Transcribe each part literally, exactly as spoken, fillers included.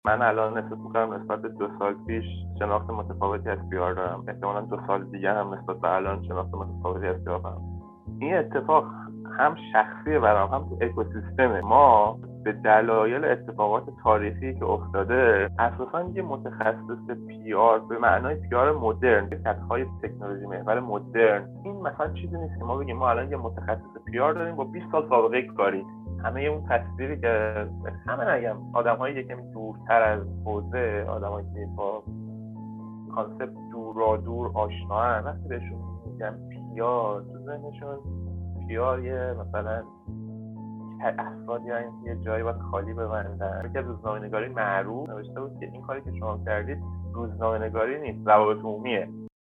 من الان احساس می‌کنم نسبت به دو سال پیش شناخت متفاوتی از پی آر دارم. احتمالاً دو سال دیگه هم نسبت به الان شناخت متفاوتی از پی آر دارم. این اتفاق هم شخصیه برام، هم تو اکوسیستم ما به دلایل اتفاقات تاریخی که افتاده اساساً یه متخصص پی آر به معنای پی آر مدرن، کدهای تکنولوژی محور مدرن، این مثلا چیزی نیست که ما بگیم ما الان یه متخصص پی آر داریم با بیست سال سابقه کاری. همه اون تصویری که همه نگم آدم‌های یکمی دورتر از حوزه، آدمایی که با کانسپت دورا دور آشنا، وقتی بهشون میگم پی آر تو ذهنشون پی آر یه مثلا افرادی هستن یه جایی باید خالی ببندن. یکی از روزنامه‌نگاری معروف نوشته بود که این کاری که شما کردید روزنامه‌نگاری نیست، روابط عمومیه.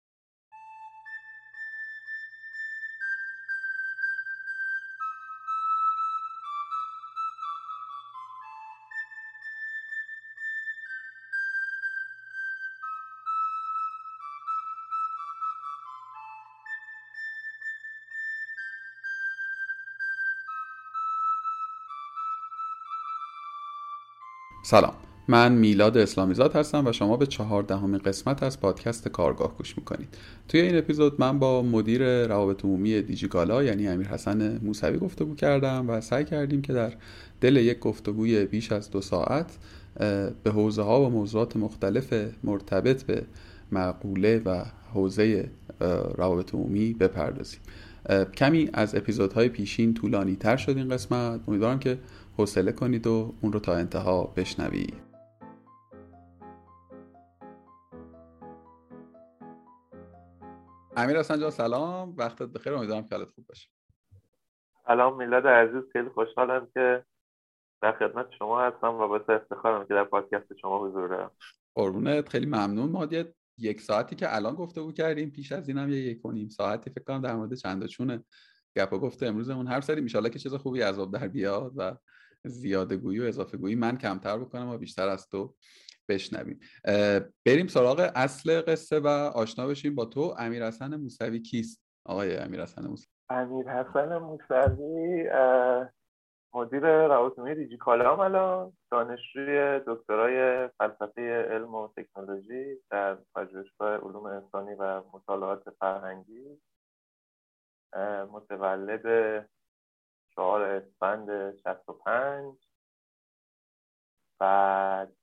سلام، من میلاد اسلامیزاد هستم و شما به چهاردهمین قسمت از پادکست کارگاه گوش میکنید. توی این اپیزود من با مدیر روابط عمومی دیجیکالا یعنی امیرحسن موسوی گفتگو کردم و سعی کردیم که در دل یک گفتگوی بیش از دو ساعت به حوزه ها و موضوعات مختلف مرتبط به مقوله و حوزه روابط عمومی بپردازیم. کمی از اپیزودهای پیشین طولانی تر شد این قسمت. امیدوارم که حوصله کنید و اون رو تا انتها بشنوید. امیرحسن جان سلام، وقتت بخیر، امیدوارم که حالت خوب باشه. سلام میلاد عزیز، خیلی خوشحالم که در خدمت شما هستم و باعث افتخارم که در پادکست شما حضور دارم. قربونت، خیلی ممنون. ما یه یک ساعتی که الان گفتگو کردیم، پیش از اینم یه یک و نیم ساعتی فکر کنم در مورد چند چونه گپ و گفت امروزمون حرف زدیم. ان شاءالله که چیز خوبی از آب در بیاد و زیاده گویی و اضافه گویی من کمتر بکنم و بیشتر از تو بشنویم. بریم سراغ اصل قصه و آشنا بشیم با تو. امیرحسن موسوی کیست؟ آقای امیرحسن موسوی. امیرحسن موسوی مدیر روابط عمومی دیجیکالا، الان دانشجوی دکترای فلسفه علم و تکنولوژی در پژوهشگاه علوم انسانی و مطالعات فرهنگی، متولد چهار اسفند شصت و پنج. بعد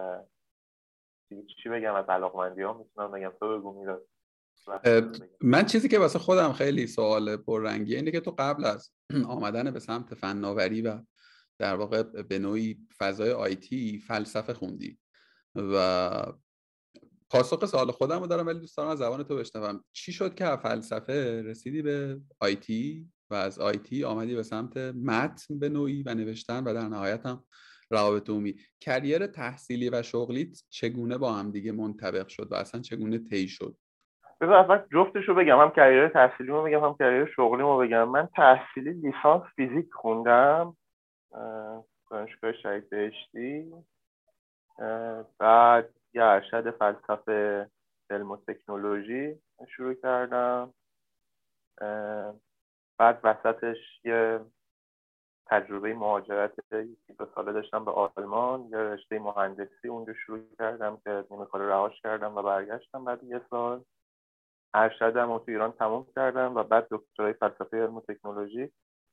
چی بگم از علاقمندی ها میتونم بگم، تو بگو میلاد. من چیزی که واسه خودم خیلی سوال پررنگیه اینه که تو قبل از آمدن به سمت فناوری و در واقع به نوعی فضای آیتی فلسفه خوندی و پاسخ سوال خودم رو دارم ولی دوست دارم از زبان تو بشنوم. چی شد که از فلسفه رسیدی به آیتی و از آیتی آمدی به سمت متن به نوعی و نوشتن و در نهایت هم روابط عمومی؟ کریر تحصیلی و شغلیت چگونه با هم دیگه منطبق شد و اصلا چگونه طی شد؟ بذار اول جفتش رو بگم، هم کریر تحصیلیمو بگم هم کریر شغلیمو بگم. من تحصیلی لیسانس فیزیک خوندم دانشگاه شهید بهشتی، بعد یه ارشد فلسفه علم و تکنولوژی شروع کردم، بعد وسطش یه تجربه مهاجرت یکی دو ساله داشتم به آلمان، یه رشته مهندسی اونجا شروع کردم که نیمه کار رهاش کردم و برگشتم بعد یه سال. ارشدم رو تو ایران تموم کردم و بعد دکترای فلسفه علم و تکنولوژی.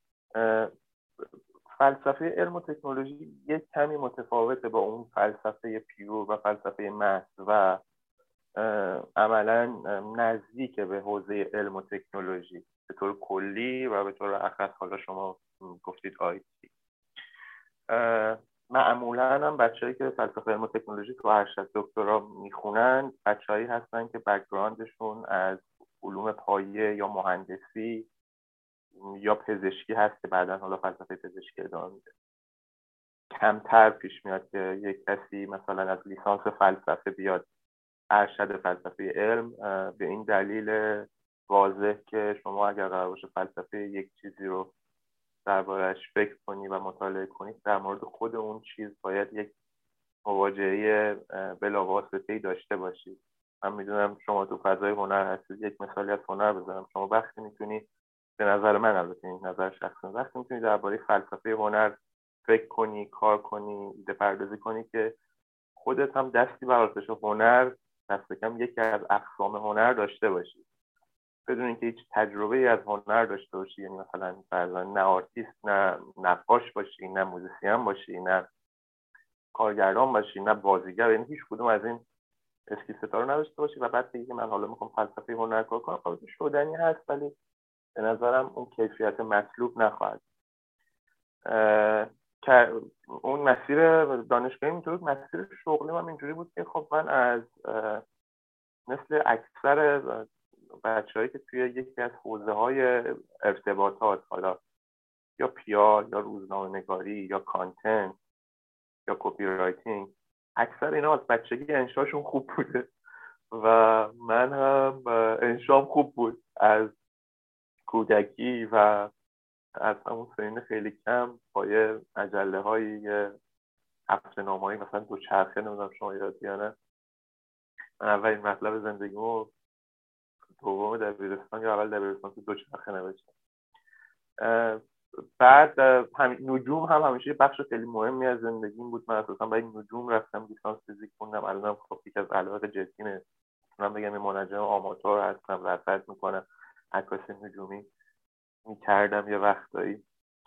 فلسفه علم و تکنولوژی یک کمی متفاوته با اون فلسفه پیور و فلسفه محض و عملا نزدیک به حوزه علم و تکنولوژی به طور کلی و به طور اخص حالا شما گفتید آیتی. معمولا هم بچه‌ای که فلسفه علم و تکنولوژی تو ارشد دکترا میخونن بچه‌ای هستن که بک‌گراندشون از علوم پایه یا مهندسی یا پزشکی هست که بعداً حالا فلسفه پزشکی ادامه میده. کمتر پیش میاد که یک کسی مثلا از لیسانس فلسفه بیاد ارشد فلسفه علم، به این دلیل واضح که شما اگر قرار باشه فلسفه یک چیزی رو درباره‌اش فکر کنی و مطالعه کنی، در مورد خود اون چیز باید یک مواجهه بلاواسطه‌ای داشته باشید. من میدونم شما تو فضای هنر هستید، یک مثالی از هنر بزنم. شما وقتی میتونی، به نظر من البته این نظر شخصی، وقتی میتونی درباره فلسفه هنر فکر کنی، کار کنی، ایده پردازی کنی که خودت هم دستی بر آتش هنر، دست کم یکی از اقسام هنر داشته باشی، بدون اینکه هیچ تجربه از هنر داشته باشی. یعنی مثلا فرضاً نه آرتیست، نه نقاش باشی، نه موزیسین باشی، نه کارگردان باشی، نه بازیگر، یعنی هیچ کدوم از این اسکیل‌ها رو نداشته باشی و بعد بگی که من حالا میخوام فلسفه هنر کار کنم، خب شدنی هست ولی به نظرم اون کیفیت مطلوب نخواهد. که اون مسیر دانشگاهی اینطوری بود. مسیر شغلی من اینجوری بود که خب من از مثل اکثر بچه‌هایی که توی یکی از حوزه‌های ارتباطات، حالا یا پیار یا روزنامه‌نگاری یا کانتنت یا کپی رایتینگ، اکثر اینا از بچگی انشاشون خوب بوده و من هم انشام خوب بود از کودکی و از همون سنین خیلی کم با یه مجله های هفته نامه‌ای مثلا دوچرخه، نمیدونم شما یادت یا نه، من اولین مطلب زندگیمو دوم دبیرستان یا اول دبیرستان تو دوچرخه نوشتم. بعد همین نجوم هم همیشه بخش خیلی مهمی از زندگیم بود. من اساسا برای نجوم رفتم لیسانس فیزیک خوندم. الانم خب یک از علاقه جدیمه، من بگم این منجم آماتور هستم، رصد میکنم، عکاسی نجومی میکردم یه وقتایی.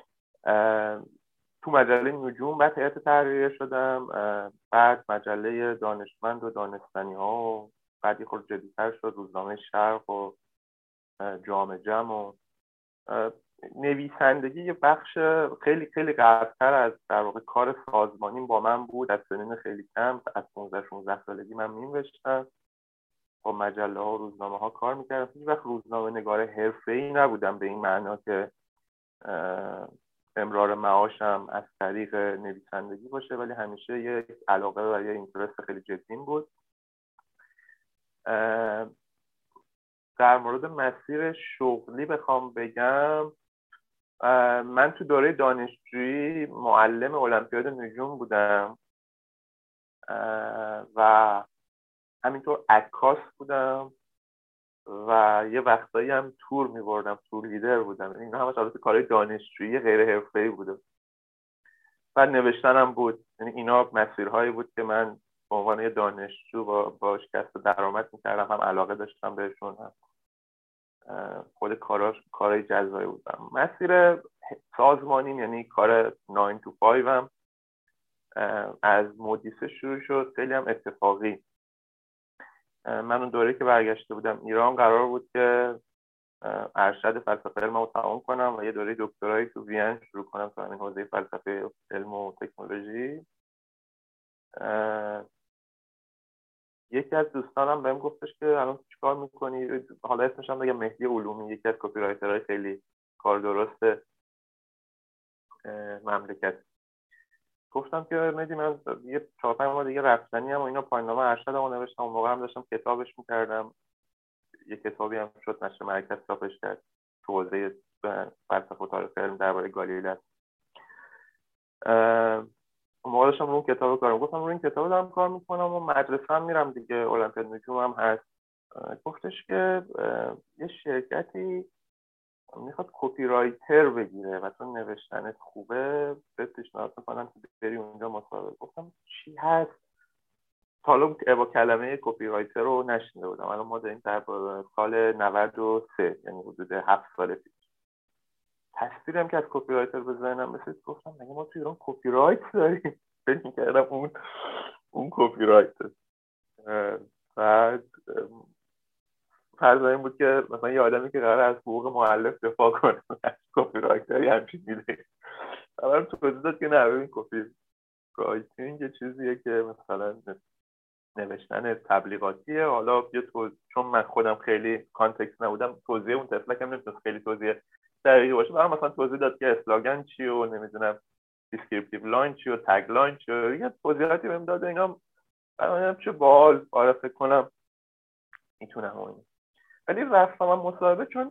تو مجله نجوم بعد هیئت تحریریه شدم، بعد مجله دانشمند و دانستنی ها و بعد یه خورده جدی‌تر شد روزنامه شرق و جامعه جمع و نویسندگی یه بخش خیلی خیلی قبل‌تر از در واقع کار سازمانی با من بود. از سنین خیلی کم، از پانزده شانزده سالگی من می‌نوشتم، با مجله ها و روزنامه ها کار می‌کردم. هیچ وقت روزنامه نگار حرفه‌ای نبودم به این معنا که امرار معاشم از طریق نویسندگی باشه، ولی همیشه یک علاقه و یه اینترست خیلی جدی بود. در مورد مسیر شغلی بخوام بگم، من تو دوره دانشجویی معلم المپیاد نجوم بودم و همینطور عکاس بودم و یه وقتایی هم تور می‌بردم، تور لیدر بودم. اینا همش البته کارهای دانشجویی غیر حرفه‌ای بوده. بعد نوشتنم بود. یعنی اینا مسیرهایی بود که من به عنوان یه دانشجو با باش کسب درآمد می‌کردم، هم علاقه داشتم بهشون، هم خود کاراش کارهای جزایی بودم. مسیر سازمانیم یعنی کار نه تو پنج هم از مدیسه شروع شد، خیلی هم اتفاقی. من اون دوره که برگشته بودم ایران قرار بود که ارشد فلسفه علم رو تمام کنم و یه دوره دکترایی تو وین شروع کنم تو همین حوزه فلسفه علم و تکنولوژی. یکی از دوستانم بهم گفتش که الان چیکار میکنی؟ حالا اسمش هم بگم مهدی علومی، یکی از کپی رایترهای خیلی کار درست مملکت. گفتم که مهدی من یه چهار پنج ماه دیگه رفتنی ام و اینا، پایان‌نامه ارشدمو نوشتم، اون موقع هم داشتم کتابش میکردم، یه کتابی هم شد نشر مرکز چاپش کرد تو حوزه فلسفه و تاریخ علم درباره گالیله. اون موقع داشتم اون کتابو کارم، گفتم روی این کتابو دارم کار میکنم و مدرسه هم میرم دیگه، المپیاد نجوم هم هست. گفتش که یه شرکتی میخواد کپی رایتر بگیره و تو نوشتنت خوبه، بهت پیشنهاد میکنم که بری اونجا مصاحبه. گفتم چی هست؟ تا حالا با کلمه کپی رایتر رو نشنیده بودم. الان ما داریم در سال نود و سه، یعنی حدود هفت سال پیش. تصویرم که از کپی رایتر به ذهنم رسید، گفتم مگه ما تو ایران کپی رایت داریم؟ فکر می‌کردم اون اون کپی رایتر. بعد فرض این بود که مثلا یه آدمی که قراره از حقوق مؤلف دفاع کنه از کپی رایتر همچین میده. اول توضیح داد که نه، ببین کپی رایتینگ یه چیزیه که مثلا نوشتن تبلیغاتیه. حالا یه تو... چون من خودم خیلی کانتکست نبودم، توضیح اون تفلکم نمیتونست خیلی توضیح دقیقی باشه. برام مثلا توضیح داد که اسلوگان چیه و نمیدونم دیسکریپتیو لاین چیه و تگ لاین چیه، یه توضیحاتی بهم داد و اینا. برام چه باحال، آره فکر کنم میتونم اون. ولی رفتم من مصاحبه، چون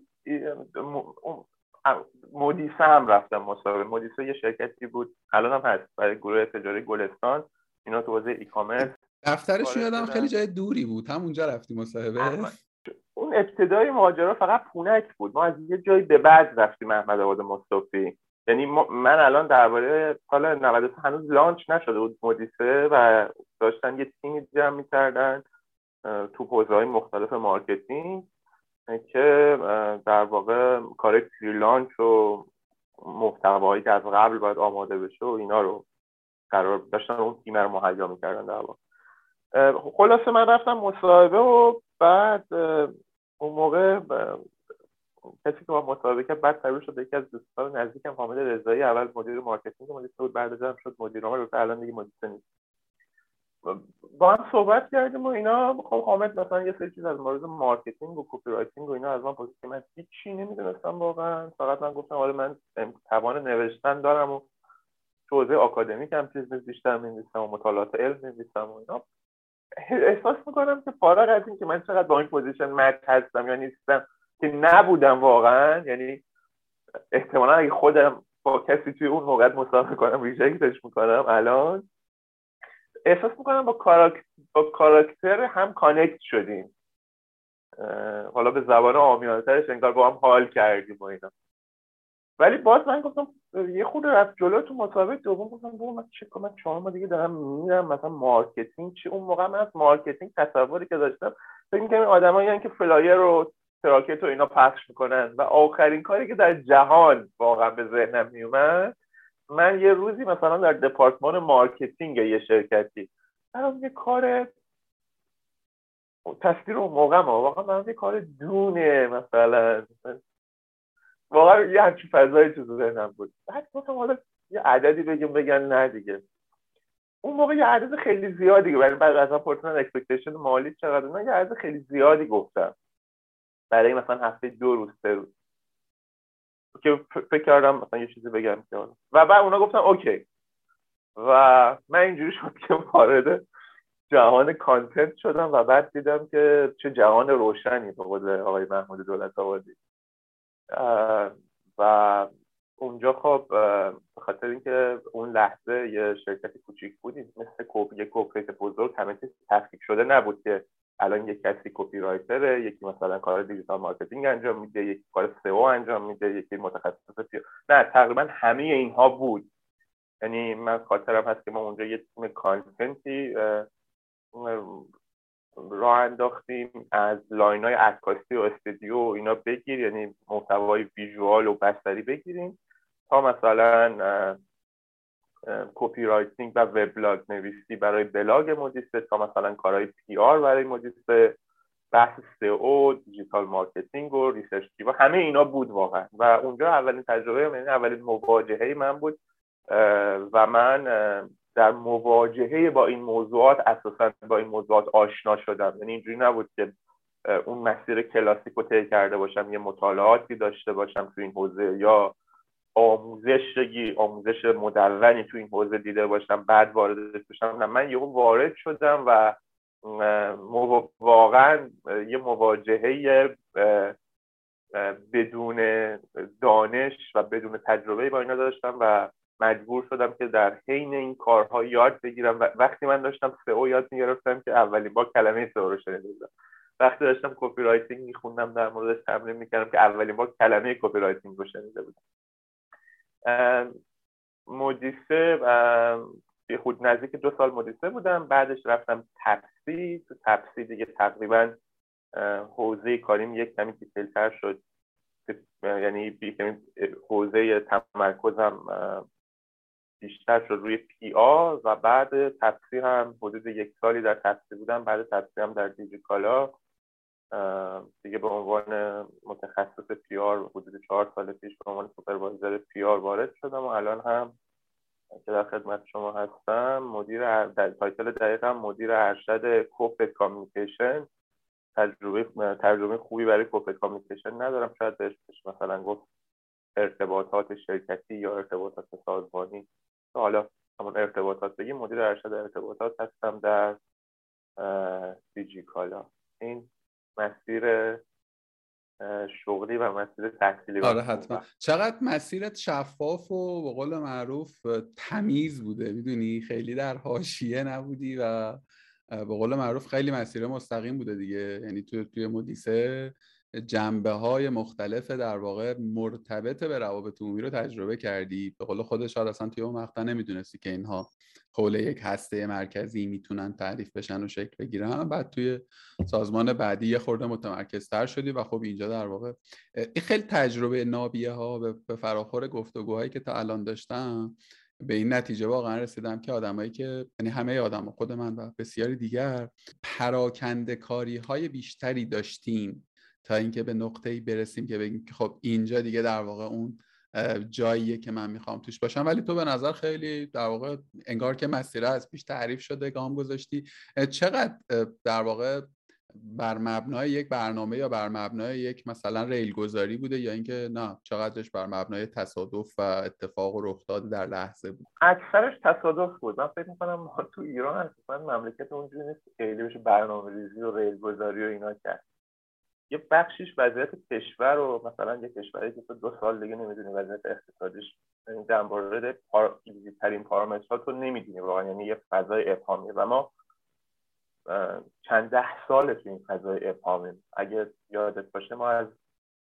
مدیسه هم رفتم مصاحبه. مدیسه یه شرکتی بود، الان هم هست، برای گروه تجاری گلستان. اینا تو حوزه ای کامرس. دفترش یادم خیلی جای دوری بود، همونجا رفتیم مصاحبه. اون ابتدای ماجرا فقط پونک بود، ما از یه جایی به بعد رفتیم احمد آباد مصطفی. یعنی من الان درباره سال نود و سه هنوز لانچ نشده بود مدیسه و داشتن یه تیمی جمع می‌کردن تو حوزه‌های مختلف مارکتینگ که در واقع کار پریلانچ و محتوایی که از قبل باید آماده بشه و اینا رو قرار داشتن اون تیم رو مهیا می‌کردن در واقع. خلاصه من رفتم مصاحبه و بعد اون موقع کسی که با مصاحبه کرد بعد تبدیل شد یکی از دوستان نزدیکم حامد رضایی، اول مدیر مارکتینگ مدرسه بود، بعد ازم شد مدیر عامل و الان دیگه مدرسه نیست. با هم صحبت کردیم و اینا. خب حامد مثلا یه سری چیز از مورد مارکتینگ و کپی رایتینگ و اینا از من پرسید که من هیچی نمیدونستم واقعا، فقط من گفتم آره من توان نوشتن دارم و تو حوزه آکادمیک هم چیز بیشتر می‌نویسم و مطالعات علم می‌نویسم و اینا. احساس میکنم که فارغ از این که من چقدر با این پوزیشن مچ هستم یا نیستم که نبودم واقعا، یعنی احتمالا اگه خودم با کسی توی اون موقع مصاحبه کنم ریجکتش میکنم، الان احساس میکنم با کاراکتر با کاراکتر هم کانکت شدیم، حالا به زبان عامیانه‌ترش انگار با هم حال کردیم و اینا. ولی باز من گفتم یه خود رفت جلو تو مسابقه دوم، گفتم بابا من چه کنم، من چهار ماه دیگه دارم میرم مثلا مارکتینگ چی. اون موقع من از مارکتینگ تصوری که داشتم فکر می‌کردم این آدمایی که فلایر رو تراکت و اینا پخش میکنن و آخرین کاری که در جهان واقعا به ذهنم میومد من یه روزی مثلا در دپارتمان مارکتینگ یه شرکتی برام یه کار تصویر اون موقع ما واقعا برام یه کار دونه مثلا واقعا یه همچین فضایی تو ذهنم بود. بعد گفتم حالا یه عددی بگیم بگن نه دیگه. اون موقع یه عدد خیلی زیادی که بعد بعد ازم پرسیدن اکسپکتیشن مالی چقدر، من یه عدد خیلی زیادی گفتم برای مثلا هفته دو روز سه روز که فکر کردم مثلا یه چیزی بگم که و بعد اونا گفتن اوکی و من اینجوری شد که وارد جهان کانتنت شدم و بعد دیدم که چه جهان روشنی به قول آقای محمود دولت‌آبادی. و اونجا خب به خاطر اینکه اون لحظه یه شرکت کوچیک بود مثل کوپی یک کوپریت بزرگ همه چیز تفکیک شده نبود که الان یک کسی کپی رایتره، یکی مثلا کار دیجیتال مارکتینگ انجام میده، یکی کار سئو انجام میده، یکی متخصص پی نه تقریبا همه اینها بود. یعنی من خاطرم هست که ما اونجا یه تیم کانتنتی راه انداختیم از لاین‌های عکاسی و استودیو و اینا بگیر، یعنی محتوای ویژوال و بصری بگیریم تا مثلا کپی رایتینگ و وبلاگ نویسی برای بلاگ مدیسه، تا مثلا کارهای پی آر برای مدیسه، بحث سئو، دیجیتال مارکتینگ و ریسرچ تیم، همه اینا بود واقعا. و اونجا اولین تجربه، یعنی اولین مواجهه من بود و من در مواجهه با این موضوعات اساساً با این موضوعات آشنا شدم. یعنی اینجوری نبود که اون مسیر کلاسیک رو طی کرده باشم، یه مطالعاتی داشته باشم تو این حوزه یا آموزش بگی آموزش مدونی تو این حوزه دیده باشم بعد واردش بشم. نه، من یهو وارد شدم و واقعاً یه مواجهه بدون دانش و بدون تجربه با اینا داشتم و مجبور شدم که در حین این کارها یاد بگیرم. و وقتی من داشتم سئو یاد می‌گرفتم که اولین بار کلمه سئو رو شنیده بودم، وقتی داشتم کپی رایتینگ می‌خوندم در موردش تمرین می‌کردم که اولین بار کلمه کپی رایتینگ رو شنیده بودم. مدیسه یه خود نزدیک دو سال مدیسه بودم، بعدش رفتم تپسی. تو تپسی دیگه تقریباً حوزه کاریم یک کمی دیتیل‌تر شد، یعنی حوزه تمرکزم بیشتر شد روی پی آر و بعد تپسی هم حدود یک سالی در تپسی بودم. بعد تپسی هم در دیجیکالا دیگه به عنوان متخصص پی آر حدود چهار سال پیش به عنوان سوپروایزر پی آر وارد شدم و الان هم که در خدمت شما هستم مدیر در تایتل دقیقاً مدیر ارشد کورپرات کامیونیکیشن. تجربه تجربه خوبی برای کورپرات کامیونیکیشن ندارم، شاید بهش مثلا گفت ارتباطات شرکتی یا ارتباطات سازمانی. حالا همون ارتباطات بگیم، مدیر ارشد ارتباطات هستم در دیجیکالا. این مسیر شغلی و مسیر تحصیلی. آره حتما. چقدر مسیرت شفاف و به قول معروف تمیز بوده، میدونی خیلی در حاشیه نبودی و به قول معروف خیلی مسیر مستقیم بوده دیگه. یعنی تو توی مدیسه جنبه های مختلف در واقع مرتبط به روابط عمومی رو تجربه کردی. به قول خودت شاید اصلا توی اون مقطع نمیدونستی که اینها حول یک هسته مرکزی میتونن تعریف بشن و شکل بگیرن. بعد توی سازمان بعدی یه خورده متمرکزتر شدی و خب اینجا در واقع این خیلی تجربه نابیه ها به فراخور گفتگوهایی که تا الان داشتم به این نتیجه واقعا رسیدم که آدمایی که یعنی همه آدم خود من و بسیاری دیگر پراکنده کاری های بیشتری داشتیم تا اینکه به نقطه‌ای برسیم که بگیم که خب اینجا دیگه در واقع اون جاییه که من میخوام توش باشم. ولی تو به نظر خیلی در واقع انگار که مسیر از پیش تعریف شده گام گذاشتی. چقدر در واقع بر مبنای یک برنامه یا بر مبنای یک مثلا ریل گذاری بوده یا اینکه نه چقدرش بر مبنای تصادف و اتفاق و رخ داده در لحظه بود؟ اکثرش تصادف بود. من فکر می‌کنم ما تو ایران اصلا مملکت اونجوری نیست که خیلی بشه برنامه‌ریزی و ریل گذاری و اینا کرد. یه بخشیش وضعیت کشور و مثلا یه کشوری که تو دو سال دیگه نمیدونی وضعیت اقتصادیش، یعنی در مورد پار... ترین پارامترها تو نمیدونی واقعا، یعنی یه فضای ابهامیه و ما چند ده سال تو این فضای ابهامیم. اگه یادت باشه ما از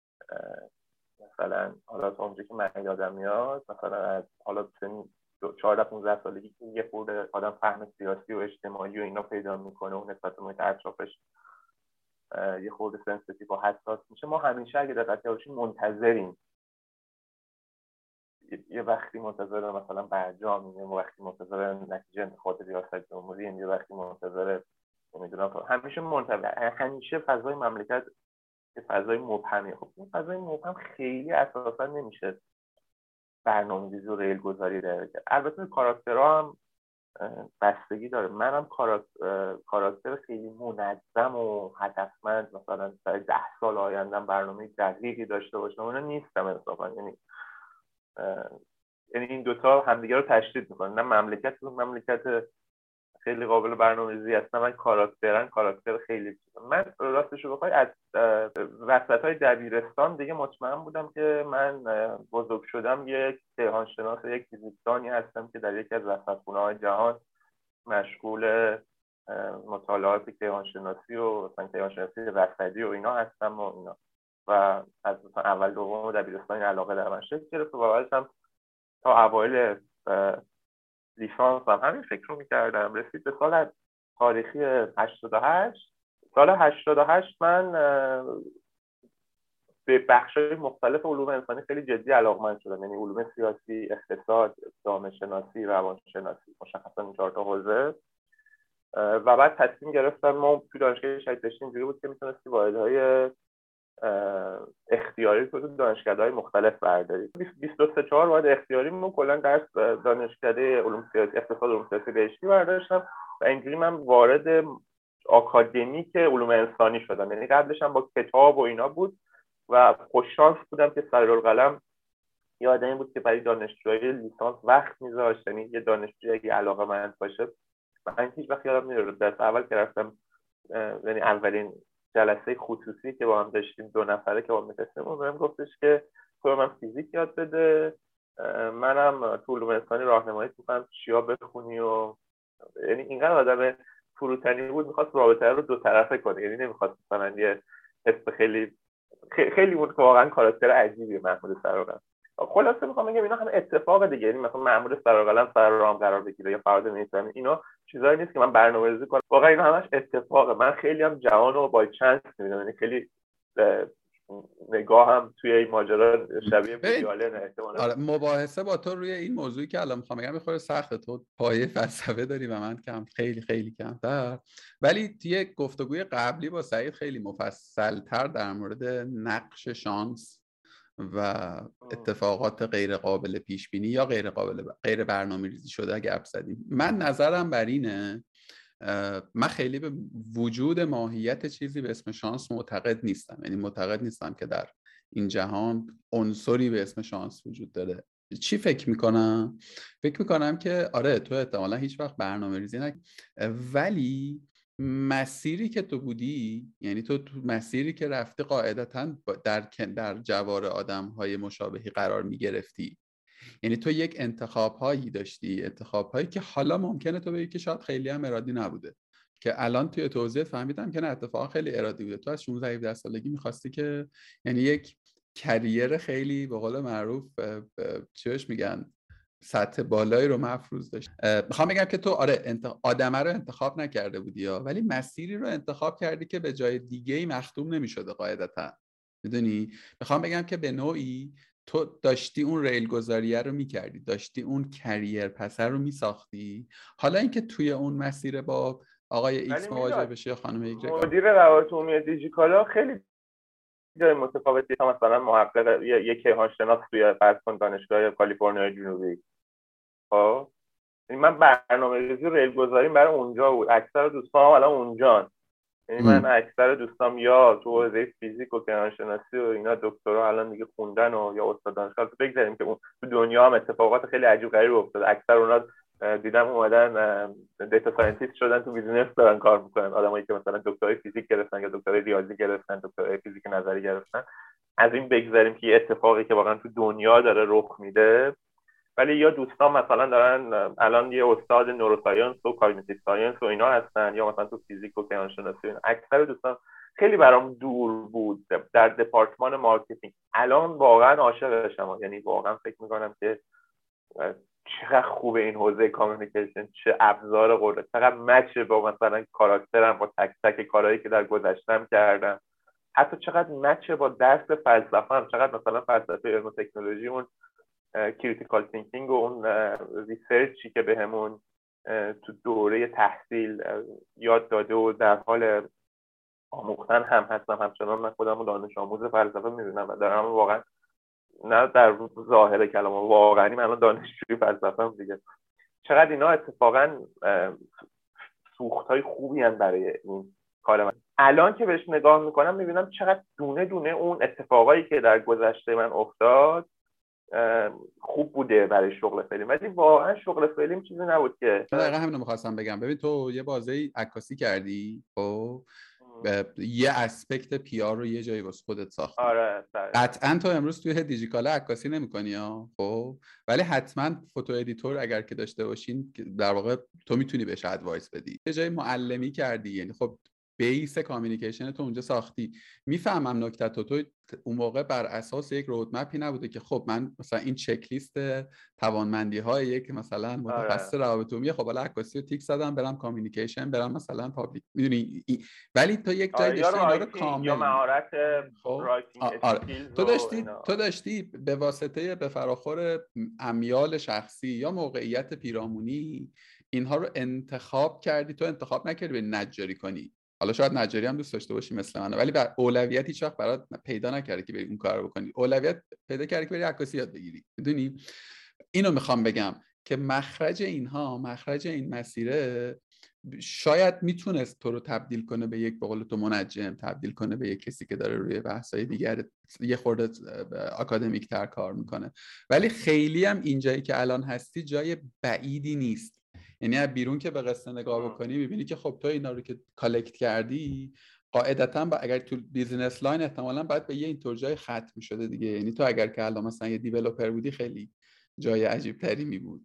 مثلا حالا تا اونجایی که من یادم میاد مثلا از حالا سن چهارده پانزده سالگی که یه خورده آدم فهم سیاسی و اجتماعی و اینا پیدا میکنه و نسبت به محیط اطرافش یه خورده سنسیتیو و حساس میشه، ما همیشه اگه دقت باشیم منتظریم. یه وقتی منتظر مثلا برجام، یه وقتی منتظر نتیجه انتخابات ریاست جمهوری، یه وقتی منتظر نمیدونم، همیشه منتظر، همیشه فضای مملکت یه فضای مبهمیه. خب این فضای مبهم خیلی اساسا نمیشه برنامه‌ریزی و ریل گذاری داره. البته کاراکترها هم بستگی داره. منم کاراکتر کاراکتر خیلی منظم و هدفمند مثلا برای ده سال آیندهم برنامه دقیقی داشته باشم اون نیستم انصافا. یعنی یعنی این دوتا همدیگه رو تشدید میکنن. نه مملکت اون مملکت خیلی قابل برنامه‌ریزی هست، نه من کاراکترن کاراکتر خیلی چیزم. من راستش رو بخوای از وسط‌های دبیرستان دیگه مطمئن بودم که من بزرگ شدم یک کیهانشناس، یک فیزیکدانی هستم که در یکی از رصدخونه‌های جهان مشغول مطالعات کیهانشناسی و مثلا کیهانشناسی رصدی و اینا هستم و اینا. و از مثلا اول دوم دبیرستان این علاقه در من شکل گرفت و بعدش تا اوایل لیسانس هم همین فکر رو میکردم. رسید به سال تاریخی هشتاد و هشت. سال هشتاد و هشت من به بخش‌های مختلف علوم انسانی خیلی جدی علاقه‌مند شدم، یعنی علوم سیاسی، اقتصاد، جامعه شناسی، روانشناسی، مشخصا این چهار تا حوزه. و بعد تصمیم گرفتم، ما توی دانشگاه شهید بهشتی اینجوری بود که میتونستی واحدهای اختیاری تو دانشکده‌های مختلف برداری. بیست و سه چهار واحد اختیاری من کلا درس دانشکده علوم سیاسی، اقتصاد علوم سیاسی بهشتی برداشتم و اینجوری من وارد آکادمیک علوم انسانی شدم. یعنی قبلش هم با کتاب و اینا بود و خوششانس بودم که سرالقلم یه آدمی بود که برای دانشجوهای لیسانس وقت می‌ذاشت. یعنی یه دانشجویی اگه علاقه‌مند باشه، من هیچ وقت یادم نمیاد درس اول که رفتم، یعنی اولین جلسه خصوصی که با هم داشتیم دو نفره که با هم نشستیم، اون بهم گفتش که تو من فیزیک یاد بده، منم تو علوم انسانی راهنمایی می‌کنم چیا بخونی. و یعنی اینقدر آدم فروتنی بود، می‌خواست رابطه رو دو طرفه کنه. یعنی نمی‌خواست مثلا یه حس خیلی خیلی بود که واقعا کاراکتر عجیبیه محمود سرقلم. خلاصه میخوام بگم اینا همه اتفاق دیگه. یعنی مثلا محمود سرقلم سر رام قرار بگیره یا فراد نیستم، اینا چیزایی نیست که من برنامه‌ریزی کنم، واقعا اینا همش اتفاقه. من خیلی هم جوان و با چانس میبینم، یعنی خیلی نگاه هم توی این ماجرا شبیه بودیاله احتمالاً. آره، مباحثه با تو روی این موضوعی که الان میخوام بگم میخوره سخته. تو پایه فلسفه داری و من کم خیلی خیلی کمتر. ولی توی گفتگوی قبلی با سعید خیلی مفصل‌تر در مورد نقش شانس و اتفاقات غیر قابل پیش بینی یا غیر قابل غیر برنامه‌ریزی شده گپ زدیم. من نظرم بر اینه، من خیلی به وجود ماهیت چیزی به اسم شانس معتقد نیستم. یعنی معتقد نیستم که در این جهان عنصری به اسم شانس وجود داره. چی فکر میکنم؟ فکر میکنم که آره تو احتمالا هیچ وقت برنامه ریزی نکنی، ولی مسیری که تو بودی، یعنی تو تو مسیری که رفتی قاعدتاً در در جوار آدم‌های مشابهی قرار میگرفتی. یعنی تو یک انتخاب هایی داشتی، انتخاب هایی که حالا ممکنه تو بگی که شاید خیلی هم ارادی نبوده، که الان توی توضیح فهمیدم که نه، اتفاقا خیلی ارادی بوده. تو از شانزده هفده سالگی میخواستی که یعنی یک کریر خیلی به قول معروف چیش میگن سطح بالایی رو مفروض داشت. میخوام بگم که تو آره انت... آدمه رو انتخاب نکرده بودی ها، ولی مسیری رو انتخاب کردی که به جای دیگه‌ای مختوم نمی‌شده قاعدتا. میدونی میخوام بگم که به نوعی تو داشتی اون ریل گذاریه رو میکردی، داشتی اون کریر پسر رو میساختی. حالا اینکه توی اون مسیر با آقای ایکس مواجه بشی یا خانم ایگرگ، مدیر روابط عمومی دیجیکالا خیلی جای متفاوتی، مثلا محقق یک کیهانشناس توی فرض کن دانشگاه کالیفرنیا جنوبی. خب من برنامه‌ریزی ریل گذاریم برای اونجا بود، اکثر دوستام الان اونجان. یعنی من اکثر دوستام یا تو حوزه فیزیک و کیهانشناسی و اینا دکترا الان دیگه خوندن و یا استاد دانشگاه. تو بگذاریم که اون تو دنیا هم اتفاقات خیلی عجیب غریب افتاد. اکثر اونا دیدم اومدن دیتا ساینتیست شدن، تو بیزینس دارن کار میکنن. آدمایی که مثلا دکترای فیزیک گرفتن یا دکترای ریاضی گرفتن، دکترای فیزیک نظری گرفتن. از این بگذاریم که یه اتفاقی که واقعا تو دنیا داره رخ میده. ولی یا دوستان مثلا دارن الان یه استاد نوروساینس و کاگنیتیو ساینس و اینا هستن، یا مثلا تو فیزیک و کیهانشناسی. اکثر دوستان خیلی برام دور بود در دپارتمان مارکتینگ. الان واقعا عاشقشم، یعنی واقعا فکر میکنم که چقدر خوبه این حوزه کامیونیکیشن، چه ابزار قدرت، چقدر مچه با مثلا کاراکترم، با تک تک کارهایی که در گذشتم کردم، حتی چقدر مچه با درس فلسفه هم، چقدر مثلا فلسفه علم و تکنولوژی اون کریتیکال تینکینگ و اون ریسرچی که بهمون تو دوره تحصیل یاد داده و در حال آموختن هم هستم. همچنان من خودم دانش آموز فلسفه می‌دونم و دارم واقعا نه در ظاهر کلمه، واقعا من الان دانشجوی فلسفه هم دیگه. چقدر اینا اتفاقا سوخت‌های خوبی هستن برای این کار من. الان که بهش نگاه میکنم میبینم چقدر دونه دونه اون اتفاقایی که در گذشته من افتاد خوب بوده برای شغل فعلیم، ولی واقعا شغل فعلیم چیزی نبود که دقیقاً همین رو می‌خواستم بگم. ببین تو یه بازه عکاسی کردی، خب یه اسپکت پی آر رو یه جایی واسه خودت ساختی. آره قطعاً تو امروز توی دیجیکالا عکاسی نمی‌کنی ها، خب ولی حتما فوتو ادیتور اگر که داشته باشین در واقع تو میتونی بهش ادوایس بدی. یه جای معلمی کردی، یعنی خب بیس کامیونیکیشن تو اونجا ساختی. میفهمم نکته تو تو اون موقع بر اساس یک رودمپی نبوده که خب من مثلا این چک لیست توانمندی های یک مثلا متخصص روابط عمومی، خب حالا عکاسی رو تیک زدم برم کامیونیکیشن برم مثلا پابلیک، میدونی، ولی تو یک جای داشتی اینا رو کامل یا مهارت خب رایتینگ اسکیلز تو داشتی تو داشتی به واسطه به فراخور امیال شخصی یا موقعیت پیرامونی اینها رو انتخاب کردی. تو انتخاب نکردی به نجاری کنی. حالا شاید نجاری هم دوست داشته باشی مثل من، ولی بر اولویت هیچ وقت برات پیدا نکردی که بری اون کارو بکنی. اولویت پیدا کردی که بری عکاسی یاد بگیری. میدونی اینو میخوام بگم که مخرج اینها، مخرج این مسیره شاید میتونست تو رو تبدیل کنه به یک، به قول تو منجم، تبدیل کنه به یک کسی که داره روی بحث‌های دیگر یه خورده آکادمیک تر کار میکنه، ولی خیلی هم اینجایی که الان هستی جای بعیدی نیست. یعنی از بیرون که به قصه نگاه بکنی میبینی که خب تو اینا رو که کالکت کردی قاعدتاً با اگر تو بیزینس لاین احتمالاً باید به یه اینطور جای ختم می‌شده دیگه. یعنی تو اگر که الان مثلا یه دیولپر بودی خیلی جای عجیب تری می بود.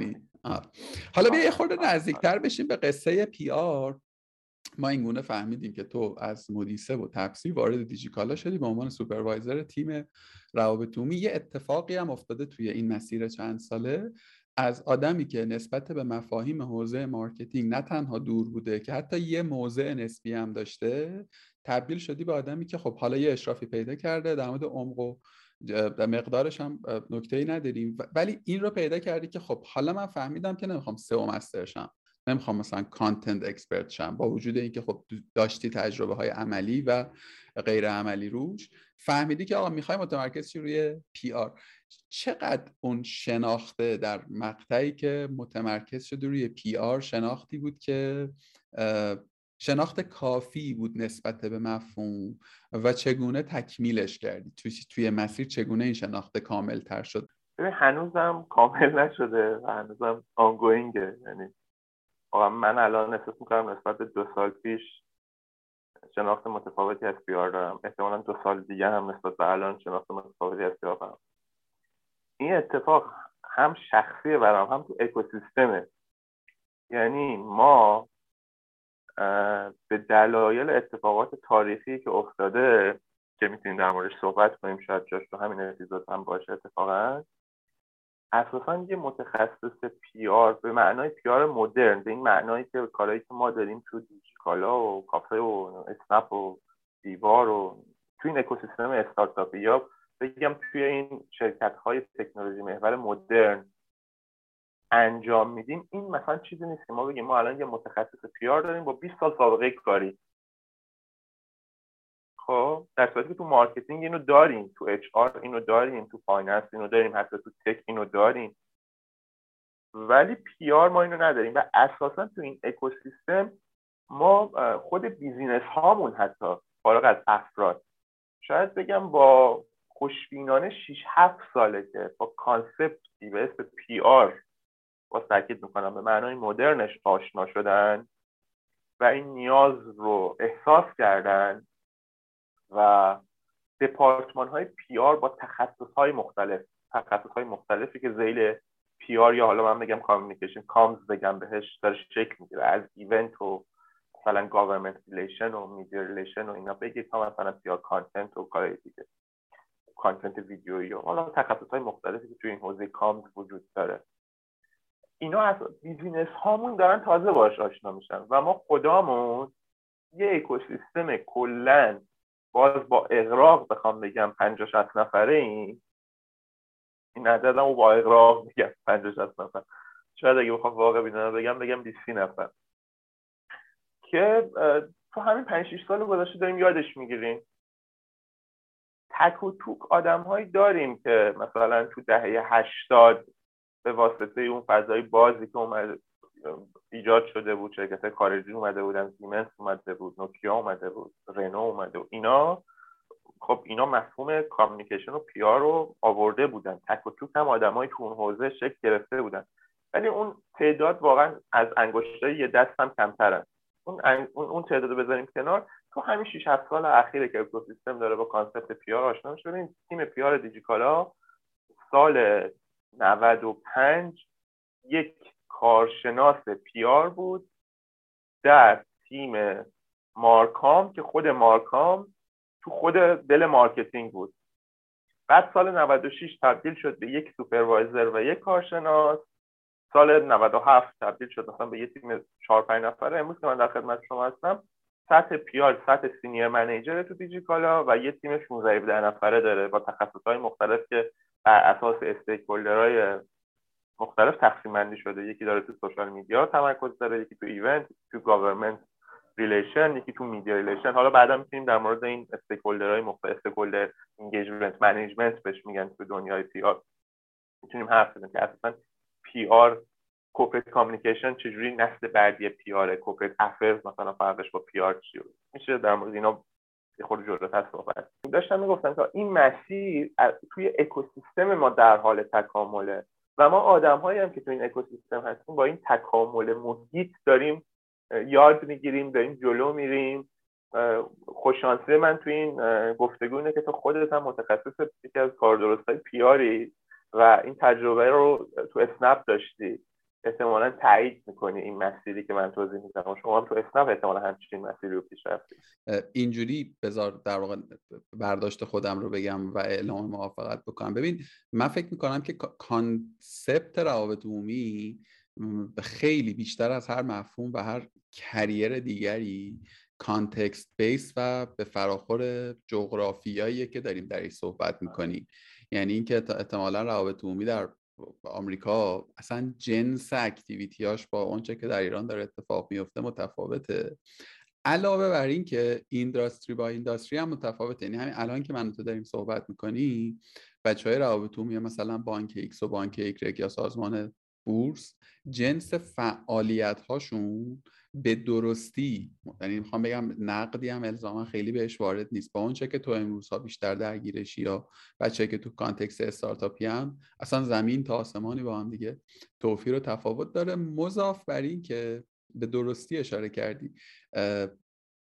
حالا بیا یه خورده نزدیکتر بشیم به قصه پی آر. ما اینگونه فهمیدیم که تو از مدیسه و تپسی وارد دیجیکالا شدی به عنوان سوپروایزر تیم روابط عمومی. یه اتفاقی هم افتاده توی این مسیر چند ساله، از آدمی که نسبت به مفاهیم حوزه مارکتینگ نه تنها دور بوده که حتی یه موضع نسبی هم داشته، تبدیل شدی به آدمی که خب حالا یه اشرافی پیدا کرده در مورد عمق و مقدارش هم نکته‌ای نداریم، ولی این رو پیدا کردی که خب حالا من فهمیدم که نمیخوام سئو مستر شم، نمیخوام مثلا کانتنت اکسپرت شم، با وجود اینکه خب داشتی تجربه های عملی و غیر عملی روش، فهمیدی که آقا میخوای متمرکز شی روی پی آر. چقدر اون شناخته در مقطعی که متمرکز شدی روی پی آر شناختی بود که شناخت کافی بود نسبت به مفهوم و چگونه تکمیلش کردی توی توی مسیر، چگونه این شناخت کامل تر شد؟ هنوزم کامل نشده و هنوزم آنگوینگه. یعنی واقعا من الان احساس می‌کنم نسبت به دو سال پیش شناخت متفاوتی از پی آر دارم. احتمالاً دو سال دیگه هم نسبت به الان شناخت متفاوتی از پی آر دارم. این اتفاق هم شخصیه برام هم تو اکوسیستمه. یعنی ما به دلایل اتفاقات تاریخی که افتاده که میتونیم در موردش صحبت کنیم، شاید جاش تو همین اپیزود هم باشه، اتفاقا اساسا یه متخصص پی آر به معنای پی آر مدرن، به این معنایی که کارهایی که ما داریم تو دیجیکالا و کافه و اسنپ و دیوار و تو این اکوسیستم استارتاپی یا بگم توی این شرکت‌های تکنولوژی محور مدرن انجام میدیم، این مثلا چیزی نیست که ما بگیم ما الان یه متخصص پی آر داریم با بیست سال سابقه کاری. خب در صورتی که تو مارکتینگ اینو داریم، تو اچ آر اینو داریم، تو فایننس اینو داریم، حتی تو تک اینو داریم، ولی پی آر ما اینو نداریم. و اساسا تو این اکوسیستم ما خود بیزینس هامون حتی فارغ از افراد شاید بگم با خوشبینانه شش هفت ساله که با کانسپتی به اسم پی آر با تاکید میکنم به معنای مدرنش آشنا شدن و این نیاز رو احساس کردن و دپارتمان های پی آر با تخصص های مختلف تخصص های مختلفی که ذیل پی آر یا حالا من بگم کامیونیکیشن کامز بگم بهش داره شکل میگیره، از ایونت و مثلا گاورمنت ریلیشن و میدیا ریلیشن و اینا بگید تا مثلا پی آر کانتنت و کارهای دیگه، کانتنت ویدیویی و حالا تخصص های مختلفی که توی این حوزه کامز وجود داره. اینا از بیزینس هامون دارن تازه باش آشنا میشن و ما خودمون یه اکوسیستم کلن باز با اغراق بخوام بگم پنجاه شصت نفره این این عددمو با اغراق میگم پنجاه شصت نفر، شاید اگه بخوام واقع بینانه بگم بگم بیست نفر که تو همین پنج شش سال گذشته داریم یادش میگیریم. تک و توک آدم‌هایی داریم که مثلا تو دهه هشتاد به واسطه اون فضای بازی که اومد ایجاد شده بود، شرکت خارجی اومده بودن، سیمنس اومده بود، نوکیا اومده بود، رنو اومده بود، اینا خب اینا مفهوم کامیونیکیشن و پی آر رو آورده بودن. تک و توک هم آدمایی تو اون حوزه شکل گرفته بودن، ولی اون تعداد واقعا از انگشتای یه دست هم کمترن. اون اون تعداد رو بذاریم کنار، تو همین شش هفت سال اخیره که اکوسیستم داره با کانسپت پی آر آشنا شده. تیم پی آر دیجیکالا سال نود و پنج یک کارشناس پی آر بود در تیم مارکام که خود مارکام تو خود دل مارکتینگ بود. بعد سال نود و شش تبدیل شد به یک سوپروایزر و یک کارشناس. سال نود و هفت تبدیل شد مثلا به یک تیم چهار پنج نفره. امروز که من در خدمت شما هستم سطح پی آر سطح سینیر منیجر تو دیجیکالا و یک تیم شانزده هفده نفره داره با تخصص‌های مختلف که بر اساس استیک‌هولدرهای مختلف تقسیم بندی شده. یکی داره تو سوشال میدیا تمرکز داره، یکی تو ایونت، تو گاورمنت ریلیشن، یکی تو میدیا ریلیشن. حالا بعدا میتونیم در مورد این استیک‌هولدرهای مختلف، استیک‌هولدر انگیجمنت منیجمنت بهش میگن تو دنیای پی آر، میتونیم حرف بزنیم که اصلا پی آر کورپریت کامیونیکیشن چجوری نسل بعدی پی آر، کورپریت افیرز مثلا فرقش با پی آر چیه، میشه در مورد اینا یه خورده جلوتر صحبت. داشتم میگفتم که این مسیر توی اکوسیستم ما در حال تکامله و ما آدم‌هایی هم که تو این اکوسیستم هستیم با این تکامل محیط داریم یاد میگیریم، داریم جلو میریم. خوششانسی من تو این گفتگو اینه که تو خودت هم متخصص یکی از کاردرستای پی آری و این تجربه رو تو اسنپ داشتی، احتمالاً تایید میکنی این مسیری که من توضیح میدم. شما هم تو اسنپ احتمالاً همچین مسیری رو پیش رفتی. اینجوری بذار در واقع برداشت خودم رو بگم و اعلام موافقت بکنم. ببین من فکر میکنم که کانسپت روابط عمومی خیلی بیشتر از هر مفهوم و هر کریر دیگری کانتکست بیس و به فراخور جغرافیاییه که داریم درش صحبت میکنیم. یعنی اینکه احتمالاً روابط عمومی در آمریکا اصلا جنس اکتیویتیاش با اونچه که در ایران داره اتفاق میفته متفاوته. علاوه بر این که اینداستری با اینداستری هم متفاوته. یعنی همین الان که من و تو داریم صحبت میکنی، بچهای روابط عمومی مثلا بانک ایکس و بانک ایگرگ یا سازمان بورس، جنس فعالیت هاشون به درستی، یعنی میخوام بگم نقدی هم الزاما خیلی بهش وارد نیست، با اونچه که تو امروزها بیشتر درگیرشی یا بچه‌ای که تو کانتکست استارتاپی هم اصلا زمین تا آسمانی با هم دیگه توفیر و تفاوت داره. مضاف بر این که به درستی اشاره کردی،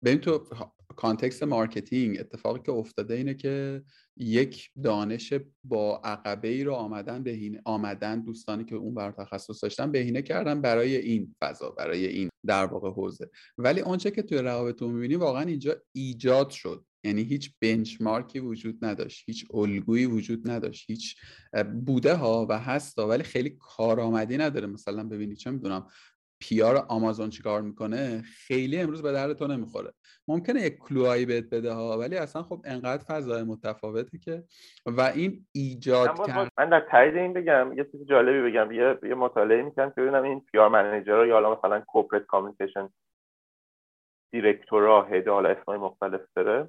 ببین تو کانتکست مارکتینگ اتفاقی که افتاده اینه که یک دانش با عقبه ای رو آمدن بهینه آمدن دوستانی که اون بر تخصص داشتن بهینه کردن برای این فضا، برای این در واقع حوزه. ولی آنچه که توی روابط عمومی واقعا اینجا ایجاد شد، یعنی هیچ بنچمارکی وجود نداشت، هیچ الگویی وجود نداشت، هیچ بوده ها و هستا ولی خیلی کارآمدی نداره. مثلا ببینید چه میدونم پیار آمازون چیکار میکنه، خیلی امروز به درد تو نمیخوره. ممکنه یک کلوهایی بهت بده ها، ولی اصلا خب انقدر فضای متفاوته که و این ایجاد کرد. من در تایید این بگم یه چیز جالبی بگم، یه یه مطالعه میکنم که ببینم این پیار منیجرها یا حالا مثلا کورپرات کامیونیکیشن دیرکتورها، هد، حالا اسمای مختلف داره،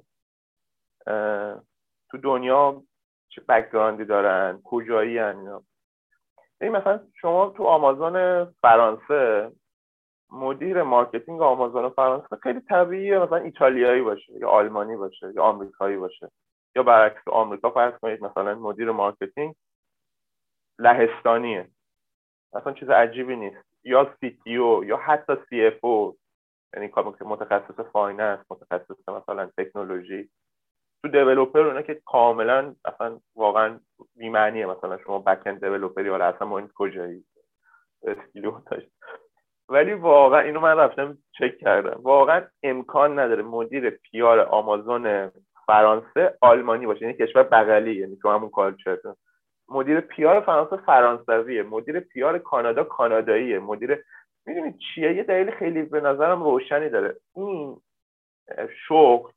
تو دنیا چه بک‌گراندی دارن، کجایی ان اینا. این مثلا شما تو آمازون فرانسه مدیر مارکتینگ آمازون فرانسه خیلی طبیعیه مثلا ایتالیایی باشه یا آلمانی باشه یا آمریکایی باشه، یا برعکس تو آمریکا فرض کنید مثلا مدیر مارکتینگ لهستانیه، اصلا چیز عجیبی نیست. یا سی تی او یا حتی سی اف او، یعنی متخصص فایننس، متخصص مثلا تکنولوژی. تو دیولپر اونا که کاملا اصلا واقعا بی‌معنیه، مثلا شما بک اند دیولپری ولی اصلا ما این کجایی اسکیلو داشت. ولی واقعا اینو من رفتم چک کردم، واقعا امکان نداره مدیر پیار آمازون فرانسه آلمانی باشه، یعنی کشور بغلی، یعنی تو همون کالچر. مدیر پیار فرانسه فرانسویه، مدیر پیار کانادا کاناداییه، مدیر میدونید چیه؟ یه دلیل خیلی به نظرم روشنی داره. این شغل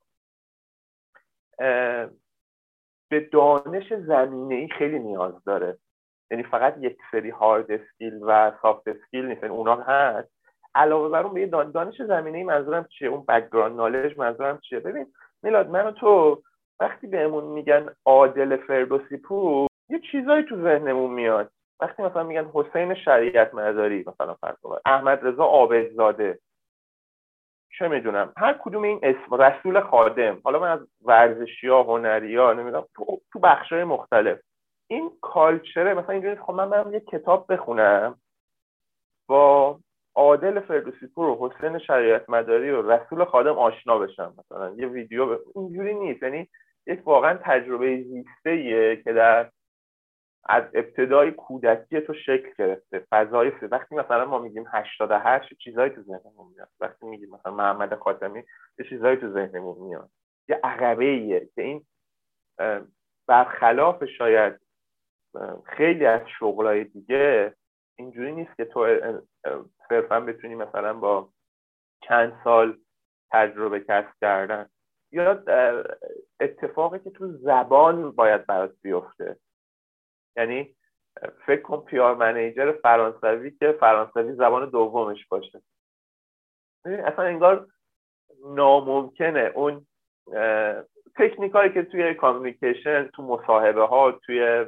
به دانش زمینه‌ای خیلی نیاز داره، یعنی فقط یک سری هارد اسکیل و سافت اسکیل نیست، یعنی اونا هست. علاوه بر اون به دانش زمینه‌ای منظورم چیه؟ اون بک‌گراند نالج منظورم چیه؟ ببین میلاد، من و تو وقتی بهمون میگن عادل فردوسی پور یه چیزایی تو ذهنمون میاد. وقتی مثلا میگن حسین شریعت مداری، مثلا فرض کن احمد رضا عابدزاده، چه میدونم هر کدوم این اسم، رسول خادم، حالا من از ورزشی‌ها، هنری‌ها نمیدونم تو تو بخش‌های مختلف این کالچره مثلا اینجوری خب من برم یه کتاب بخونم با عادل فردوسی پور و حسین شریعت مداری و رسول خادم آشنا بشم، مثلا یه ویدیو ب... اینجوری نیست. یعنی یک واقعا تجربه زیسته‌ایه که در از ابتدای کودکی تو شکل گرفته. فضای سه وقتی مثلا ما میگیم هشتاد و هشت چیزایی تو ذهنمون میاد، وقتی میگیم مثلا محمد خاتمی یه چیزایی تو ذهنمون میاد، یه عقبه‌ایه که این برخلاف شاید خیلی از شغلای دیگه اینجوری نیست که تو صرفا بتونی مثلا با چند سال تجربه کسب کردن یا اتفاقی که تو زبان باید برات بیفته. یعنی فکر کن پیار منیجر فرانسوی که فرانسوی زبان دومش باشه، اصلا انگار ناممکنه اون تکنیکایی که توی کامیونیکیشن، تو مصاحبه ها، توی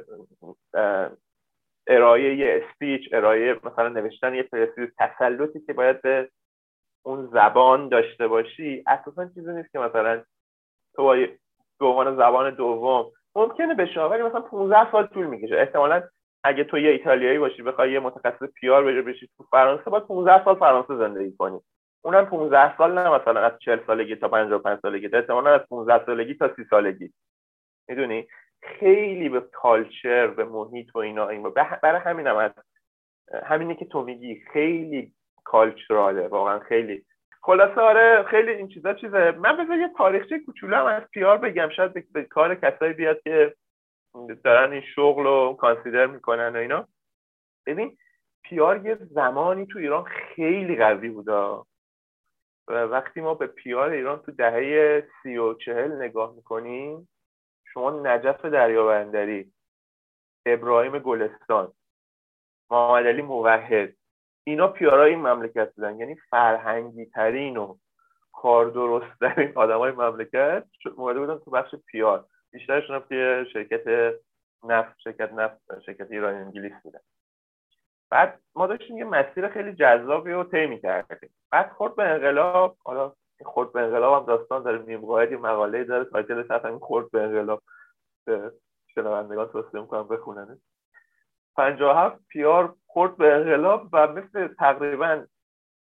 ارائه یه اسپیچ، ارائه مثلا نوشتن یه پرسیوز، تسلطی که باید به اون زبان داشته باشی اساسا چیزی نیست که مثلا تو به عنوان زبان دوم ممکنه بشه، ولی مثلا پانزده سال طول میکشه. احتمالاً اگه تو یه ایتالیایی باشی بخوای یه متخصص پیار بشه بشی تو فرانسه، باید پانزده سال فرانسه زندگی کنی. اونم پانزده سال نه مثلا از چهل سالگی تا پنجاه و پنج سالگی، احتمالاً از پانزده سالگی تا سی سالگی. میدونی خیلی به کالچر، به محیط و اینا این برای همینم هم همینی که تو میگی خیلی کالچراله، واقعا خیلی. خلاصه آره خیلی این چیزا چیزه. من بذار یه تاریخچه کوچولو هم از پیار بگم، شاید به, به کار کسایی بیاد که دارن این شغل رو کانسیدر میکنن و اینا. ببین پیار یه زمانی تو ایران خیلی قوی بودا و وقتی ما به پیار ایران تو دهه سی و چهل نگاه میکنیم، شما نجف دریابندری، ابراهیم گلستان، محمد علی موحد، اینا پیارای این مملکت بودن. یعنی فرهنگی ترین و کار درست ترین آدمای مملکت اومده بودن تو بخش پیار. بیشترشون هم توی شرکت نفت، شرکت نفت، شرکت ایران انگلیس بودن. بعد ما داشتیم یه مسیر خیلی جذابی رو طی می‌کردیم. بعد خورد به انقلاب، حالا خورد به انقلاب هم داستان داره، میمقاید یه مقاله داره تایتلش همین خورد به انقلاب، به شنوندگان توصیه می‌کنم بخونن. پنجاه و هفت پیار خورد به انقلاب و مثل تقریبا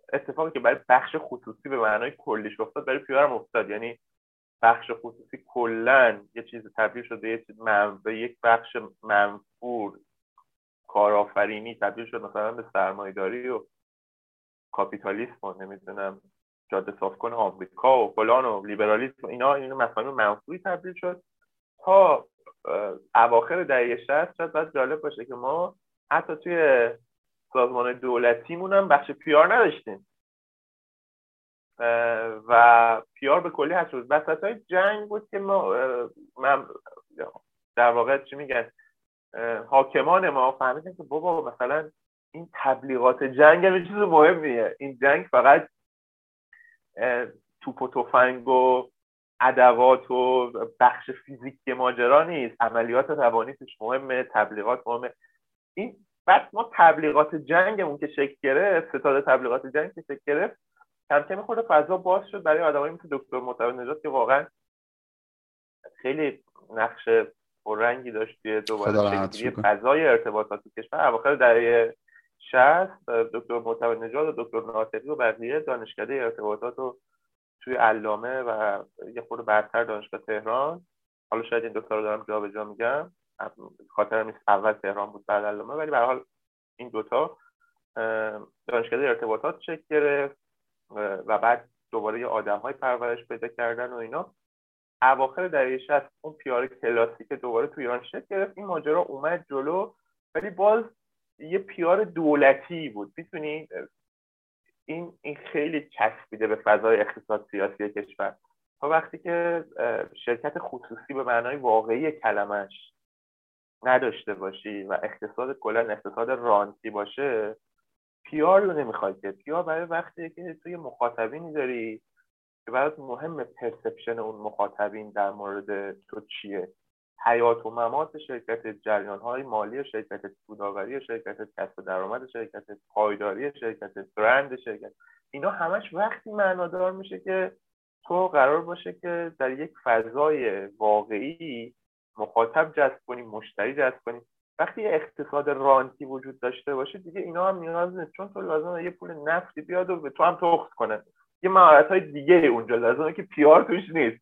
اتفاقی که برای بخش خصوصی به معنای کلیش افتاد برای پی آر هم افتاد. یعنی بخش خصوصی کلا یه چیز تبدیل شد به یه چیز من... به یک بخش منفور کارآفرینی تبدیل شد مثلا به سرمایه‌داری و کاپیتالیسم و نمیدونم جاده صاف کن آمریکا و فلان و لیبرالیسم و اینا اینا مفاهیم منفوری تبدیل شد تا اواخر دهه شصت. شاید باید جالب باشه که ما حتی توی سازمان دولتیمون هم بخش پی آر نداشتیم و پی آر به کلی هست شد. وسطای جنگ بود که ما من در واقع چی میگن حاکمان ما فهمیدن که بابا مثلا این تبلیغات جنگ هم چیز مهمیه. این جنگ فقط توپ و تفنگ و ادوات و بخش فیزیکی ماجرا نیست، عملیات روانی توش مهمه، تبلیغات مهمه. این بعد ما تبلیغات جنگمون که شکل گرفت، ستاد تبلیغات جنگ که شکل گرفت، کم کم خود فضا باز شد برای آدمایی مثل دکتر معتمد نژاد که واقعا خیلی نقش پررنگی داشت توی دوباره شکلی فضای ارتباطات تو کشور. اواخر دهه شصت دکتر معتمد نژاد و دکتر ناطقی و بقیه دانشکده ارتباطات رو توی علامه و یه خورده برتر دانشگاه تهران، حالا شاید این دوتا رو دارم جابجا میگم، خاطرم نیست اول تهران بود بعد علامه، ولی به هر حال این دوتا دانشکده ارتباطات شکل گرفت و بعد دوباره یه آدم‌های پرورش پیدا کردن و اینا. اواخر دهه شصت اون پیار کلاسیک دوباره توی ایران شکل گرفت. این ماجرا اومد جلو ولی باز یه پیار دولتی بود. میتونی این این خیلی چسبیده به فضای اقتصاد سیاسی کشور. تا وقتی که شرکت خصوصی به معنای واقعی کلمش نداشته باشی و اقتصاد کلا اقتصاد رانتی باشه، پیار رو نمیخواد که پیار برای وقتی که توی مخاطبینی داری که برات مهمه پرسپشن اون مخاطبین در مورد تو چیه، حیات و ممات شرکت، جریان‌های مالی شرکت، سودآوری شرکت، کسب درآمد شرکت، پایداری شرکت، برند شرکت، اینا همش وقتی معنادار میشه که تو قرار باشه که در یک فضای واقعی مخاطب جذب کنی، مشتری جذب کنی. وقتی اقتصاد رانتی وجود داشته باشه دیگه اینا هم نیاز نیست، چون تو لازمه یه پول نفتی بیاد و به تو هم تخص کنه. یه مهارت‌های دیگه اونجا لازمه که پیار توش نیست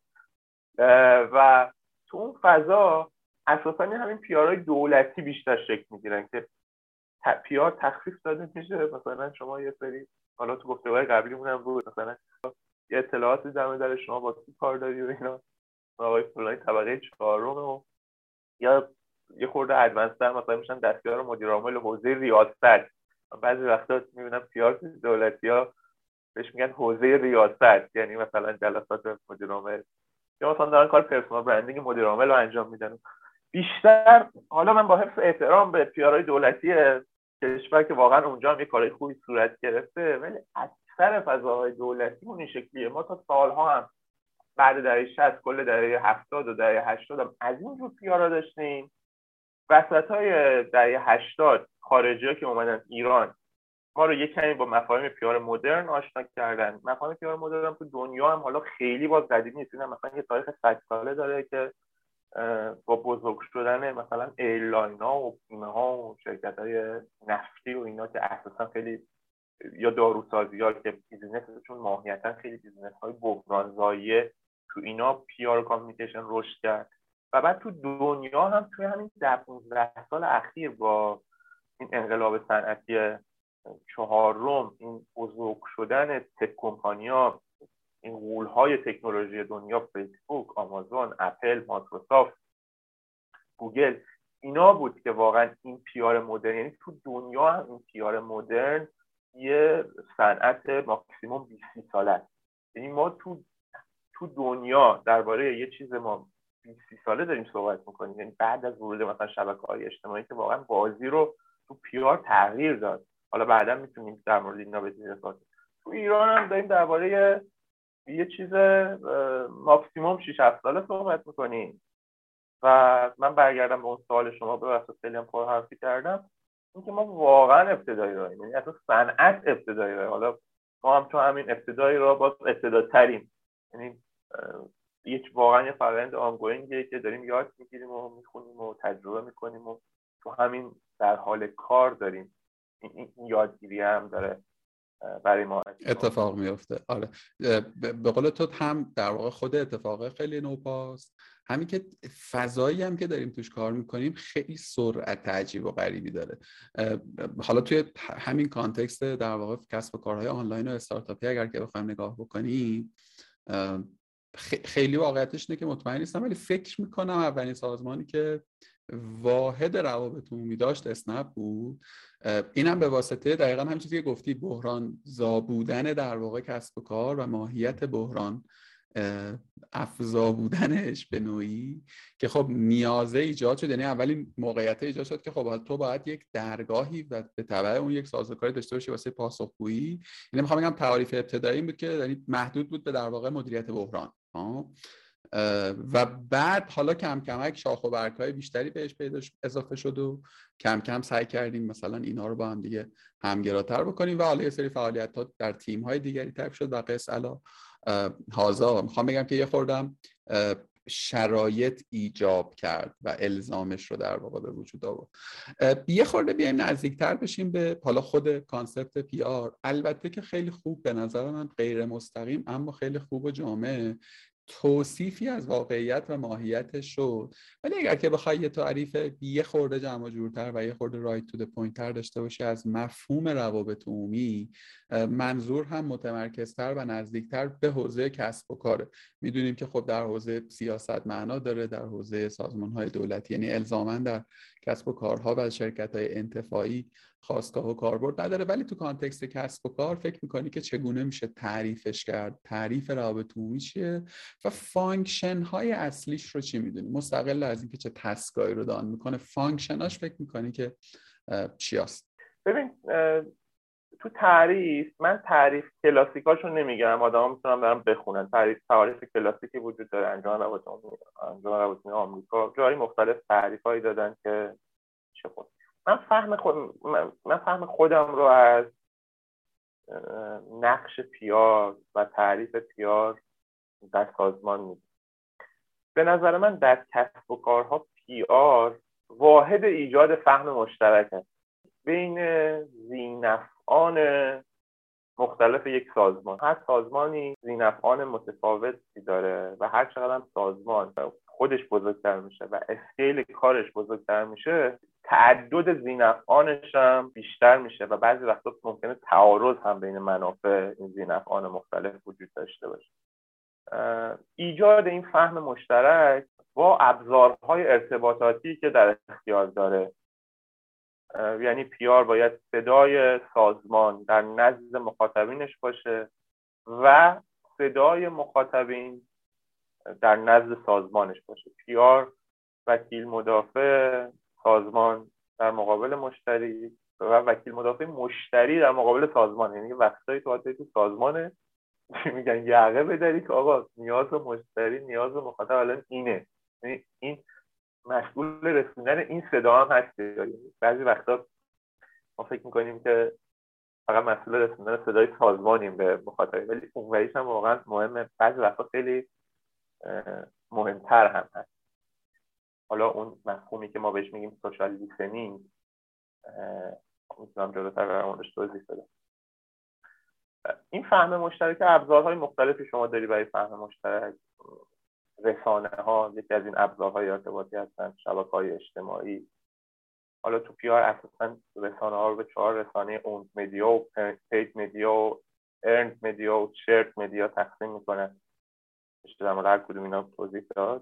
و تو اون فضا اساساً همین پیارهای دولتی بیشتر شکل میگیرن که پیار تخفیف داده میشه. مثلا شما یه سری حالا تو گفتگوهای قبلیمون هم بود، مثلا یه اطلاعاتی در مورد شما با کی کار داری و اینا، آقای فلانی طبقه چهارم و یا یه خورده ادوانس‌تر مثلا میشن دستیار مدیر عامل حوزه ریاست. بعضی وقتا میبینم پیار دولتی‌ها بهش میگن حوزه ریاست، یعنی مثلا جلسات مدیر عامل یا مثلا دارن کار پرسونال برندینگ مدیر عامل رو انجام میدن. بیشتر حالا من با حفظ احترام به پیارهای دولتی کشور که واقعا اونجا هم یه کارهای خوبی صورت گرفته، ولی اکثر فضاهای دولتی اون شکلیه. ما تا سالها هم بعد دهه شصت کل دهه هفتاد و دهه هشتاد هم از این جور پیارا داشتیم. وسطای دهه هشتاد خارجی‌ها که اومدن ایران ما رو یک کمی با مفاهیم پیار مدرن آشنا کردن. مفاهیم پیار مدرن تو دنیا هم حالا خیلی باز قدیمی نیست، مثلا یه تاریخ صد ساله داره که با بزرگ شدن مثلا ایرلاینا و بیمه ها و شرکت های نفتی و اینا که اساسا خیلی یا داروسازی ها که بیزینسشون ماهیتا خیلی بیزینس های بحرانزاییه، تو اینا پیار کامیونیکیشن رشد کرد. و بعد تو دنیا هم توی همین ده پانزده سال اخیر با این انقلاب صنعتی چهارم، این بزرگ شدن تک کمپانی‌ها، این غول‌های تکنولوژی دنیا، فیسبوک، آمازون، اپل، مایکروسافت، گوگل، اینا بود که واقعا این پیار مدرن، یعنی تو دنیا هم این پیار مدرن یه صنعت ماکسیموم بیست ساله است. یعنی ما تو تو دنیا درباره یه چیز ما بیست ساله داریم صحبت می‌کنیم، یعنی بعد از ورود مثلا شبکه‌های اجتماعی که واقعا بازی رو تو پیار تغییر داد. حالا بعدا میتونیم در مورد اینا بگیم. تو ایران هم داریم درباره یه چیز ماکسیموم شش هفت ساله صحبت میکنیم. و من برگردم به اون سوال شما، به واسه خیلی هم پرحرفی کردم، اینکه ما واقعا ابتدایی راهیم، یعنی اصلا صنعت ابتدایی راه. حالا ما هم تو همین ابتدایی راه باز ابتداتریم، یعنی یک واقعا یه فرآیند آنگوینگه که داریم یاد میگیریم و میخونیم و تجربه میکنیم و تو همین در حال کار داریم. این, این یادگیری هم داره برای ما اتفاق میفته. آره به قول تو هم در واقع خود اتفاق خیلی نوپاست، همین که فضایی هم که داریم توش کار میکنیم خیلی سرعت عجیب و غریبی داره. حالا توی همین کانتکست در واقع کسب و کارهای آنلاین و استارتاپی اگر که بخوایم نگاه بکنیم، خیلی واقعیتش اینه که مطمئن نیستم، ولی فکر میکنم اولین سازمانی که واحد روابط عمومی داشت اسنپ بود. اینم به واسطه دقیقا همین چیزی که گفتی، بحران زا بودن در واقع کسب و کار و ماهیت بحران افزا بودنش به نوعی که خب نیازه ایجاد شد. یعنی اولین موقعیت ایجاد شد که خب تو باید یک درگاهی و به تبع اون یک سازوکاری داشته باشی واسه پاسخگویی. یعنی میخوام بگم تعریف ابتدایی بود که یعنی محدود بود به در واقع مدیریت بحران ها، و بعد حالا کم کمک شاخ و برگ‌های بیشتری بهش پیدا اضافه شد و کم کم سعی کردیم مثلا اینا رو با هم دیگه همگراتر بکنیم و حالا یه سری فعالیت‌ها در تیم‌های دیگری تایپ شد و قص الا هازا. میخوام بگم که یه خوردم شرایط ایجاب کرد و الزامش رو در واقع به وجود آورد. یه خورده بیایم نزدیکتر بشیم به حالا خود کانسپت پی آر. البته که خیلی خوب به نظر من غیر مستقیم اما خیلی خوب و جامع توصیفی از واقعیت و ماهیتش شد، ولی اگر که بخوای یه تعریف یه خورده جمع جورتر و یه خورده رایت تو د پوینت تر داشته باشی از مفهوم روابط عمومی، منظور هم متمرکزتر و نزدیکتر به حوزه کسب و کاره. میدونیم که خب در حوزه سیاست معنا داره، در حوزه سازمان‌های دولتی یعنی الزاماً در کسب و کارها و شرکت‌های انتفاعی خواستگاه و کاربرد نداره، ولی تو کانتکست کسب و کار فکر میکنی که چگونه میشه تعریفش کرد، تعریف روابط عمومی چیه و فانکشن های اصلیش رو چی میدونی، مستقل از اینکه چه تسکایی رو دان میکنه فانکشناش فکر میکنی که چی هست؟ ببین تو تعریف من تعریف کلاسیکاشو نمیگم، آدما میتونن برام بخونن. تعریف تعریف کلاسیکی وجود داره، انجمن روابط عمومی انجمن روابط عمومی آمریکا جایی مختلف تعریفایی دادن که چه خود من فهم خود من فهم خودم رو از نقش پیار و تعریف پیار در سازمان میدم. به نظر من در کسب و کارها پیار واحد ایجاد فهم مشترک است بین ذی‌نفعان مختلف یک سازمان. هر سازمانی ذی‌نفعان متفاوتی داره و هر چقدر هم سازمان خودش بزرگتر میشه و اسکیل کارش بزرگتر میشه، تعدد ذی‌نفعانش هم بیشتر میشه و بعضی وقتا ممکنه تعارض هم بین منافع این ذی‌نفعان مختلف وجود داشته باشه. ایجاد این فهم مشترک با ابزارهای ارتباطاتی که در اختیار داره، یعنی پیار باید صدای سازمان در نزد مخاطبینش باشه و صدای مخاطبین در نزد سازمانش باشه. پیار وکیل مدافع سازمان در مقابل مشتری و وکیل مدافع مشتری در مقابل سازمان. یعنی وقتایی تو تو سازمانه میگن یقه بداری که آقا نیاز مشتری نیاز مخاطب الان اینه، یعنی این مسئول رسوندن این صدا هم هست. بعضی وقتا ما فکر میکنیم که فقط مسئول رسوندن صدای سازمانیم به مخاطب، ولی اونوریش هم واقعا مهمه، بعضی وقتا خیلی مهمتر هم هست. حالا اون مفهومی که ما بهش میگیم سوشال لیسنینگ میتونم جلوتر در موردش توضیح بدم. این فهم مشترک ابزارهای مختلفی شما داری برای فهم مشترک. رسانه ها یکی از این ابزارهای ارتباطی هستن، شبکه‌های اجتماعی. حالا تو پی آر اساساً رسانه ها رو به چهار رسانه اون مدیا و پید مدیا و ارند مدیا و شیرد مدیا تقسیم میکنن. میشه در مورد هر کدوم اینا توضیح داد.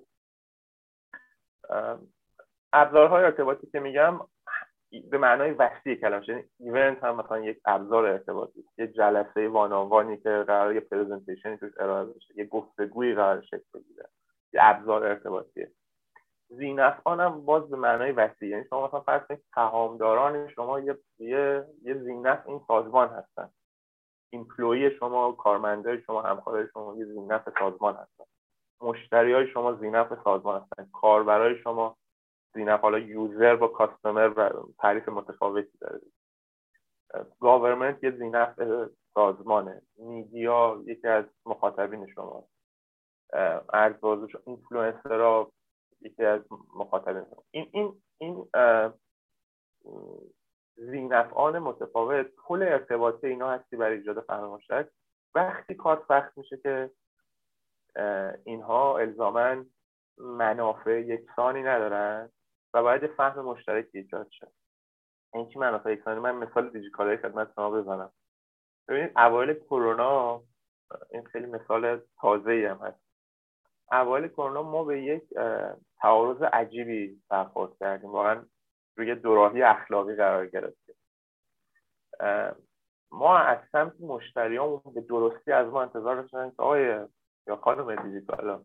ابزارهای ارتباطی که میگم به معنای وسیع کلمه، یعنی ایونت هم مثلا یک ابزار ارتباطی، یه جلسه وان آن وانی که قراره یه پرزنتیشنی توش ارائه بشه، یه گفتگویی قراره شکل بگیره، یه ابزار ارتباطیه. ذی‌نفعان هم باز به معنای وسیع، یعنی شما مثلا فرض کنید سهامداران شما یه یه یه ذی‌نفع این سازمان هستن، ایمپلویی شما، کارمندای شما، همکارای شما یه ذی‌نفع سازمان هستن، مشتریای شما ذی‌نفع سازمان هستن، کاربرای شما ذی‌نفع. حالا یوزر با کاستمر و تعریف متفاوتی داره. گاورمنت یه ذی‌نفع سازمانه، میدیا یکی از مخاطبین شما، ارزبازوش اینفلوئنسرها یکی از مخاطبین شما. این این این ذینفعان متفاوت پل ارتباطی اینا هستی برای ایجاد فهم مشترک. وقتی کار سخت میشه که اینها الزاماً منافع یکسانی ندارن و باید فهم مشترک ایجاد شه. این چی منافع یکسانی؟ من مثال دیجیکالای خدمت شما بزنم. ببینید اوایل کرونا، این خیلی مثال تازه‌ای هم هست، اوایل کرونا ما به یک تعارض عجیبی برخورد کردیم، واقعا روی دوراهی اخلاقی قرار گرفتیم. ما از سمت مشتریامون به درستی از ما انتظار داشتن که آقای یا خانم دیجیکالا،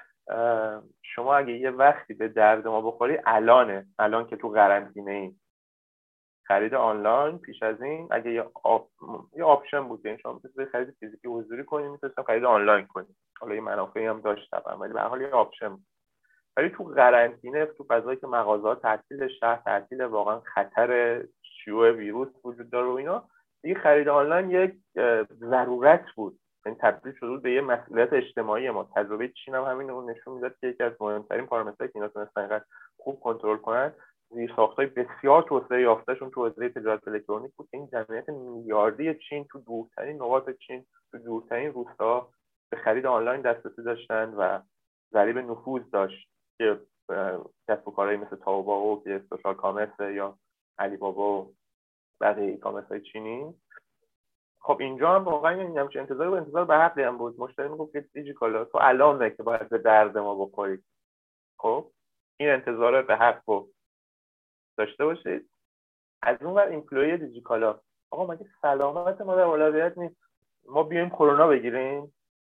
شما اگه یه وقتی به درد ما بخوری الانه، الان که تو قرنطینه ایم، خرید آنلاین پیش از این اگه یه آپ... یه آپشن بود که شما میتونید خرید فیزیکی حضوری کنید، میتونید خرید آنلاین کنید، حالا یه منافعی هم داشت طبعا، ولی به هر حال یه آپشن بود. ولی تو قرنطینه، تو فضایی که مغازه‌ها تعطیل، شهر تعطیل، واقعا خطر شیوع ویروس وجود داره و اینا، دیگه خرید آنلاین یک ضرورت بود، این تبدیل شده به یه مسئولیت اجتماعی ما. تجربه چین هم همین رو نشون میداد که یکی از مهمترین پارامترهایی که اینا تونستن اینقدر خوب کنترل کنن، زیرساخت‌های بسیار توسعه یافتهشون تو حوزه تجارت الکترونیک بود. این جمعیت میلیاردی چین تو دورترین نقاط چین، تو دورترین روستا به خرید آنلاین دسترسی داشتن و ضریب نفوذ داشت که کسب و کارهایی مثل تائوبائو که سوشال کامرس یا علی بابا و بقیه ای کامرس‌های چینی. خب اینجا هم واقعا این همچین انتظاری و انتظار به حقی هم بود. مشتری میگفت که دیجیکالا تو الان که باید به درد ما بخورید. خب این انتظار به حق بود داشته باشید. از اون ور ایمپلوی دیجیکالا، آقا مگه سلامت ما در اولویت نیست؟ ما بیایم کرونا بگیریم؟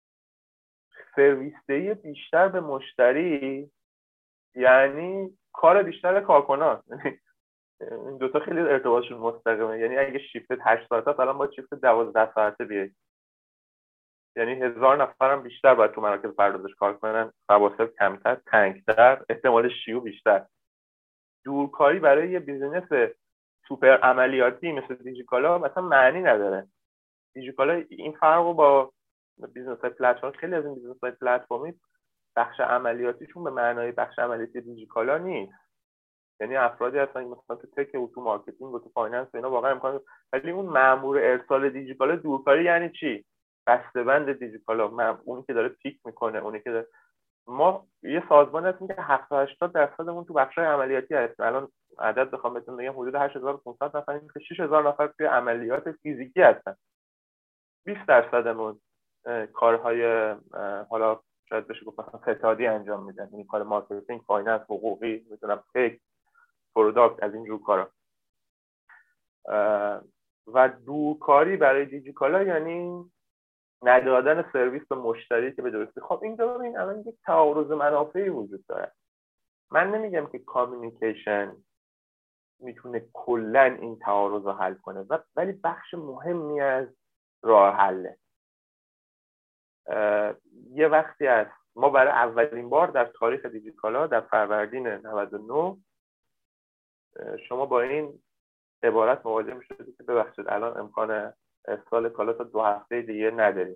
سرویس دهی بیشتر به مشتری یعنی کار بیشتر کارکنان. این دوتا خیلی ارتباطشون مستقیمه. یعنی اگه شیفت هشت ساعته الان با شیفت دوازده ساعته بیای، یعنی هزار نفرم بیشتر باید تو مراکز پردازش کار کنن، فواصل کمتر، تنگتر، احتمال شیوع بیشتر. دورکاری برای یه بیزینس سوپر عملیاتی مثل دیجیکالا مثلا معنی نداره. دیجیکالا این فرق رو با بیزینس‌های پلتفرم، خیلی از این بیزینس‌های پلتفرمی بخش عملیاتیشون به معنای بخش عملیاتی دیجیکالا نیست. یعنی افرادی هستن مثلا تو تک و تو مارکتینگ و تو فایننس و اینا واقعا امکان، ولی اون مأمور ارسال دیجیکالا دورکاری یعنی چی؟ بسته‌بند دیجیکالا، اونی که داره پیک میکنه، اونی که داره... ما یه سازمان هستیم که هفتاد هشتاد درصدمون تو بخش‌های عملیاتی هست. الان عدد بخوام بهتون بگم حدود هشت هزار و پانصد نفریم که شش هزار نفر توی عملیات فیزیکی هستن. بیست درصدمون کارهای حالا شاید بشه گفت مثلا ستادی انجام میدن، یعنی کار مارکتینگ، فایننس، حقوقی، میتونم تک، پروداکت، از این جور کارا. و دورکاری برای دیجیکالا یعنی ندادن سرویس به مشتری که به درستی. خب اینجا ببین الان یک تعارض منافعی وجود داره. من نمیگم که کامیونیکیشن میتونه کلا این تعارض رو حل کنه، ولی بخش مهمی از راه حله. یه وقتی است ما برای اولین بار در تاریخ دیجیکالا در فروردین نود و نه شما با این عبارت مواجه میشدید که ببخشید الان امکان ارسال کالا تا دو هفته دیگه نداریم.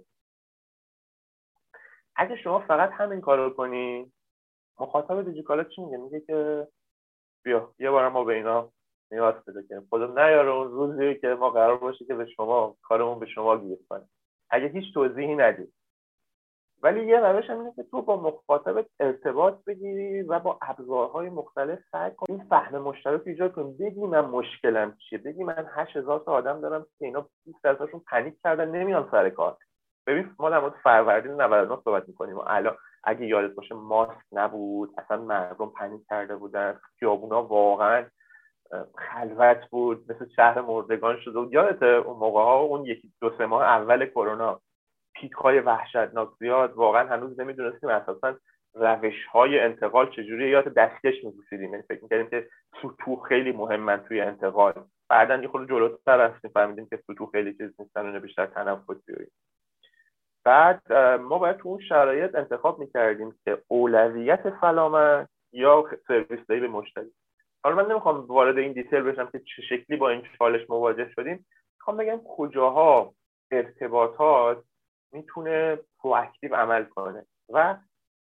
اگه شما فقط همین کارو کنی، مخاطب دیجیکالا چی میگه؟ میگه که بیا یه بار ما به اینا نیاز پیدا کنیم، خدا نیاره اون روزی که ما قرار باشه که به شما کارمون به شما گیر کنه، اگه هیچ توضیحی ندید. ولی یه روش هم اینه که تو با مخاطب ارتباط بگیری و با ابزارهای مختلف سعی کنی این فهم مشترک ایجاد کنی. بگی من مشکلم چیه، بگی من هشت هزار تا آدم دارم که اینا بیست درصدشون پنیک کردن نمیان سر کار. ببین ما در مورد فروردین نود و نه صحبت می‌کنیم و الان اگه یادت باشه ماسک نبود، اصلا مردم پنیک کرده بودن، خیابونا واقعا خلوت بود، مثل شهر مردگان شده بود. یادت اون موقع‌ها، اون یکی دو سه ماه اول کرونا، پیک‌های وحشتناک زیاد، واقعا هنوز نمیدونستیم اساساً روش‌های انتقال چجوریه. یاد دستکش می‌پوشیدیم، یعنی فکر می‌کردیم که سطوح خیلی مهمن توی انتقال. بعداً یه خورده جلوتر رفتیم فهمیدیم که سطوح خیلی چیز نیستن و بیشتر تنفسیه. بعد ما باید تو اون شرایط انتخاب می‌کردیم که اولویت سلامت یا سرویس دهی به مشتری. حالا من نمی‌خوام وارد این دیتیل بشم که چه شکلی با این چالش مواجه شدیم. می‌خوام بگم کجاها ارتباطات میتونه پرواکتیو عمل کنه و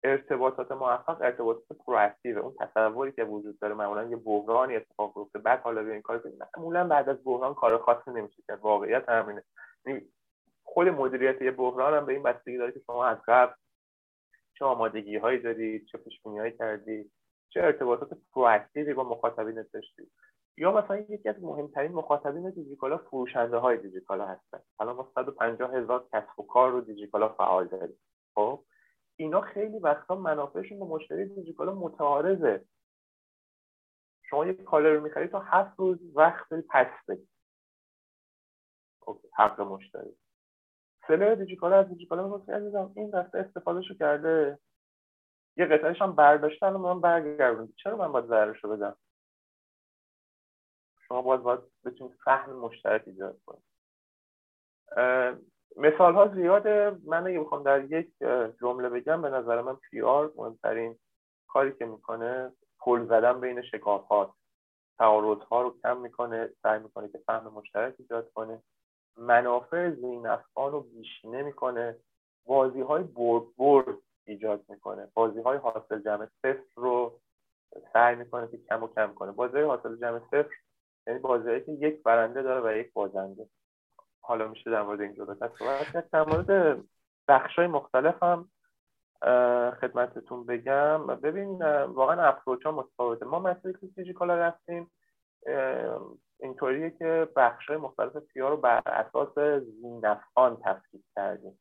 ارتباطات موفق ارتباطات پرواکتیو. اون تصوری که وجود داره معمولا یه بحرانی اتفاق افتاده بعد حالا به این کار کنیم، معمولا بعد از بحران کار خاصی نمیشه کرد. واقعیت همینه. خود مدیریت یه بحران هم به این بستگی داره که شما از قبل چه آمادگی هایی دارید، چه پیش بینی هایی کردید، چه ارتباطات پرواکتیوی با مخاطبین داشتید. یا مثلا یکی از مهمترین مخاطبین دیجیکالا فروشنده های دیجیکالا هستن. الان ما صد و پنجاه هزار کسب و کار رو دیجیکالا فعال داریم. خب اینا خیلی وقتا منافعشون با مشتری دیجیکالا متعارضه. شما یک کالا رو می‌خرید تا هفت روز وقت پس بدید. اوکی، حق مشتری. سلر دیجیکالا از دیجیکالا میگه عزیزم این دسته استفادهشو کرده، یه قطعه‌اش هم برداشتن و من برگردونم، چرا من باید ضررشو بدم؟ شما باید باید بتونید فهم مشترک ایجاد کنید. مثال ها زیاده. من اگه بخوام در یک جمله بگم، به نظر من پی آر مهمترین کاری که میکنه پل زدن بین شکافات، تعارض‌ها رو کم میکنه، سعی میکنه که فهم مشترک ایجاد کنه، منافع ذی‌نفعان رو بیشینه میکنه، بازی‌های برد برد ایجاد میکنه، بازی‌های حاصل جمع صفر رو سعی میکنه که کم و کم کنه. بازی‌های حاصل جمع صفر یعنی بازی‌هایی که یک برنده داره و یک بازنده. حالا میشه در مورد این جلوتر صحبت کرد. در مورد بخش‌های مختلف هم خدمتتون بگم. ببین واقعا اپروچ‌ها متفاوته. ما مسئله که دیجیکالا رفتیم اینطوریه که بخش‌های مختلف پی آر رو بر اساس ذی‌نفعان تفکیک کردیم.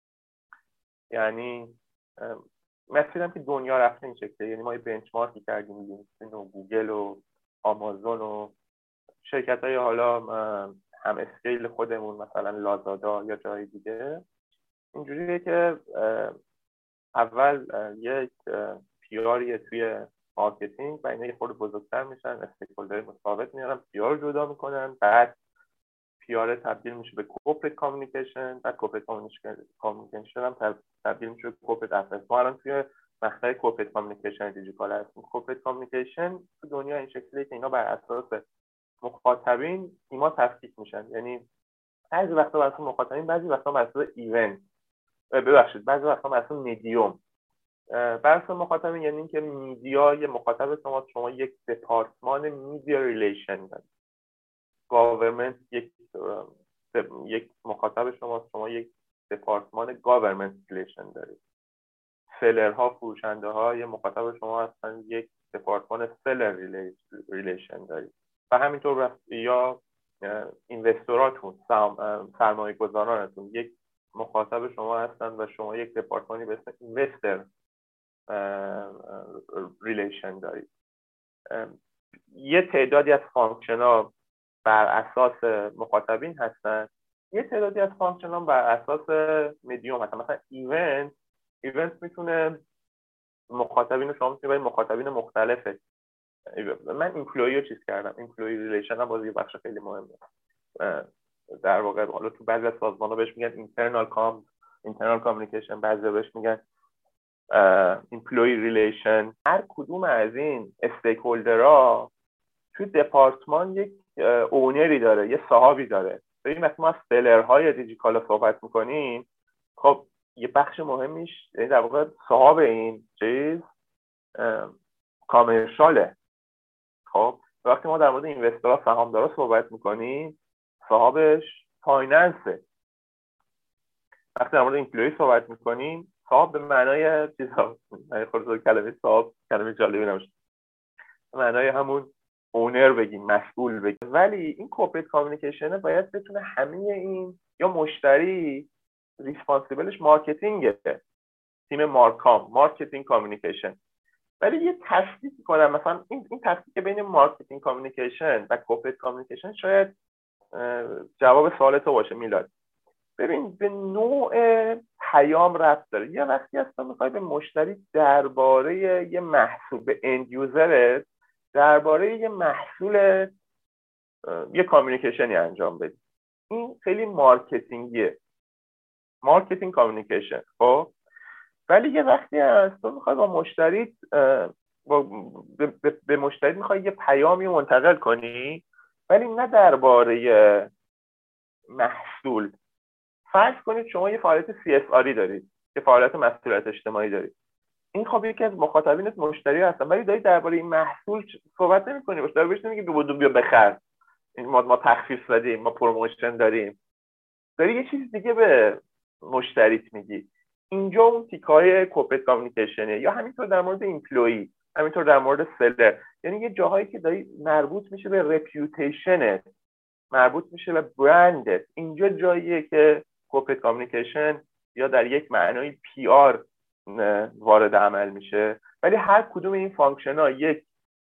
یعنی مثلا که دنیا رفته این شکلی، یعنی ما یه بنچمارکی کردیم لینکدین و گوگل و آمازون و شرکت‌های حالا هم اسکیل خودمون مثلا لازادا یا جای دیگه. اینجوریه که اول یک پیاریه توی مارکتینگ و اینا یه خورده بزرگتر میشن، استیک‌هولدر متفاوت میارن، پیار جدا میکنن، بعد پیار تبدیل میشه به کورپریت کامیونیکیشن، بعد کورپریت کامیونیکیشن هم تبدیل میشه به کورپریت افرز. ما الان توی مقطع کورپریت کامیونیکیشن دیجیکالا هستیم. کورپریت کامیونیکیشن تو دنیا این شکلیه که اینا بر اساس مخاطبین ایما تفکیک میشن. یعنی بعضی وقتا بر اساس مخاطبین، بعضی وقتا بر اساس ایونت، ببخشید بعضی وقتا بر اساس مدیوم. بر اساس مخاطبین یعنی اینکه میدیا یه مخاطب شما شما یک دپارتمان میدیا ریلیشن دارید. گاورمنت یک یک مخاطب شما شما یک دپارتمان گاورمنت ریلیشن دارید. سلرها، فروشنده ها یه مخاطب شما هستن، یک دپارتمان سلر ریلیشن دارید. و همینطور یا اینوستوراتون، سرمایه گذارانتون یک مخاطب شما هستن و شما یک دپارتمانی به اسم اینوستر ریلیشن دارید. یه تعدادی از فانکشن ها بر اساس مخاطبین هستن، یه تعدادی از فانکشن ها بر اساس مدیوم هستن. مثلا ایونت ایونت میتونه مخاطبین شما میتونه مخاطبین مختلفه. من ایمپلویی رو چیز کردم، ایمپلویی ریلیشن هم باز یه بخش خیلی مهمه. در واقع حالا تو بعضی از سازمان‌ها بهش میگن اینترنال کام اینترنال کامیونیکیشن، بعضی بهش میگن ایمپلویی ریلیشن. هر کدوم از این استیک هولدرها توی دپارتمان یک اونری داره، یه صاحبی داره. ببین مثلا ما از سلرهای دیجیکالا صحبت میکنیم، خب یه بخش مهمیش یعنی در واقع صاحب این چیز کامرشاله. خب وقتی ما در مورد اینوسترها، سهامدارا صحبت میکنیم، صاحبش فایننسه. وقتی در مورد ایمپلویی صحبت میکنیم، صاحب به معنای چیزا، من خودم کلمه صاحب کلمه جالبی نمیشه، معنای همون اونر بگیم، مسئول بگیم. ولی این کورپریت کامیونیکیشن باید بتونه همه این، یا مشتری ریسپانسیبلش مارکتینگه، تیم مارکام، مارکتینگ کامیونیکیشن. ولی یه تفکیک کنم، مثلا این این تفکیک بین مارکتینگ کامیونیکیشن و کورپریت کامیونیکیشن شاید جواب سوال تو باشه میلاد. ببین به نوع پیام ربط داره. یه وقتی هست تو میخوای به مشتری درباره یه محصول، به اند یوزر درباره یه محصول یه کامیونیکیشنی انجام بدی، این خیلی مارکتینگیه، مارکتینگ کامیونیکیشن. خب ولی یه وقتی هست تو میخوای با مشتری با به, به, به مشتری میخوای یه پیامی منتقل کنی، ولی نه درباره محصول. فرض کنید شما یه فعالیت سی اس آر دارید، یه فعالیت مسئولیت اجتماعی دارید. این خب یکی از مخاطبینت مشتری هستن، ولی داری درباره این محصول صحبت نمی‌کنی، باشه داری بهش نمیگی بیا بیا بخر، این ما ما تخفیف دادیم، ما پروموشن داریم، داری یه چیز دیگه به مشتریت میگی. اینجا اون تیکای کورپریت کامیونیکیشنه. یا همینطور در مورد ایمپلویی، همینطور در مورد سلر، یعنی یه جاهایی که داری مربوط میشه به رپیوتیشنت، مربوط میشه به برندت. اینجا جاییه که کورپریت کامیونیکیشن یا در یک معنای پی آر وارد عمل میشه. ولی هر کدوم این فانکشن ها یک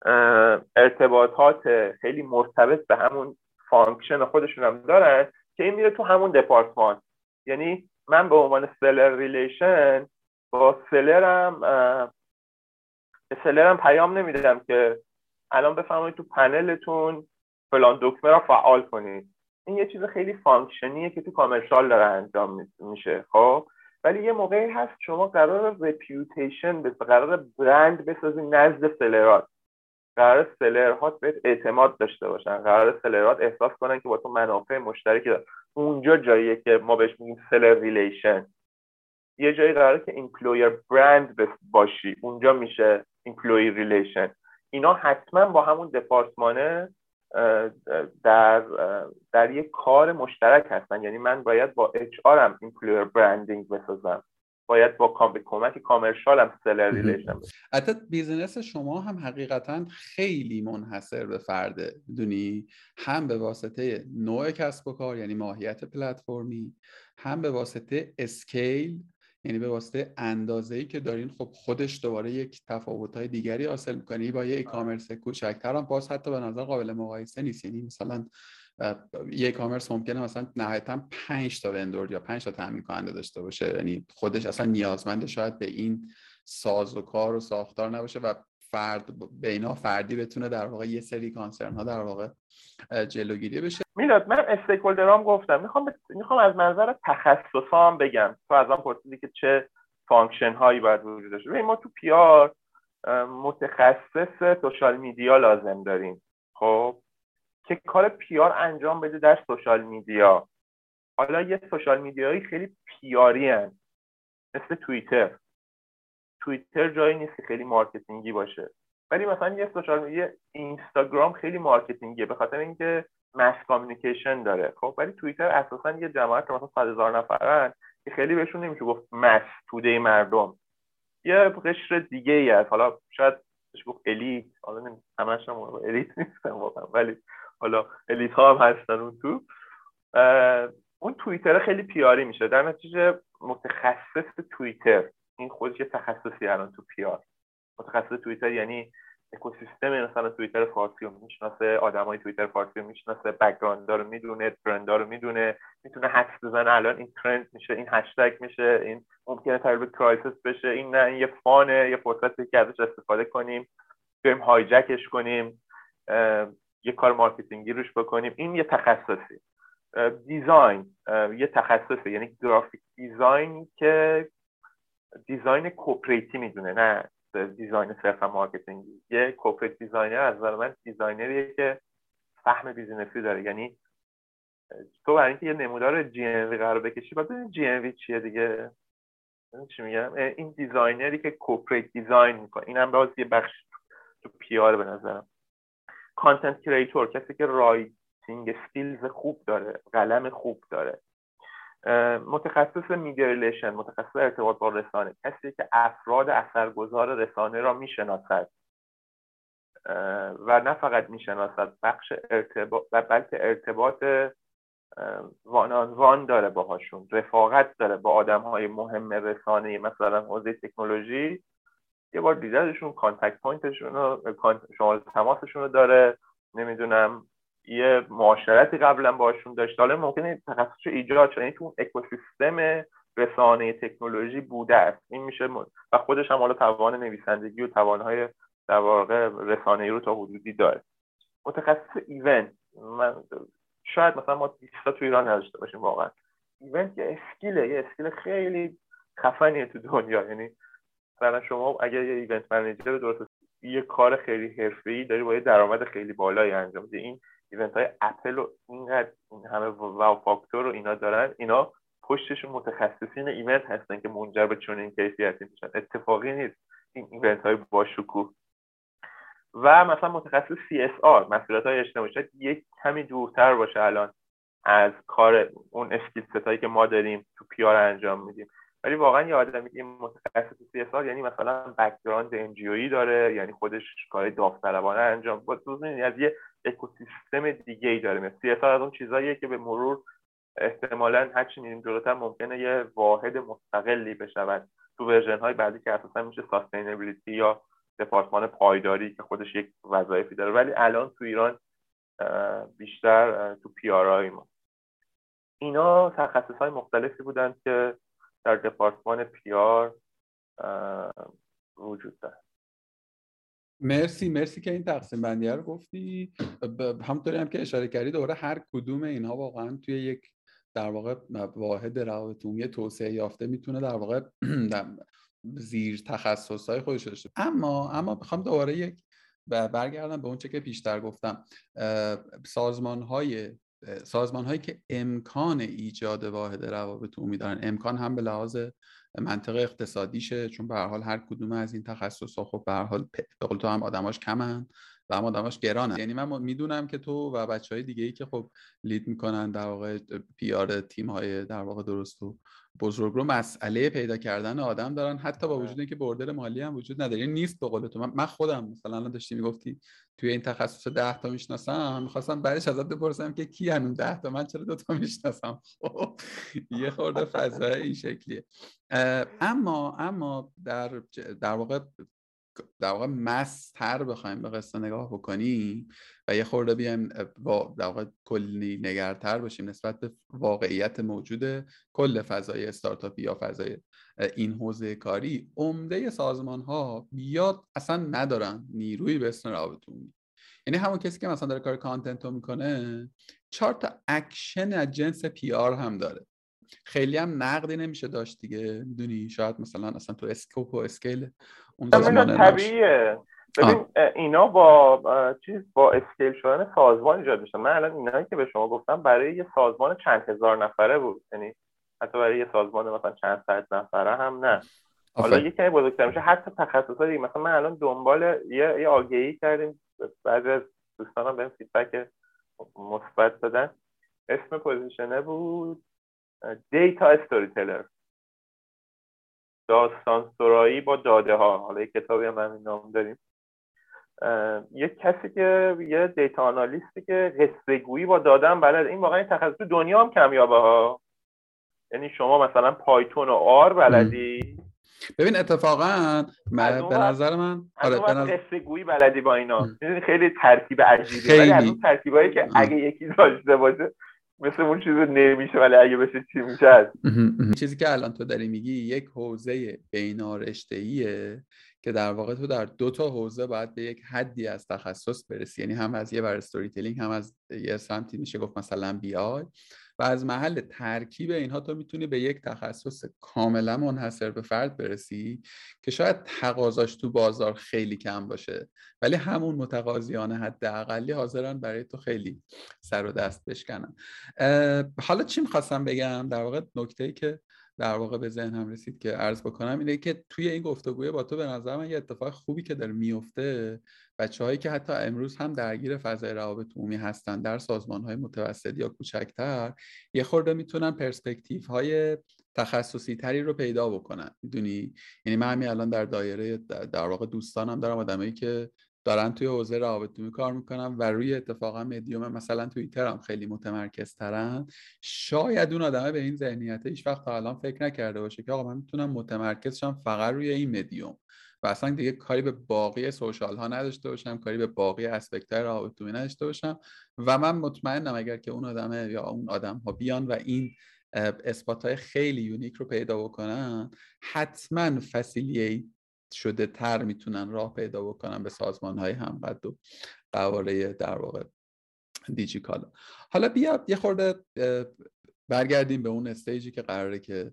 ارتباطات خیلی مرتبط به همون فانکشن خودشون هم دارن که این میره تو همون دپارتمان. یعنی من به عنوان سلر ریلیشن با سلرم به سلرم پیام نمیدم که الان بفرمایید تو پنلتون فلان دکمه را فعال کنید. این یه چیز خیلی فانکشنیه که تو کامرشال داره انجام میشه. خب ولی یه موقعی هست شما قرار رپیوتیشن بس قرار برند بسازی نزد سلرات، قرار سلرهات بهت اعتماد داشته باشن، قرار سلرهات احساس کنن که با تو منافع مشترک دارن. اونجا جاییه که ما بهش میگیم سلر ریلیشن. یه جایی قراره که ایمپلویر برند باشی، اونجا میشه ایمپلوی ریلیشن. اینا حتما با همون دپارتمانه در در یک کار مشترک هستن. یعنی من باید با اچ آر ام ایمپلویر برندینگ بسازم، باید با کمک کامرشالم سلر ریلیشن بسازم. حتی بیزنس شما هم حقیقتا خیلی منحصر به فرده، میدونی، هم به واسطه نوع کسب و کار یعنی ماهیت پلتفرمی، هم به واسطه اسکیل یعنی به واسطه اندازه‌ای که دارین. خب خودش دوباره یک تفاوت‌های دیگری حاصل می‌کنه. با یه ای کامرس کوچکتر هم باز حتی به نظر قابل مقایسه نیست. یعنی مثلا یه ای کامرس ممکنه مثلا نهایتاً پنج تا وندور یا پنج تا تامین کننده داشته باشه، یعنی خودش اصلا نیازمند شاید به این ساز و کار و ساختار نباشه و فرد بینا فردی بتونه در واقع یه سری کانسرن ها در واقع جلوگیری بشه. میلاد، من استیکولدرام گفتم میخوام ب... میخوام از منظر تخصصام بگم. تو ازم پرسیدی که چه فانکشن هایی باید وجود داشته. ببین ما تو پی آر متخصص سوشال میدیا لازم داریم، خب که کار پی آر انجام بده در سوشال میدیا. حالا یه سوشال میدیایی خیلی پی آری ان، مثل توییتر. توییتر جایی نیست که خیلی مارکتینگی باشه، ولی مثلا یه سوشال میدیا اینستاگرام خیلی مارکتینگیه به خاطر اینکه مس کامیونیکیشن داره. خب ولی توییتر اساسا یه جماعت که مثلا صد هزار نفرن که خیلی بهشون نمیشه گفت مس توده مردم. یه قشر دیگه ای هست، حالا شاید بهش گفت الیت، حالا همش هم الیت نیستن واقعا، ولی حالا الیت ها هم هستن اون تو. اون توییتر خیلی پیاری میشه، در نتیجه متخصص توییتر، این خودش یه تخصصی الان تو پی آر. متخصص توییتر یعنی اکوسیستم مثلا توییتر فارسی رو میشناسه، آدمای توییتر فارسی رو میشناسه، بک‌گراند‌ها رو میدونه، ترندها رو میدونه، میتونه حدس بزنه الان این ترند میشه، این هشتگ میشه، این ممکنه تبدیل به کرایسیس بشه، این نه این یه فانه، یه فرصتی که ازش استفاده کنیم بریم هایجکش کنیم، یه کار مارکتینگی روش بکنیم. این یه تخصصی. دیزاین یه تخصصه، یعنی گرافیک دیزاین که دیزاین کوپریتی میدونه، نه دیزاین صرفا مارکتینگی. یه کوپریت دیزاینر از نظر من دیزاینریه که فهم بیزینسی داره. یعنی تو برای اینکه یه نمودار جی ام وی قرار بکشی باید ببینید جی ام وی چیه دیگه. چی میگم؟ این دیزاینری که کوپریت دیزاین میکنه، اینم باز یه بخش تو پی آر به نظرم. کانتنت کریئتور کسی که رایتینگ اسکیلز خوب داره، قلم خوب داره. متخصص میدیا ریلیشن، متخصص ارتباط با رسانه، کسی که افراد اثرگذار رسانه را میشناسد و نه فقط میشناسد، بخش ارتباط و بلکه ارتباط وان آن وان داره باهاشون، رفاقت داره با آدم‌های مهم رسانه، مثلا حوزه تکنولوژی. یه بار دیدنشون، کانتکت پوینتشون رو، شماره تماسشون رو داره، نمیدونم یه معاشرتی قبلا باشون داشته، حالا ممکنه تخصصش ایجاد شده، یعنی تو اون اکوسیستم رسانه تکنولوژی بوده است. این میشه و خودش هم حالا توان نویسندگی و توانهای در واقع رسانه‌ای رو تا حدودی داره. متخصص ایونت، من شاید مثلا ما بیست تا تو ایران نداشته باشیم واقعا. ایونت یه اسکیله، یه اسکیل خیلی خفنیه تو دنیا. یعنی مثلا شما اگر یه ایونت منیجر درست، یه کار خیلی حرفه‌ای داری با یه درآمد خیلی بالایی انجام میدی، این ایونت های اپل و اینقدر این همه واو فاکتور رو اینا دارن، اینا پشتشون متخصصین ایونت هستن که منجر به چنین کیفیتی میشن. اتفاقی نیست این ایونت های با شکوه. و مثلا متخصص سی اس آر مسئولیت های اجتماعی شاید یک کمی دورتر باشه الان از کار اون اسکیل ستایی که ما داریم تو پی آر انجام میدیم، ولی واقعا یه آدمی که متخصص سی اس آر یعنی مثلا بک‌گراند ان جی او ای داره، یعنی خودش کار داوطلبانه انجام میده، از یه اکوسیستم دیگه ای داره. سی اس آر از اون چیزاییه که به مرور احتمالاً هر چی میریم جلوتر ممکنه یه واحد مستقلی بشود تو ورژن های بعدی که اساسا میشه ساستینبیلیتی یا دپارتمان پایداری که خودش یک وظایفی داره، ولی الان تو ایران بیشتر تو پی آر آی ما اینا تخصص های مختلفی بودن که در دپارتمان پی آر وجود داره. مرسی مرسی که این تقسیم بندی رو گفتی. همونطوری هم که اشاره کردی دوباره هر کدوم اینها واقعا توی یک در واقع واحد روابط عمومی توسعه یافته میتونه در واقع زیر تخصص‌های خودش داشته. اما اما بخوام دوباره یک برگردم به اون چه که پیشتر گفتم، سازمان‌های سازمان‌هایی که امکان ایجاد واحد روابط عمومی دارن، امکان هم به لحاظ منطق اقتصادیشه، چون به هر حال هر کدوم از این تخصص‌ها خب به هر حال به قول تو هم آدماش کمن و هم آدماش گرانن. یعنی من میدونم که تو و بچهای دیگه‌ای که خب لید میکنن در واقع پی آر تیم‌های در واقع درست و بزرگرو مسئله پیدا کردن آدم دارن، حتی با وجود اینکه بردر مالی هم وجود نداره. یعنی نیست به قول تو. من خودم مثلا الان داشتی میگفتی توی این تخصص ده تا میشناسم، می‌خواستم بعدش ازت بپرسم که کی هنوز ده تا، من چرا دو تا میشناسم. خب یه خورده فضای این شکلیه. اما اما در در واقع در واقع مستر بخوایم به قصه نگاه بکنیم و یه خورده بیایم با در واقع کلی نگرتر باشیم نسبت به واقعیت موجود کل فضای استارتاپی یا فضای این حوزه کاری، عمده سازمان ها بیاد اصلا ندارن نیروی به اسم روابط عمومی. یعنی همون کسی که مثلا داره کار کانتنت رو میکنه چهار تا اکشن از جنس پی آر هم داره. خیلی هم نقدی نمیشه داشت دیگه، میدونی، شاید مثلا اصلا تو اسکوپ و اسکیل اون سازمان طبیعیه. ببین اینا با چیز با اسکیل شدن سازمان ایجاد میشن. من الان اینایی که به شما گفتم برای یه سازمان چند هزار نفره بود، یعنی حتی برای یه سازمان مثلا چند صد نفره هم نه. حالا یه کمی بزرگتر میشه، حتی تخصصات دیگه. مثلا من الان دنبال یه یه آگهی کردیم، بعضی از دوستانم بهم فیدبک مثبت دادن، اسم پوزیشنه بود دیتا استوریتلر، داستان سرایی با داده ها. حالا یک کتابی هم همین نام داریم. یک کسی که یه دیتا آنالیستی که قصه گویی با داده هم بلد. این واقعا این تخصص تو دنیا هم کمیابه ها. یعنی شما مثلا پایتون و آر بلدی. ببین اتفاقا به نظر من آره به نظر قصه گویی بلدی با اینا. خیلی ترکیب عجیبه، ولی از اون ترکیبایی که اگه یکی داشته باشه مثل اون چیز نمیشه، ولی اگه بشه چی میشه. چیزی که الان تو داری میگی یک حوزه بینارشته‌ایه که در واقع تو در دو تا حوزه باید به یک حدی از تخصص برسی، یعنی هم از یه بر استوری تیلینگ، هم از یه سمتی میشه گفت مثلا بی آی، و از محل ترکیب اینها تو میتونی به یک تخصص کاملا منحصر به فرد برسی که شاید تقاضاش تو بازار خیلی کم باشه، ولی همون متقاضیان حداقلی حاضرن برای تو خیلی سر و دست بشکنن. حالا چی میخواستم بگم؟ در واقع نکته‌ای که در واقع به ذهنم رسید که عرض بکنم اینه که توی این گفتگوی با تو به نظر من یه اتفاق خوبی که داره میفته، بچه‌هایی که حتی امروز هم درگیر فضای روابط عمومی هستن در سازمان‌های متوسط یا کوچکتر، یه خورده میتونن پرسپکتیوهای تخصصی تری رو پیدا بکنن، میدونی. یعنی من همین الان در دایره در واقع دوستانم دارم آدمایی که دارن توی حوزه روابط عمومی کار میکنن و روی اتفاقا مدیوم مثلا توییتر هم خیلی متمرکز ترن. شاید اون آدمه به این ذهنیت هیچ وقت تا الان فکر نکرده باشه که آقا من میتونم متمرکز شم فقط روی این مدیوم و اصلا دیگه کاری به باقی سوشال ها نداشته باشم، کاری به باقی اسپکت های روابط عمومی نداشته باشم. و من مطمئنم اگر که اون آدمه یا اون آدم ها بیان و این اثبات های خیلی یونیک رو پیدا بکنن، حتما فسیلیت شده تر میتونن راه پیدا بکنن به سازمان های همقد و قواره در واقع دیجیکالا. حالا بیا یه خورده برگردیم به اون استیجی که قراره که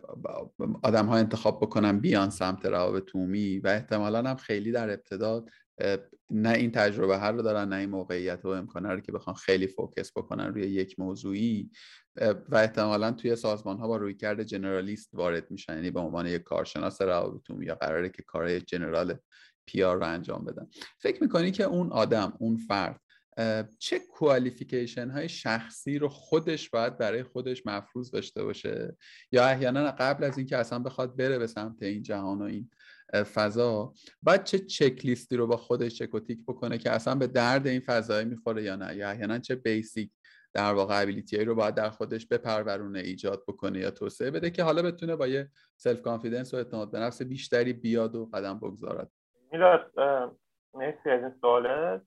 آدم ها انتخاب بکنن بیان سمت روابط عمومی و احتمالاً هم خیلی در ابتدا نه این تجربه هر رو دارن، نه این موقعیت و امکانه رو که بخوان خیلی فوکس بکنن روی یک موضوعی و احتمالاً توی سازمان ها با رویکرد جنرالیست وارد میشن، یعنی به عنوان یک کارشناس روابط عمومی یا قراره که کار جنرال پی آر رو انجام بدن. فکر میکنی که اون آدم، اون فرد چه کوالیفیکیشن های شخصی رو خودش باید برای خودش مفروض داشته باشه، یا احیانا قبل از اینکه اصلا بخواد بره به سمت این جهان و این فضا باید چه چک لیستی رو با خودش چک و تیک بکنه که اصلا به درد این فضای میخوره یا نه، یا احیانا چه بیسیک در واقع ابیلیتی رو باید در خودش بپرورونه، ایجاد بکنه یا توسعه بده که حالا بتونه با یه سلف کانفیدنس و اعتماد به نفس بیشتری بیاد و قدم بگذارد. میلاد مرسی از این سواله.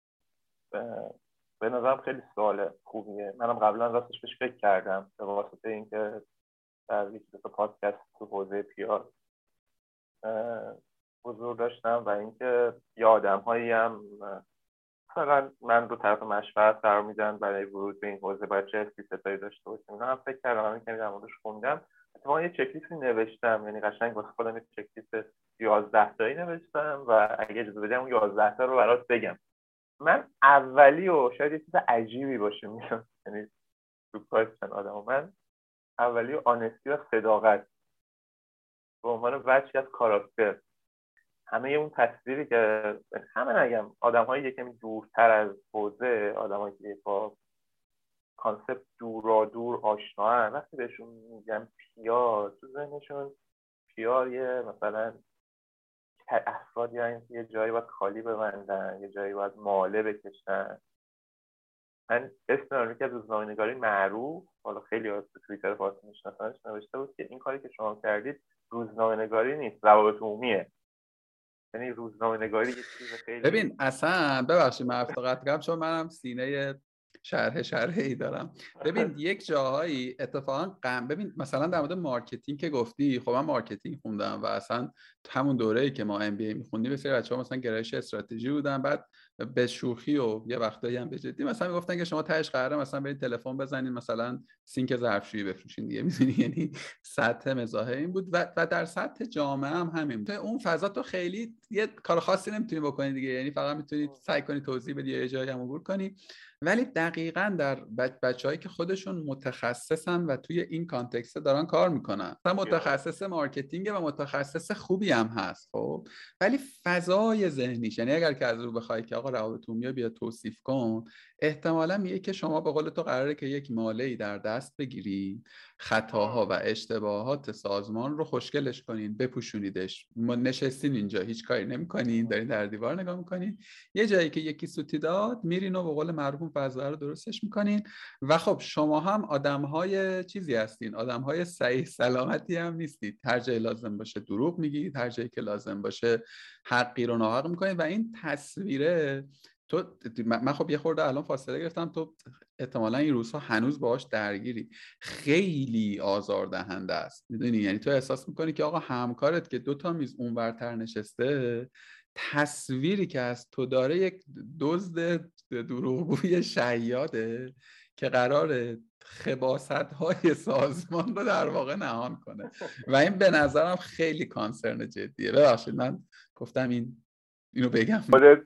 به نظرم خیلی سوال خوبیه. منم قبلا راستش بهش فکر کردم به واسطه اینکه در یک دو پادکست تو حوزه پی آر حضور داشتم و اینکه یه آدم‌هایی هم مثلا من رو طرف مشورت قرار میدن برای ورود به این حوزه باید چه اسکیل‌ستایی داشته باشیم. اینا هم فکر کردم، همین که در موردش خوندم. اتفاقا یه چک لیستی نوشتم، یعنی قشنگ واسه خودم یه چک لیست یازده تایی نوشتم و اگه اجازه بدم اون یازده تا رو برات بگم. من اولی و شاید یه چیز عجیبی باشه میگم، یعنی تو کارشن آدم، من اولی و آنستی و صداقت به عنوان وجهی از کاراکتر. همه اون تصویری که همه نگم آدم‌های یکمی دورتر از حوزه، آدم‌هایی که با کانسپت دورا دور آشناهن، وقتی بهشون میگم پیار، تو ذهنشون پیار یه مثلا افرادی هستن که یه جایی باید خالی ببندن، یه جایی باید ماله بکشن. من اسم که از روزنامه‌نگاری معروف، حالا خیلی از توییتر فارسی میشناسنش، نوشته بود که این کاری که شما کردید روزنامه‌نگاری نیست، روابط عمومیه. یعنی روزنامه‌نگاری یه چیز خیلی ببین اصلا ببخشید من افتقاط کردم چون منم سینه شرح شرحی دارم. ببین یک جاهایی اتفاقا قم ببین مثلا در مورد مارکتینگ که گفتی، خب من مارکتینگ خوندم و اصلا همون دوره‌ای که ما ام بی ای می‌خوندیم بسیار بچه‌ها مثلا گرایش استراتژی بودن، بعد به شوخی و یه وقتایی هم به جدی مثلا میگفتن که شما تهش قراره مثلا برید تلفن بزنید مثلا سینک ظرفشویی بفروشین دیگه، می‌دونی، یعنی سطح مزاح این بود و, و در سطح جامعه هم همین بود. اون فضا تو خیلی یه کار خاصی نمیتونی بکنی دیگه، یعنی فقط میتونید سعی کنی توضیح بدی یا یه جایی هم عبور کنی. ولی دقیقاً در بچه‌هایی که خودشون متخصصن و توی این کانتکست دارن کار میکنن، مثلا متخصص مارکتینگ و متخصص خوبی هم هست، خب ولی فضای ذهنیش، یعنی اگر که از رو بخوای که آقا روابط عمومی بیا توصیف کن، احتمالاً میگه که شما به قول تو قراره که یک ماله‌ای در دست بگیری، خطاها و اشتباهات سازمان رو خوشگلش کنین، بپوشونیدش، ما نشستین اینجا هیچ کاری نمی‌کنین، دارین در دیوار نگاه می‌کنین، یه جایی که یکی سوتی داد میرین و به قول معروف فضا رو درستش می‌کنین. و خب شما هم آدم‌های چیزی هستین، آدم‌های صحیح سلامتی هم نیستید، هر جایی لازم باشه دروغ میگید، هر جایی که لازم باشه حقی رو ناحق می‌کنید و این تصویره تو من خب یه خورده الان فاصله گرفتم، تو احتمالاً این روزها هنوز باهاش درگیری، خیلی آزاردهنده است، میدونی، یعنی تو احساس میکنی که آقا همکارت که دو تا میز اونورتر نشسته، تصویری که از تو داره یک دزد دروغگوی شیاده که قراره خباثت‌های سازمان رو در واقع نهان کنه و این به نظرم خیلی کانسرن جدیه. ببخشید من گفتم این اینو بگم.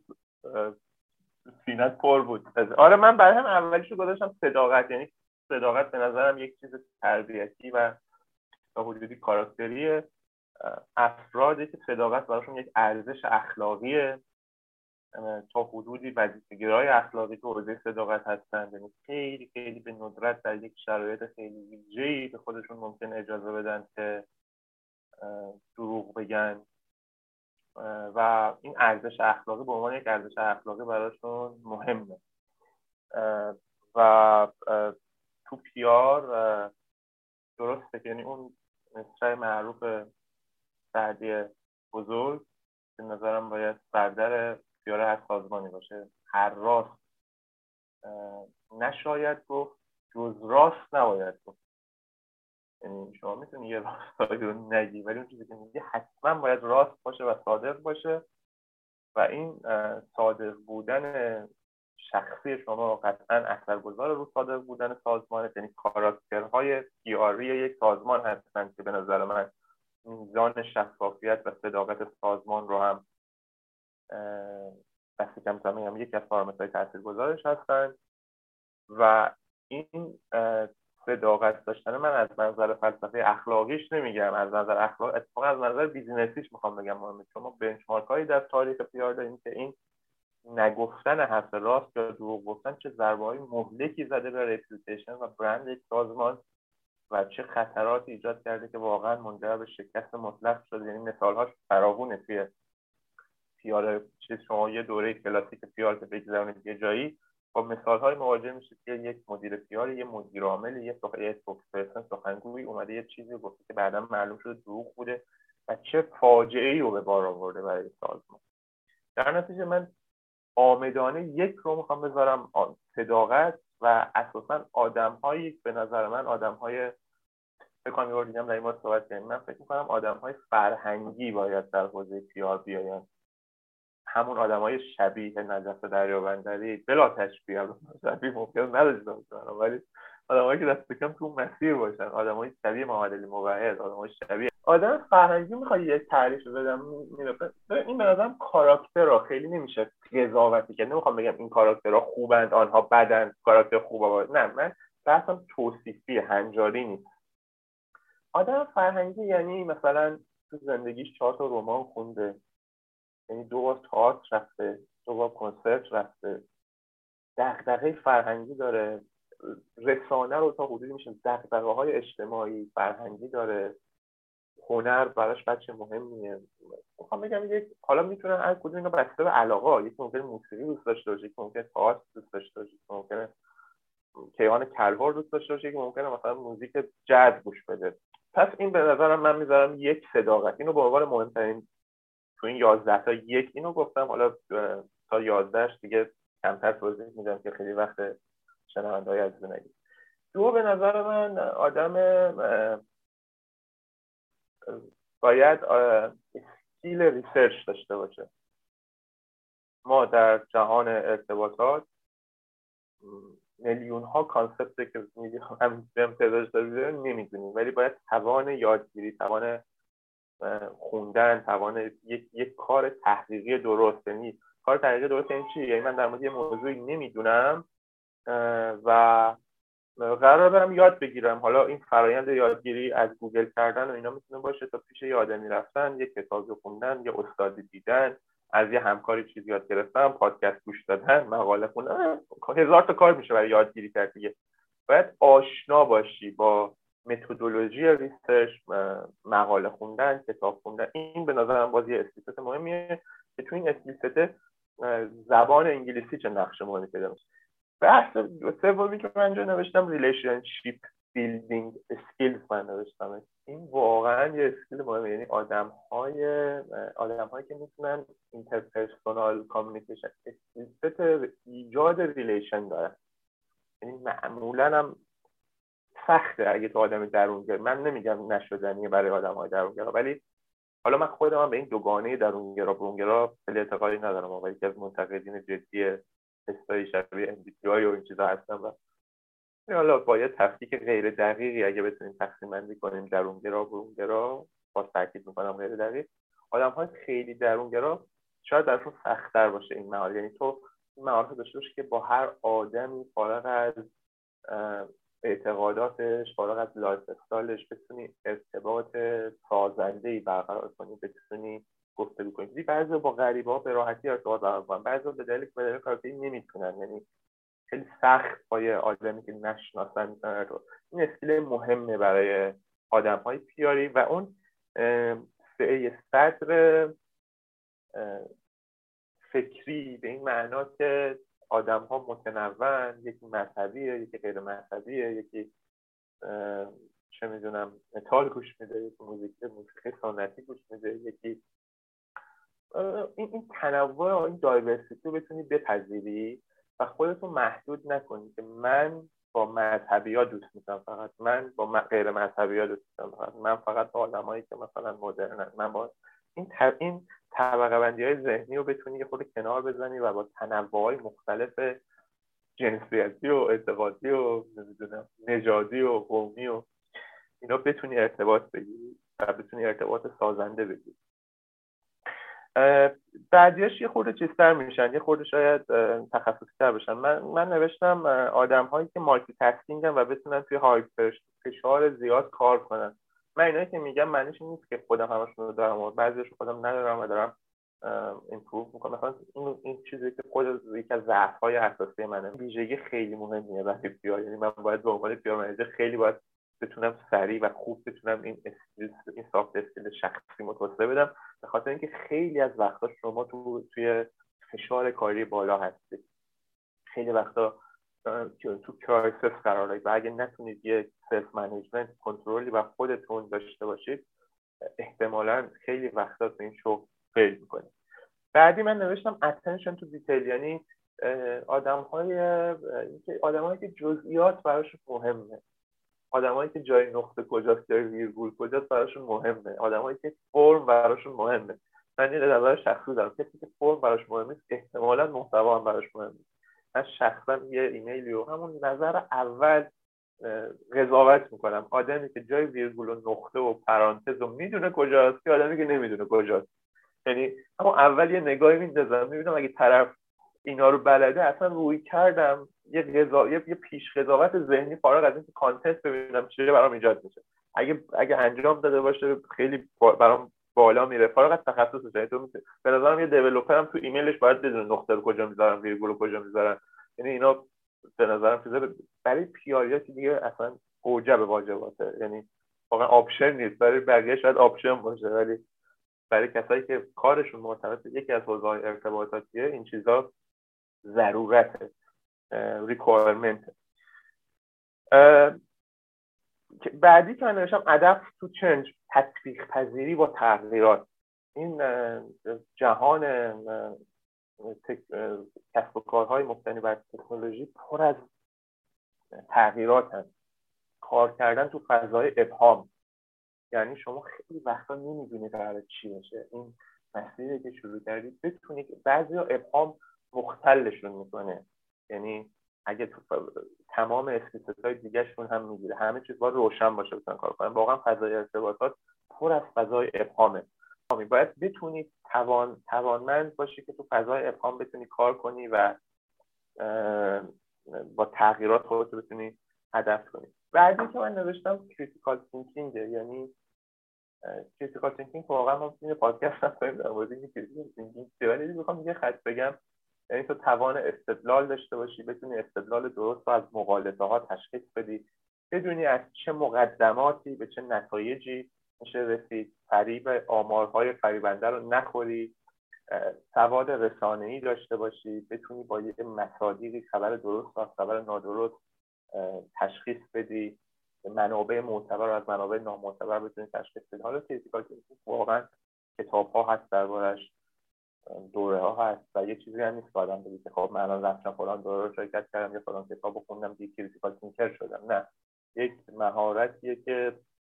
سینت پر بود. آره من برای هم اولیشو گذاشتم صداقت، یعنی صداقت به نظرم یک چیز تربیتی و تا حدودی کاراکتریه. افرادی که صداقت براشون یک ارزش اخلاقیه، تا حدودی وظیفه‌گرای اخلاقی تو حوزه صداقت هستن، یعنی خیلی خیلی به ندرت در یک شرایط خیلی ویژه‌ای به خودشون ممکن اجازه بدن که دروغ بگن و این ارزش اخلاقی به عنوان یک ارزش اخلاقی براشون مهمه. و تو پیار درسته که یعنی اون مصرع معروف سعدی بزرگ به نظرم باید سردر پیار هر سازمانی باشه، هر راست نشاید گفت، جز راست نباید گفت. یعنی شما میتونی یه راستایی رو نگی ولی اون چیزی که میگی حتما باید راست باشه و صادق باشه و این صادق بودن شخصی شما قطعا اثرگذار رو صادق بودن سازمان، یعنی کاراکترهای پی آری یک سازمان هستن که به نظر من میزان شفافیت و صداقت سازمان رو هم دست کم میگم یکی از پارامترهای تاثیرگذارش هستن و این صداقت داشتن من از منظر فلسفه اخلاقیش نمیگم، از نظر اخلاق اتفاقا از نظر بیزینسیش میخوام بگم مهمه، چون ما بنچمارک هایی در تاریخ پیار داریم که این نگفتن حرف راست یا دروغ گفتن چه ضربه‌های مهلکی زده به رپیوتیشن و برند یک سازمان و چه خطراتی ایجاد کرده که واقعا منجر به شکست مطلق شده. یعنی مثال‌هاش فراوونه توی پیار چیز، شما یه دوره کلاسیک پیار که بگذارونید یه جایی با مثال‌های مواجه میشید که یک مدیر پیار، یه مدیر عامل، یه سخنگوی سخنگوی اومده یه چیزی گفته که بعدا معلوم شده دروغ بوده و چه فاجعه‌ای رو به بار آورده برای سازمان. در نتیجه من عامدانه یک رو میخوام بذارم صداقت و اساساً آدم‌هایی به نظر من آدم‌های فکر کنم یه دیگه در این مورد صحبت کردیم، من فکر می‌کنم آدم‌های فرهنگی باید در حوزه پیار بیاین، همون آدم‌های شبیه نجف دریابندری بلا تشبیه، شبیه ممکن نداشته باشن ولی آدمایی که دست کم تو مسیر باشن، آدمای شبیه محمد علی موحد، آدمای شبیه آدم فرهنگی. میخوای یه تعریف بدم؟ این به نظرم کاراکترها خیلی نمیشه قضاوتی کرد. نمیخوام بگم این کاراکترها خوبند آنها بدند، کاراکتر خوبه، نه، من بحثم توصیفی هنجاری نیست. آدم فرهنگی یعنی مثلا تو زندگیش چهار تا رمان خونده، یعنی دو بار تئاتر رفته، دو بار کنسرت رفته، دغدغه فرهنگی داره، رسانه رو تا حدودی میشه دغدغه‌های اجتماعی فرهنگی داره، هنر براش بچه مهمیه. میخوام بگم یک، حالا میتونه هر کدوم اینا بسته به علاقه، یکی ممکنه موسیقی دوست داشته باشه، یکی ممکنه تئاتر دوست داشته باشه، یکی ممکنه کیوان کلهر دوست داشته باشه، یکی ممکنه مثلا موزیک جاز گوش بده. پس این به نظرم من میذارم یک صداقت، اینو به عنوان مهمترین تو این یازده تا یک اینو گفتم. حالا تا یازده دیگه کمتر توضیح میدم که خیلی وقت شنونده‌های عزیز نگید. دو، به نظر من آدم باید اسکیل ریسرچ داشته باشه. ما در جهان ارتباطات میلیون ها کانسپت که میگیم هم تعدادش داره نمیدونیم، ولی باید توان یادگیری، توان خوندن، توان یک یک کار تحقیقی درست. یعنی کار تحقیقی درست یعنی چی؟ یعنی من در مورد یه موضوعی نمیدونم و قرار برم یاد بگیرم. حالا این فرایند یادگیری از گوگل کردن و اینا میتونه باشه، تا پیش یه آدمی رفتن، یک کتاب خوندن، یه استادی دیدن، از یه همکاری چیز یاد گرفتن، پادکست گوش دادن، مقاله خوندن، هزار تا کار میشه برای یادگیری کرد دیگه. باید آشنا باشی با متدولوژی ریسرچ، مقاله خوندن، کتاب خوندن. این به نظرم باز یه اسکیلست مهمیه که تو این اسکیلست زبان انگلیسی چه نقش مهمی پیدا می‌کنه. بحث سومی که من جا نوشتم ریلیشنشیپ بیلدینگ اسکیلز من نوشتم. این واقعا یه اسکیل مهمه، یعنی آدم‌های آدم‌هایی که میتونن اینترپرسونال کامیونیکیشن اسکیلز ایجاد ریلیشن دارن. یعنی معمولا هم سخته اگه تو آدم درونگر، من نمیگم نشدنیه برای آدم‌های درونگرا، ولی حالا من خودم هم به این دوگانه درونگرا برونگرا خیلی اعتقادی ندارم، ولی یکی از منتقدین جدی تستای شبیه ام بی تی آی و این چیزا هستم و حالا با یه تفکیک غیر دقیقی اگه بتونیم تقسیم بندی کنیم درونگرا برونگرا، باز تاکید میکنم غیر دقیق، آدم‌های خیلی درونگرا شاید درشون سخت‌تر باشه این مهارت. یعنی تو این مهارت داشته باشی که با هر آدمی فارغ از اعتقاداتش، فارغ از لایف استایلش بتونی ارتباط سازنده‌ای برقرار کنی، بتونی گفتگو کنی. دیگه بعضی با غریبه‌ها به راحتی ارتباط برقرار کنن، بعضی به دلیل به دلیل کارایی نمیتونن، یعنی خیلی سخت با یه آدمی که نشناسن. این اسکیل مهمه برای آدم‌های پیاری و اون سعی صدر فکری به این معنا که آدم‌ها متنوعن، یکی مذهبیه، یکی غیر مذهبیه، یکی چه میدونم متال گوش میده، یکی موزیک موسیقی سنتی گوش میده، یکی این این تنوع و این دایورسیتی رو بتونی بپذیری و خودتو محدود نکنی که من با مذهبی‌ها دوست میشم فقط، من با غیر مذهبی‌ها دوست میشم فقط، من فقط با آدمایی که مثلا مدرنن، من با این تر... این طبقه بندی‌های ذهنی رو بتونی یه خورده کنار بزنی و با تنوع‌های مختلف جنسیتی و اعتقادی و نمیدونم نژادی و قومی و اینا بتونی ارتباط بگیری و بتونی ارتباط سازنده بگیری. بعدیاش یه خورده چیزتر میشن، یه خورده شاید تخصصی تر بشن. من من نوشتم آدم هایی که مالتی تاسکینگن و بتونن توی های فشار زیاد کار کنن. من اینایی که میگم معنیش نیست که خودم همشون رو دارم و بعضیش خودم ندارم و دارم ایمپروو میکنم. مثلا این این چیزی که خود یکی از ضعف‌های اساسی منه، ویژگی خیلی مهمیه برای پی آر. یعنی من باید به عنوان پی آر منیجر خیلی باید بتونم سریع و خوب بتونم این اسکیل این سافت اسکیل شخصی متوسط بدم، به خاطر اینکه خیلی از وقتا شما تو توی فشار کاری بالا هستید، خیلی وقتا تو کرایسیس قرار دارید و اگه نتونید یه سلف منیجمنت کنترلی و خودتون داشته باشید، احتمالاً خیلی وقتا تو این شغل فیل میکنید. بعدی من نوشتم attention to detail، یعنی آدم‌های آدم‌هایی که جزئیات براشون مهمه، آدمایی که جای نقطه کجاست، جای ویرگول کجاست براشون مهمه، آدمایی که فرم براشون مهمه. من این نظر شخصی دارم، کسی که فرم براش مهمه احتمالاً محتوا هم براش مهمه. من شخصا یه ایمیلی رو همون نظر اول قضاوت میکنم، آدمی که جای ویرگول و نقطه و پرانتز رو میدونه کجاست که آدمی که نمیدونه کجاست. یعنی همون اول یه نگاهی میندازم میبینم اگه طرف اینا رو بلده، اصلا روی کردم یه قضا... یه پیش قضاوت ذهنی فارغ از اینکه کانتنت ببینم چیه برام ایجاد میشه. اگه اگه انجام داده باشه خیلی برام بالا میره، فارغ از تخصصش. یعنی تو میشه به نظرم یه دیولپر هم تو ایمیلش باید بدونه نقطه رو کجا میذارم، ویرگول رو کجا میذارم. یعنی اینا به نظرم چیزا برای پی‌آر که دیگه اصلا اوجب واجباته، یعنی واقعا آپشن نیست. برای بقیه شاید آپشن باشه، ولی برای کسایی که کارشون مرتبط به یکی از حوزه‌های ارتباطاتیه این چیزا ضرورته، ریکوایرمنت. بعدی که من نوشتم ادپت تو چنج، تطبیق پذیری با تغییرات. این جهان کسب و کارهای مبتنی بر تکنولوژی پر از تغییرات هست. کار کردن تو فضای ابهام، یعنی شما خیلی وقتا نمیدونید قراره چی بشه. این مسیری که شروع کردید بتونید، بعضیا ابهام مختلشون میکنه، یعنی اگه تو تمام اسکیل‌های دیگه‌شون هم میگیره، همه چیز باید روشن باشه بتونن کار کنن. واقعا فضای ارتباطات پر از فضای ابهامه. باید بتونید توان توانمند باشی که تو فضای ابهام بتونی کار کنی و با تغییرات خودت بتونی ادپت کنی. بعدی که من نوشتم کریتیکال تینکینگ، یعنی کریتیکال تینکینگ واقعا ما این پادکست هم کنیم در مورد این کریتیکال تینکینگ، ولی میخوام یه خط بگم، یعنی تو توان استدلال داشته باشی، بتونی استدلال درست رو از مغالطه ها تشخیص بدی، بدونی از چه مقدماتی به چه نتایجی میشه رسید، فریب آمارهای فریبنده رو نخوری، سواد رسانه‌ای داشته باشی، بتونی با یه مصادیقی خبر درست و خبر نادرست تشخیص بدی، منابع معتبر از منابع نامعتبر بتونی تشخیص بدی. حالا کریتیکال تینکینگ واقعا کتاب‌ها هست دربارش، دوره ها هست و یه چیزی هم نیست که آدم بگه که خب من الان رفتم فلان دوره رو شرکت کردم یا فلان کتاب خوندم دیگه کریتیکال تینکر شدم. نه، یک مهارتیه که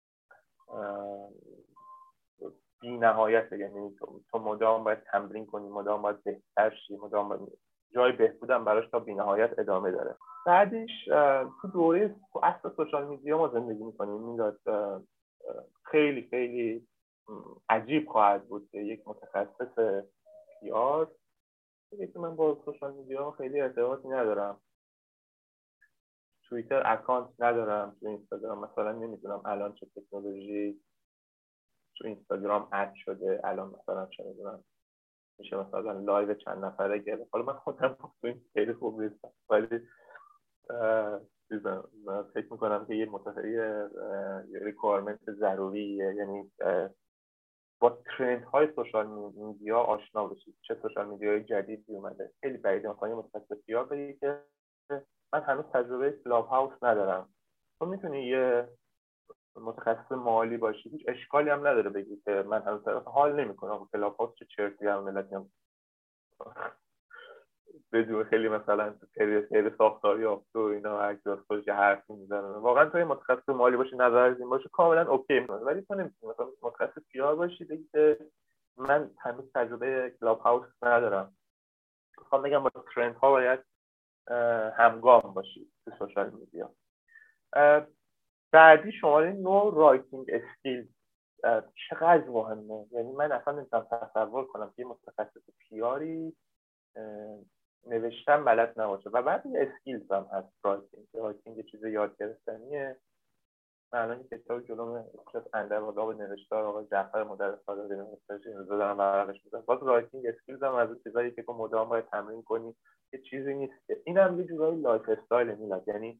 بی نهایت، یعنی تو مدام باید تمرین کنی، مدام باید بهتر شی، مدام باید جای بهبودم براش تا بی نهایت ادامه داره. بعدش تو دوره تو اصل سوشال میدیا ما زندگی میکنیم. میداد خیلی خیلی عجیب خواهد بود که یک متخصص پی آر، که من با سوشال میدیا خیلی ارتباطی ندارم، توییتر اکانت ندارم، تو اینستاگرام مثلا نمیدونم الان چه تکنولوژی تو اینستاگرام اد شده، الان مثلا چه میدونم میشه مثلا لایو چند نفره گرفت. حالا من خودم تو این خیلی خوب نیستم، ولی من فکر میکنم که یه متفقی ریکوایرمنت ضروریه، یعنی با ترند های سوشال میدیا آشنا بشید، چه سوشال میدیای جدیدی اومده. خیلی بعیده مثلا یه متخصص پی آر بگی که من هنوز تجربه کلاب هاوس ندارم. تو میتونی یه متخصص مالی باشی، هیچ اشکالی هم نداره بگی که من هنوز طرف حال نمیکنم کلاب هاوس چه چرتی هم ملت هم بدون خیلی مثلا خیلی خیلی ساختاری افتو اینا هر کی واسه خودش حرفی میزنه. واقعا تو متخصص مالی باشی، نظر از این باشه، کاملا اوکی میشه. ولی تو نمیتونی مثلا متخصص پی آر باشی بگی که من هنوز تجربه کلاب هاوس ندارم. میخوام بگم با ترند ها باید همگام باشی تو سوشال میدیا. بعدی شماره نه رایتینگ اسکیل. چقدر مهمه. یعنی من اصلا نمیتونم تصور کنم که یه متخصص پیاری نوشتن بلد نباشه. و بعد این اسکیلز هم هست. رایتینگ رایتینگ یه چیز یاد گرفتنیه. من الان یه کتاب جلومه اسمش اندر آداب نوشتار آقای جعفر مدرس صادقی نوشته امروز دارم ورقش می‌زنم. باز رایتینگ اسکیلز هم از اون چیزایی که تو مدام باید تمرین کنی، یه چیزی نیست که اینم یه جورایی لایف استایل میلاد. یعنی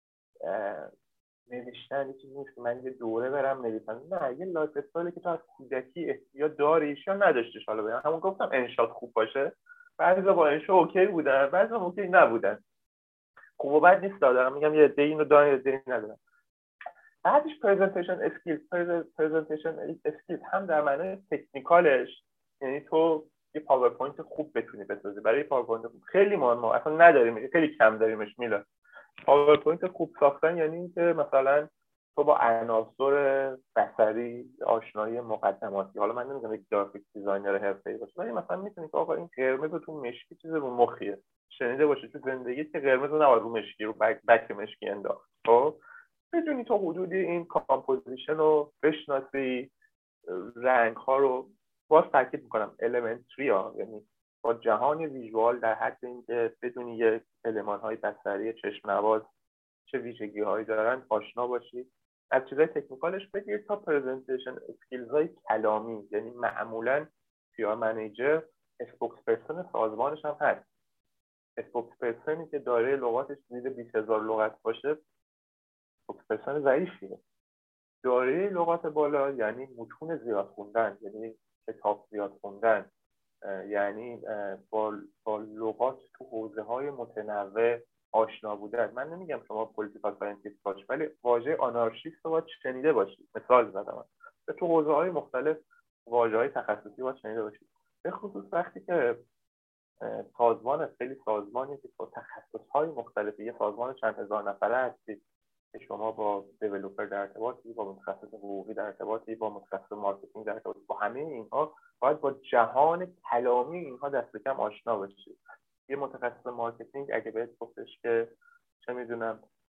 نوشتن یه چیزی نیست که من یه دوره برم نویسم، نه، یه لایف استایلی که تو از کودکی احتیاج داریش یا نداشتیش. حالا بگم همون گفتم انشاء خوب باشه، بعضیا با انشاء اوکی بودن، بعضیا اوکی نبودن. خوب و بد نیست دارم میگم یه عده اینو دارن یه عده ندارن. بعدش پرزنتیشن اسکیلز پرزنتیشن اسکیلز هم در معنی تکنیکالش، یعنی تو یه پاورپوینت خوب بتونی بسازی. برای پاورپوینت خیلی مهمه، اصلا نداریم، خیلی کم داریمش میلاد. پاورپوینت خوب ساختن یعنی اینکه مثلا تو با عناصر بصری آشنایی مقدماتی، حالا من نمیگم یک گرافیک دیزاینر حرفه‌ای باشه، ولی مثلا میتونی که آقا این قرمز تو مشکی چیز رو مخیه، شنیده باشه تو زندگی که قرمز رو نباید رو مشکی رو بک, بک مشکی انداخت. خب بدونی تو حدودی این کامپوزیشن رو بشناسی، رنگ ها رو، باز تاکید میکنم elementary ها، یعنی با جهان ویژوال در حد اینکه بدونی یه المان های بصری چشم نواز چه ویژگی هایی دارن آشنا باشی. از چیزای تکنیکالش بگیر تا پرزنتیشن اسکیلز های کلامی، یعنی معمولا پی آر منیجر اسپوکس پرسن سازمانش هم هست. اسپوکس پرسنی که داره لغاتش زیر بیست هزار لغت باشه اسپوکس پرسن ضعیفیه. داره لغات بالا یعنی متون زیاد خوندن، یعنی کتاب زیاد خوندن، یعنی با, با لغات تو حوزه های متنوع آشنا بودن. من نمیگم شما پولیتیکال ساینتیست باش، ولی واژه آنارشیست رو باید شنیده باشید. مثال زدم من تو حوزه های مختلف واژه های تخصصی باید شنیده باشید. به خصوص وقتی که سازمان خیلی سازمانی که با تخصص های مختلفی، یه سازمان چند هزار نفره هستید که شما با دیولپر در ارتباطی، با متخصص حقوقی در ارتباطی، با متخصص مارکتینگ در ارتباطی، با همه اینها باید با جهان کلامی اینها دست کم آشنا باشید. یه متخصص مارکتینگ اگه بهت گفتش که چه میدونم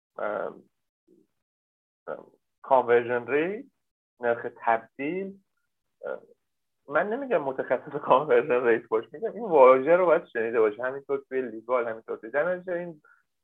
کانورژن ریت، نرخ تبدیل، من نمیگم متخصص کانورژن ریت باش، میگم این واژه رو باید شنیده باشه. همینطور توی لیگال، همینطور توی جنرال، این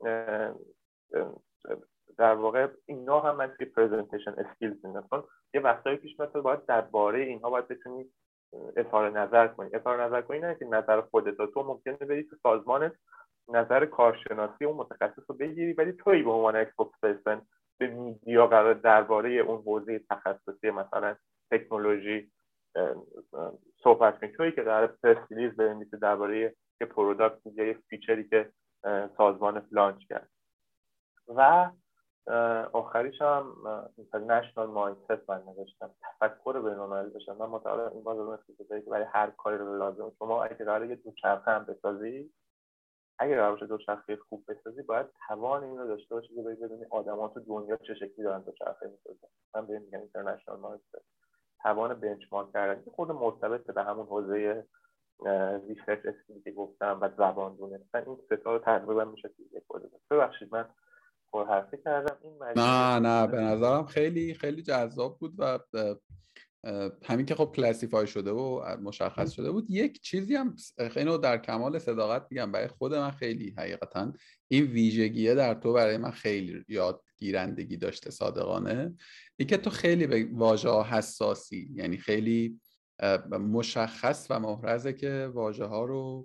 در واقع اینا هم من توی پرزنتیشن اسکیلز میگم. یه وقتایی پیش میاد باید درباره اینها باید بتونی اظهار نظر کنی. اظهار نظر کنی نه که نظر خودت، تو ممکنه بری تو سازمانت نظر کارشناسی و متخصص رو بگیری، ولی تویی به عنوان اکسپرت پرسن به میدیا قرار درباره اون حوزه تخصصی مثلا تکنولوژی صحبت کنی. تویی که قرار پرس ریلیز بنویسی درباره یه پروداکت یا یه فیچری که سازمان لانچ کرد. و آخریش هم اینترنشنال مایندست من نوشتم، تفکر بین‌المللی بشم. من متعلق این بازار مثل که برای هر کاری رو لازم شما اگه قراره یه دوچرخه هم بسازی، اگه قرار باشه دوچرخه خوب بسازی، باید توان این رو داشته باشی که ببینی آدم‌ها تو دنیا چه شکلی دارن دوچرخه می‌سازن. من بهم میگم اینترنشنال مایندست، توان بنچمارک کردن که خود مرتبط به همون حوزه ریسرچ اسکیلی که گفتم و زبان دونستن. این سه تا رو تقریبا میشه یک کد. ببخشید من پر حرفی کردم. این نه نه به نظرم خیلی خیلی جذاب بود و همین که خب کلاسیفای شده و مشخص شده بود. یک چیزی هم اینو در کمال صداقت میگم، برای خود من خیلی حقیقتا این ویژگیه در تو برای من خیلی یادگیرندگی داشته صادقانه. این که تو خیلی به واژه‌ها حساسی، یعنی خیلی مشخص و محرزه که واژه ها رو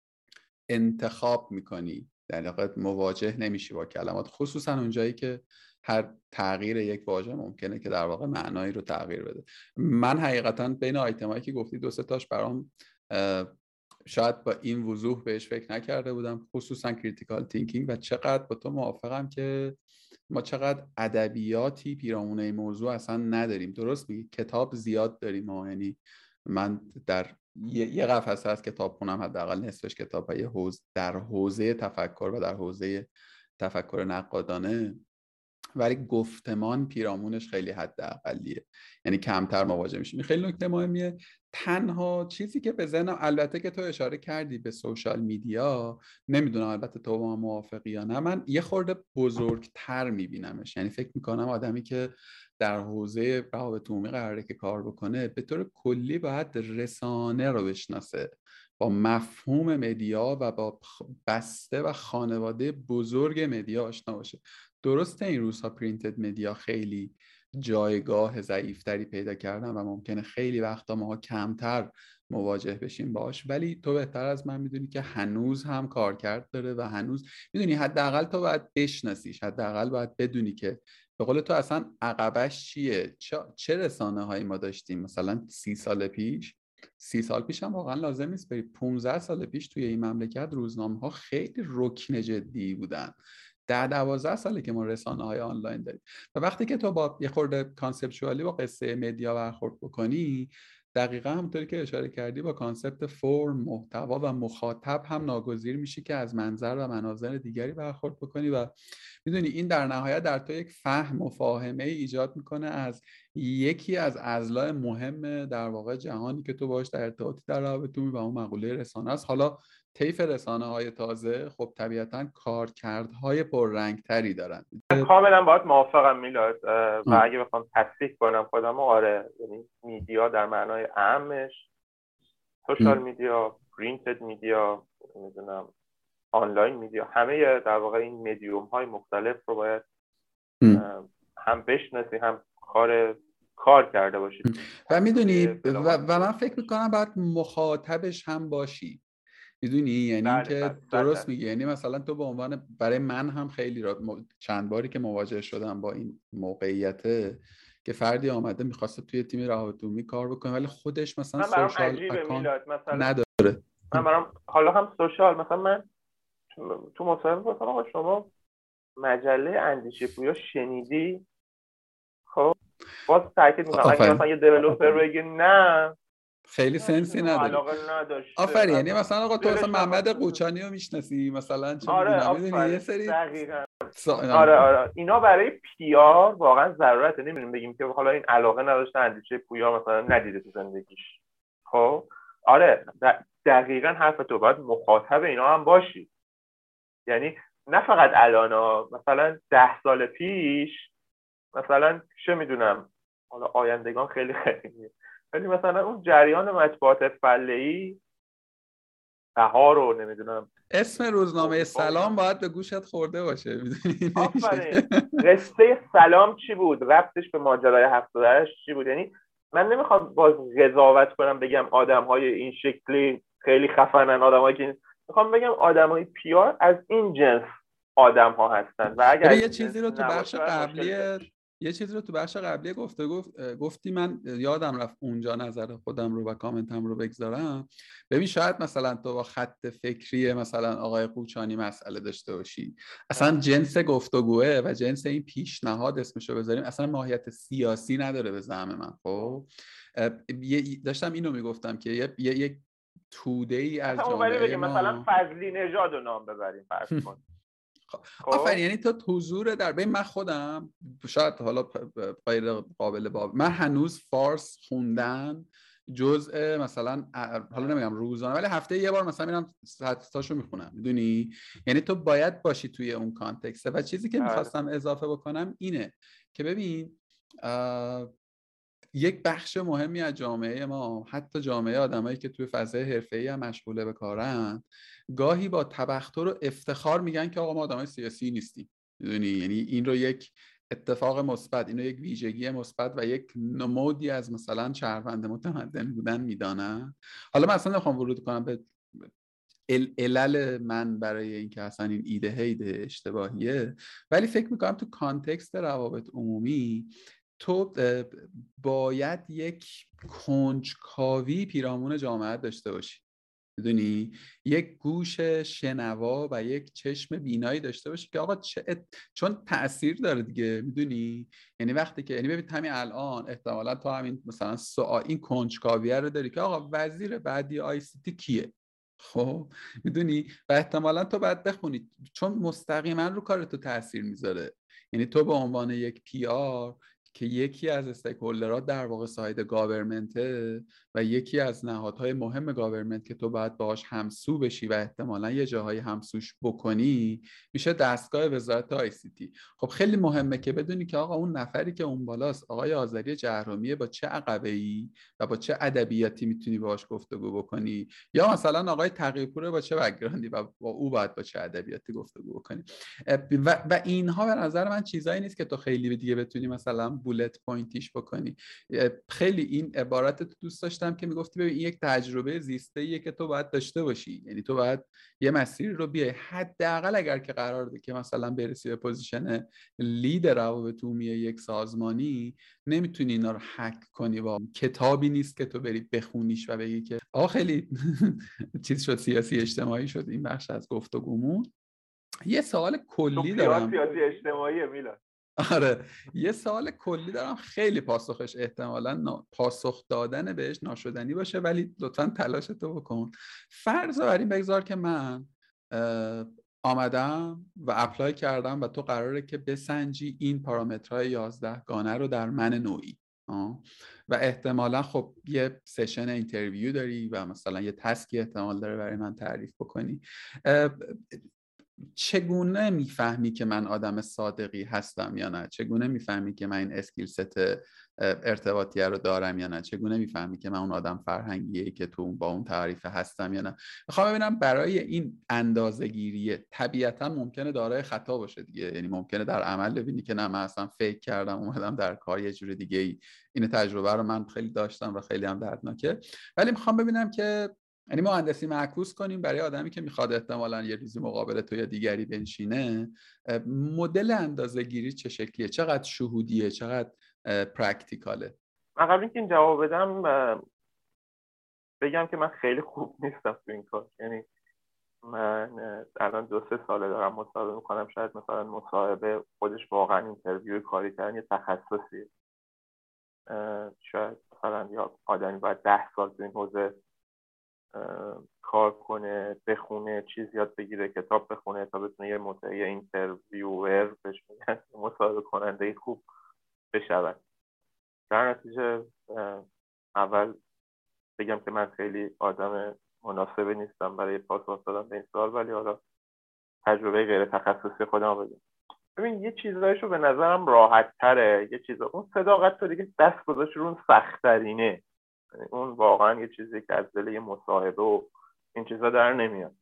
انتخاب میکنی، در واقع مواجه نمیشی با کلمات، خصوصا اونجایی که هر تغییر یک واژه ممکنه که در واقع معنایی رو تغییر بده. من حقیقتا بین آیتمایی که گفتی دو سه تاش برام شاید با این وضوح بهش فکر نکرده بودم، خصوصا کریتیکال تینکینگ. و چقدر با تو موافقم که ما چقدر ادبیاتی پیرامون این موضوع اصلا نداریم. درست میگی، کتاب زیاد داریم ما، یعنی من در یه قفسه از کتاب خونم حداقل نصفش کتاب یه حوزه در حوزه تفکر و در حوزه تفکر نقادانه. ولی گفتمان پیرامونش خیلی حداقلیه، یعنی کمتر مواجه میشیم. این خیلی نکته مهمیه. تنها چیزی که به ذهنم، البته که تو اشاره کردی به سوشال میدیا، نمیدونم البته تو با من موافقی یا نه، من یه خورده بزرگتر میبینمش. یعنی فکر میکنم آدمی که در حوزه روابط عمومی قراره که کار بکنه، به طور کلی باید رسانه رو بشناسه، با مفهوم مدیا و با بسته و خانواده بزرگ مدیا آشنا باشه. درسته این روزها پرینتد مدیا خیلی جایگاه ضعیفتری پیدا کردن و ممکنه خیلی وقتا ماها کمتر مواجه بشیم باش، ولی تو بهتر از من میدونی که هنوز هم کارکرد داره و هنوز میدونی حداقل تو باید بشناسیش، حداقل باید بدونی که به قول تو اصلا عقبش چیه. چه رسانه هایی ما داشتیم مثلا سی سال پیش. سی سال پیش هم واقعا لازم نیست بری، پونزده سال پیش توی این مملکت روزنامه ها خیلی رکن جدی بودن. ده دوازده ساله که ما رسانه های آنلاین داریم و وقتی که تو با یه خورده کانسپچوالی با قصه مدیا برخورد بکنی، دقیقا همونطوری که اشاره کردی با کانسپت فرم، محتوا و مخاطب هم ناگزیر میشی که از منظر و مناظر دیگری برخورد بکنی و میدونی این در نهایت در تو یک فهم و فاهمه ایجاد میکنه از یکی از اضلاع مهم در واقع جهانی که تو باش در ارتباطی در روابط عمومی و اون مقوله رسانه است. حالا طیف رسانه های تازه خب طبیعتاً کارکردهای پررنگتری دارن. من کاملا باهات موافقم میلاد و اگه بخوام تصحیح کنم خودم، آره، یعنی میدیا در معنای اعمش، سوشال میدیا، پرینتد میدیا، نمیدونم آنلاین میدیا، همه در واقع این مدیوم های مختلف رو باید هم بشناسی هم کار کار کرده باشید و میدونی و, و من فکر میکنم باید مخاطبش هم باشی، میدونی یعنی بله اینکه بله درست بله. میگی. یعنی مثلا تو به عنوان، برای من هم خیلی را چند باری که مواجه شدم با این موقعیته که فردی آمده میخواسته توی تیم روابط عمومی کار بکنه ولی خودش مثلا سوشال اکانت نداره. من برام حالا هم سوشال، مثلا من تو مصاحبه گفتم آقا شما مجله اندیشه پویا شنیدی؟ خب باز تاکید میکنم اگه مثلا یه دیولپر بگه نه خیلی سنسی نداری، آفرین. یعنی مثلا آقا تو مثلا محمد قوچانی رو میشناسی مثلا، چه آره میدونم، میدونی یه سری دقیقاً سا... آره آره اینا برای پی آر واقعا ضرورته. نمیدونیم بگیم که حالا این علاقه نداشته اندیشه پویا مثلا ندیده تو زندگیش. خب آره دقیقاً حرف تو، باید مخاطب اینا هم باشی. یعنی نه فقط الان، مثلا ده سال پیش مثلا چه میدونم، حالا آیندگان خیلی خیلی ولی مثلا اون جریان مطبوعات فله‌ای بهار رو نمیدونم، اسم روزنامه سلام باید به گوشت خورده باشه. آفرین. قصه سلام چی بود؟ ربطش به ماجرای هفتاد و هشت چی بود؟ یعنی من نمیخوام باز قضاوت کنم بگم آدم‌های این شکلی خیلی خفنن، آدمایی که میخوام بگم آدمای پیار از این جنس آدم‌ها هستن و اگر یه چیزی رو تو بخش قبلی یه چیزی رو تو بخش قبلی گفته گفت گفتی من یادم رفت اونجا نظر خودم رو و کامنتم رو بگذارم. ببین شاید مثلا تو با خط فکری مثلا آقای قوچانی مسئله داشته باشی، اصلا جنس گفتگوه و جنس این پیشنهاد اسمشو بذاریم اصلا ماهیت سیاسی نداره به زعم من. خب داشتم اینو میگفتم که یه یک توده ای از جامعه ما، مثلا فضلی نژاد رو نام ببریم فرض کن. آفرین. یعنی تو حضور در بین من خودم شاید حالا غیر قابل باب، من هنوز فارس خوندن جزء مثلا حالا نمیگم روزانه ولی هفته یه بار مثلا میرم صد تاشو میخونم، میدونی. یعنی تو باید باشی توی اون کانتکست. و چیزی که میخواستم اضافه بکنم اینه که ببین یک بخش مهمی از جامعه ما، حتی جامعه آدمایی که توی فضای حرفه‌ای هم مشغول به کارن، گاهی با تبختر و افتخار میگن که آقا ما آدمای سیاسی نیستیم، میدونی. یعنی این رو یک اتفاق مثبت، اینو یک ویژگی مثبت و یک نمودی از مثلا شهروند متمدن بودن میدانن. حالا من اصلا نمیخوام ورود کنم به علل من برای اینکه اصلا این ایده ایده اشتباهیه، ولی فکر میکنم تو کانتکست روابط عمومی تو باید یک کنجکاوی پیرامون جامعه داشته باشی، میدونی، یک گوش شنوا و یک چشم بینایی داشته باشی که آقا چه ات... چون تأثیر داره دیگه، میدونی. یعنی وقتی که یعنی ببین همین الان احتمالاً تو همین مثلا سوال این کنجکاویه رو داری که آقا وزیر بعدی آی سی تی کیه، خب میدونی، و احتمالاً تو باید بخونی چون مستقیما رو کار تو تأثیر میذاره. یعنی تو به عنوان یک پی آر که یکی از استیک‌هولدرها در واقع ساید گاورمنته و یکی از نهادهای مهم گاورمنت که تو باید باهاش همسو بشی و احتمالاً یه جاهای همسوش بکنی، میشه دستگاه وزارت آی سی تی. خب خیلی مهمه که بدونی که آقا اون نفری که اون بالاست، آقای آذری جهرومیه، با چه عقبه‌ای و با چه ادبیاتی میتونی باهاش گفتگو بکنی، یا مثلا آقای تقی‌پور با چه بک‌گراندی و با او باید با چه ادبیاتی گفتگو بکنی. و, و اینها به نظر من چیزایی نیست که تو خیلی دیگه بتونی مثلا بولت پوینتیش بکنی. خیلی این عبارت تو دوست داشتم که میگفتی ببین این یک تجربه زیسته‌ایه که تو باید داشته باشی، یعنی تو باید یه مسیری رو بیای، حداقل اگر که قراره که مثلا برسی به پوزیشن لید روابط عمومی یک سازمانی، نمیتونی اینا رو هک کنی. با کتابی نیست که تو بری بخونیش و بگی که آقا خیلی چیز شد، سیاسی اجتماعی شد این بخش از گفتگومون. یه سوال کلی دارم. سیاسی اجتماعی میلاد. آره یه سوال کلی دارم، خیلی پاسخش احتمالاً نا... پاسخ دادن بهش ناشدنی باشه، ولی لطفاً تلاشتو بکن. فرض بر این بگذار که من آمدم و اپلای کردم و تو قراره که بسنجی این پارامترهای یازده گانه رو در من نوعی آه. و احتمالاً خب یه سشن اینترویو داری و مثلا یه تسکی احتمال داره برای من تعریف بکنی. چگونه میفهمی که من آدم صادقی هستم یا نه؟ چگونه میفهمی که من این اسکیل ست ارتباطیه رو دارم یا نه؟ چگونه میفهمی که من اون آدم فرهنگیه که تو با اون تعریف هستم یا نه؟ میخوام ببینم برای این اندازه‌گیری طبیعتا ممکنه دارای خطا باشه دیگه، یعنی ممکنه در عمل ببینی که نه من اصلا فیک کردم اومدم در کار یه جور دیگه ای. این تجربه رو من خیلی داشتم و خیلی هم دردناکه، ولی میخوام ببینم که یعنی مهندسی معکوس کنیم برای آدمی که میخواد احتمالاً یه روزی مقابل تو یا دیگری بنشینه، مدل اندازه‌گیری چه شکلیه؟ چقدر شهودیه؟ چقدر پرکتیکاله؟ من قبل اینکه این جواب بدم بگم که من خیلی خوب نیستم تو این کار. یعنی من الان دو سه ساله دارم مصاحبه میکنم. شاید مثلا مصاحبه خودش واقعا اینترویو کاری کردن یه تخصصیه. شاید مثلا یا آدمی باید ده سال تو این حوزه کار کنه، بخونه، چیز یاد بگیره، کتاب بخونه تا بتونه یه مدعی اینترویور بهش میگن مصاحبه کننده خوب بشود. در نتیجه اول بگم که من خیلی آدم مناسبی نیستم برای پاسخ دادن به این سوال، ولی حالا تجربه غیر تخصصی خودم بگم. ببین یه چیزایشو به نظرم راحت تره، یه چیزا اون صداقت تو دیگه دست گذاشت رو اون سخت ترینه. اون واقعا یه چیزی که از دل یه مصاحبه و این چیزا در نمیاد.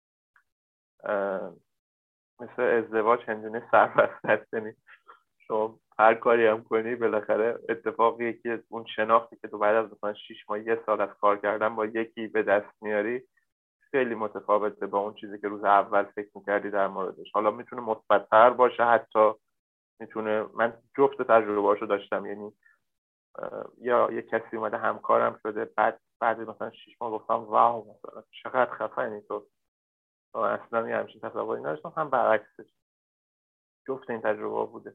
مثل ازدواج هندونه سربسته نیست. شما هر کاری هم کنی بالاخره اتفاقی که اون شناختی که تو بعد از مثلا شش ماه یه سال از کار کردن با یکی به دست میاری خیلی متفاوته با اون چیزی که روز اول فکر میکردی در موردش. حالا میتونه مثبت‌تر باشه، حتی میتونه، من جفت تجربه‌اشو داشتم. یعنی یا یه کسی اومده همکارم شده، بعد بعد مثلا شش ماه گفتم واو مثلا چقدر خفنی تو، اصلا یه همچین تصوری نداشتم. هم برعکسش، جفت این تجربه بوده.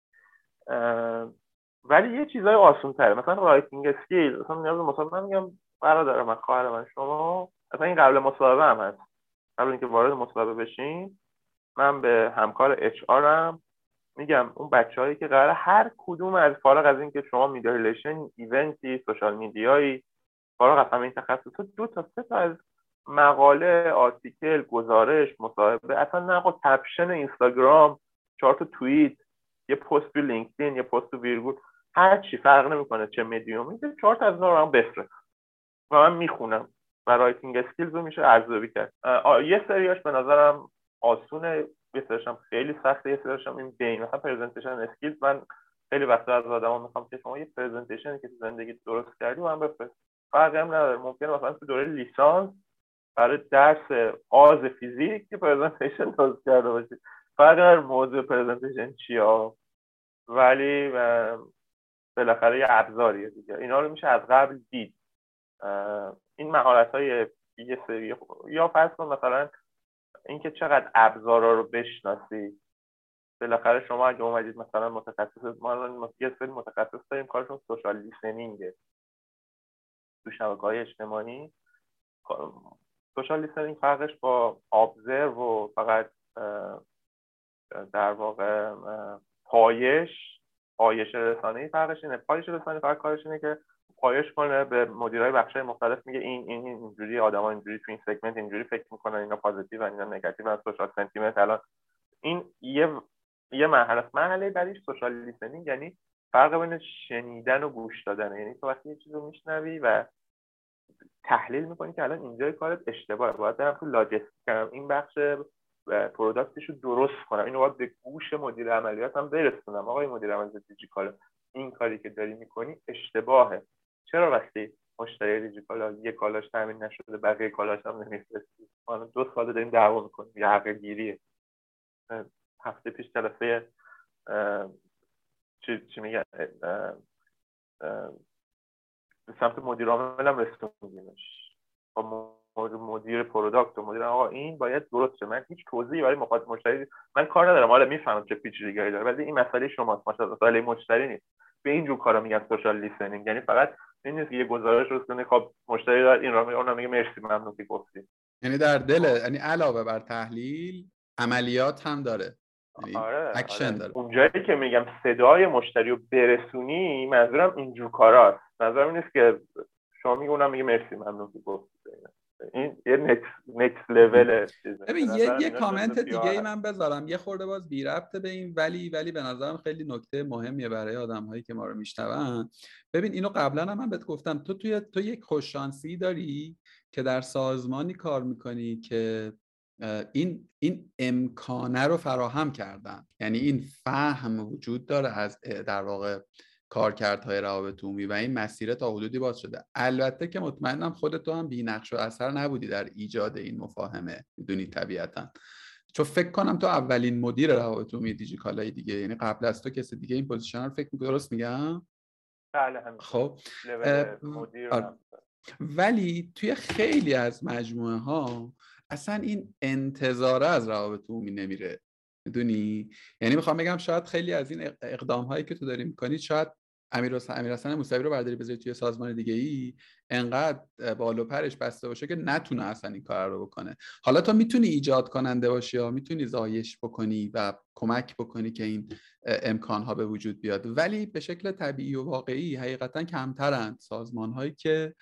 ولی یه چیزای آسان تره، مثلا رایتینگ اسکیل. مثلا نیاز به مصاحبه، من میگم برادر من، خواهر من، شما مثلا این قبل مصاحبه هم هست، قبل اینکه وارد مصاحبه بشین من به همکار اچ آرم میگم اون بچه‌هایی که قراره هر کدوم از فارغ از اینکه شما میدیا ریلیشن، ایونتی، سوشال میدیایی، فارغ از همین تخصصات، دو تا سه تا از مقاله، آرتیکل، گزارش، مصاحبه، اصلا نقد، کپشن اینستاگرام، چهار تا توییت، یه پست تو لینکدین، یه پست تو ویرگول، هر چی فرق نمیکنه چه مدیومی، که چهار تا از اینا رو من بفرست و من میخونم و رایتینگ اسکیلز رو میشه ارزیابی کرد. یه سریاش به نظرم آسونه، یه سریاش هم خیلی سخته، یه سریاش هم این بین. مثلا پرزنتیشن اسکیلز من خیلی وقتا از آدما میخوام که شما یه پرزنتیشن که تو زندگی درست کردی و من بفرست. فرقی هم نداره، ممکنه مثلا تو دوره لیسانس برای درس آز فیزیک که پرزنتیشن درست کرده باشی، فرقی نداره موضوع پرزنتیشن چیه، ولی بالاخره یه ابزاریه دیگه. اینا رو میشه از قبل دید. این مهارت‌های یه سری، یا فرض کن مثلا اینکه چقدر ابزارا رو بشناسی. بالاخره شما اگه اومدید مثلا متخصص، ما یه سری متخصص داریم کارشون سوشال لیسنینگه تو شبکه‌های اجتماعی. سوشال لیسنینگ فرقش با ابزرو و فقط در واقع پایش پایش رسانه‌ای فرقش اینه. پایش رسانه‌ای فقط کارش اینه که پایش کنه به مدیرای بخش‌های مختلف، میگه این این اینجوری آدما اینجوری تو این سگمنت اینجوری فکر میکنن، اینا پوزیتیو و اینا نگاتیو و سوشال سنتیمنت. الان این یه یه مرحله است. مرحله بعدیش سوشال لیسنینگ، یعنی فرق بین شنیدن و گوش دادن. یعنی تو وقتی یه چیزی رو میشنوی و تحلیل میکنی که الان اینجای کارت اشتباهه، باید برم تو لاجستیکم این بخش پروداکتش رو درست کنم، اینو باید به گوش مدیر عملیاتم برسونم. آقای مدیر عملیات دیجیکالا، این کاری که داری میکنی اشتباهه. چرا وقتی مشتری دیجیکالا یک کالاش تامین نشده بقیه کالاش هم نمیفرستی؟ ما دو سال داریم دعوا میکنیم، یه حق گیریه. هفته پیش جلسه چی چی میگن به سمت مدیر عامل هم رسوندیمش با مدیر پروداکت و مدیر، آقا این باید درست شه. من هیچ توضیحی برای مخاطب مشتری من کار ندارم، حالا میفهمم چه پیچیدگی داره، ولی این مسئله شماست، مسئله مشتری نیست. به این جور کارا میگن سوشال لیسنینگ. یعنی فقط این نیست که یه گزارش رو کنی خب مشتری داره این رو میگه، اون میگه مرسی ممنون که گفتی. یعنی در دل، یعنی علاوه بر تحلیل عملیات هم داره، یعنی آره اکشن آره. داره. اونجایی که میگم صدای مشتری رو برسونی، منظورم اینجور کاراست. منظورم این نیست که شما میگه اونم میگه مرسی ممنون که گفتی. این یه نکس نکس لول چیزه. ببین یه یه کامنت دیگه ای من بذارم، یه خورده باز بی ربطه به این، ولی ولی به نظرم خیلی نکته مهمیه برای آدم‌هایی که ما رو میشنون. ببین اینو قبلا هم من بهت گفتم، تو توی تو یک خوششانسی داری که در سازمانی کار میکنی که این این امکانه رو فراهم کردن، یعنی این فهم وجود داره از در واقع کارکردهای روابط عمومی و این مسیر تا حدودی باز شده. البته که مطمئنم خودت تو هم بی‌نقش و اثر نبودی در ایجاد این مفاهمه، میدونی طبیعتاً، چون فکر کنم تو اولین مدیر روابط عمومی دیجیکالای دیگه، یعنی قبل از تو کسی دیگه این پوزیشن رو فکر می‌کنی، درست میگم؟ بله همین. خب مدیر آره. ولی توی خیلی از مجموعه ها اصلا این انتظاره از روابط عمومی نمیره، میدونی؟ یعنی میخوام بگم شاید خیلی از این اقدام هایی که تو داری میکنی، شاید امیر حسن موسوی رو برداری بذاری توی سازمان دیگه ای، انقدر بال و پرش بسته باشه که نتونه اصلا این کار رو بکنه. حالا تو میتونی ایجاد کننده باشی یا میتونی زایش بکنی و کمک بکنی که این امکان ها به وجود بیاد، ولی به شکل طبیعی و واقعی حقیقتا کمترند سازمان هایی که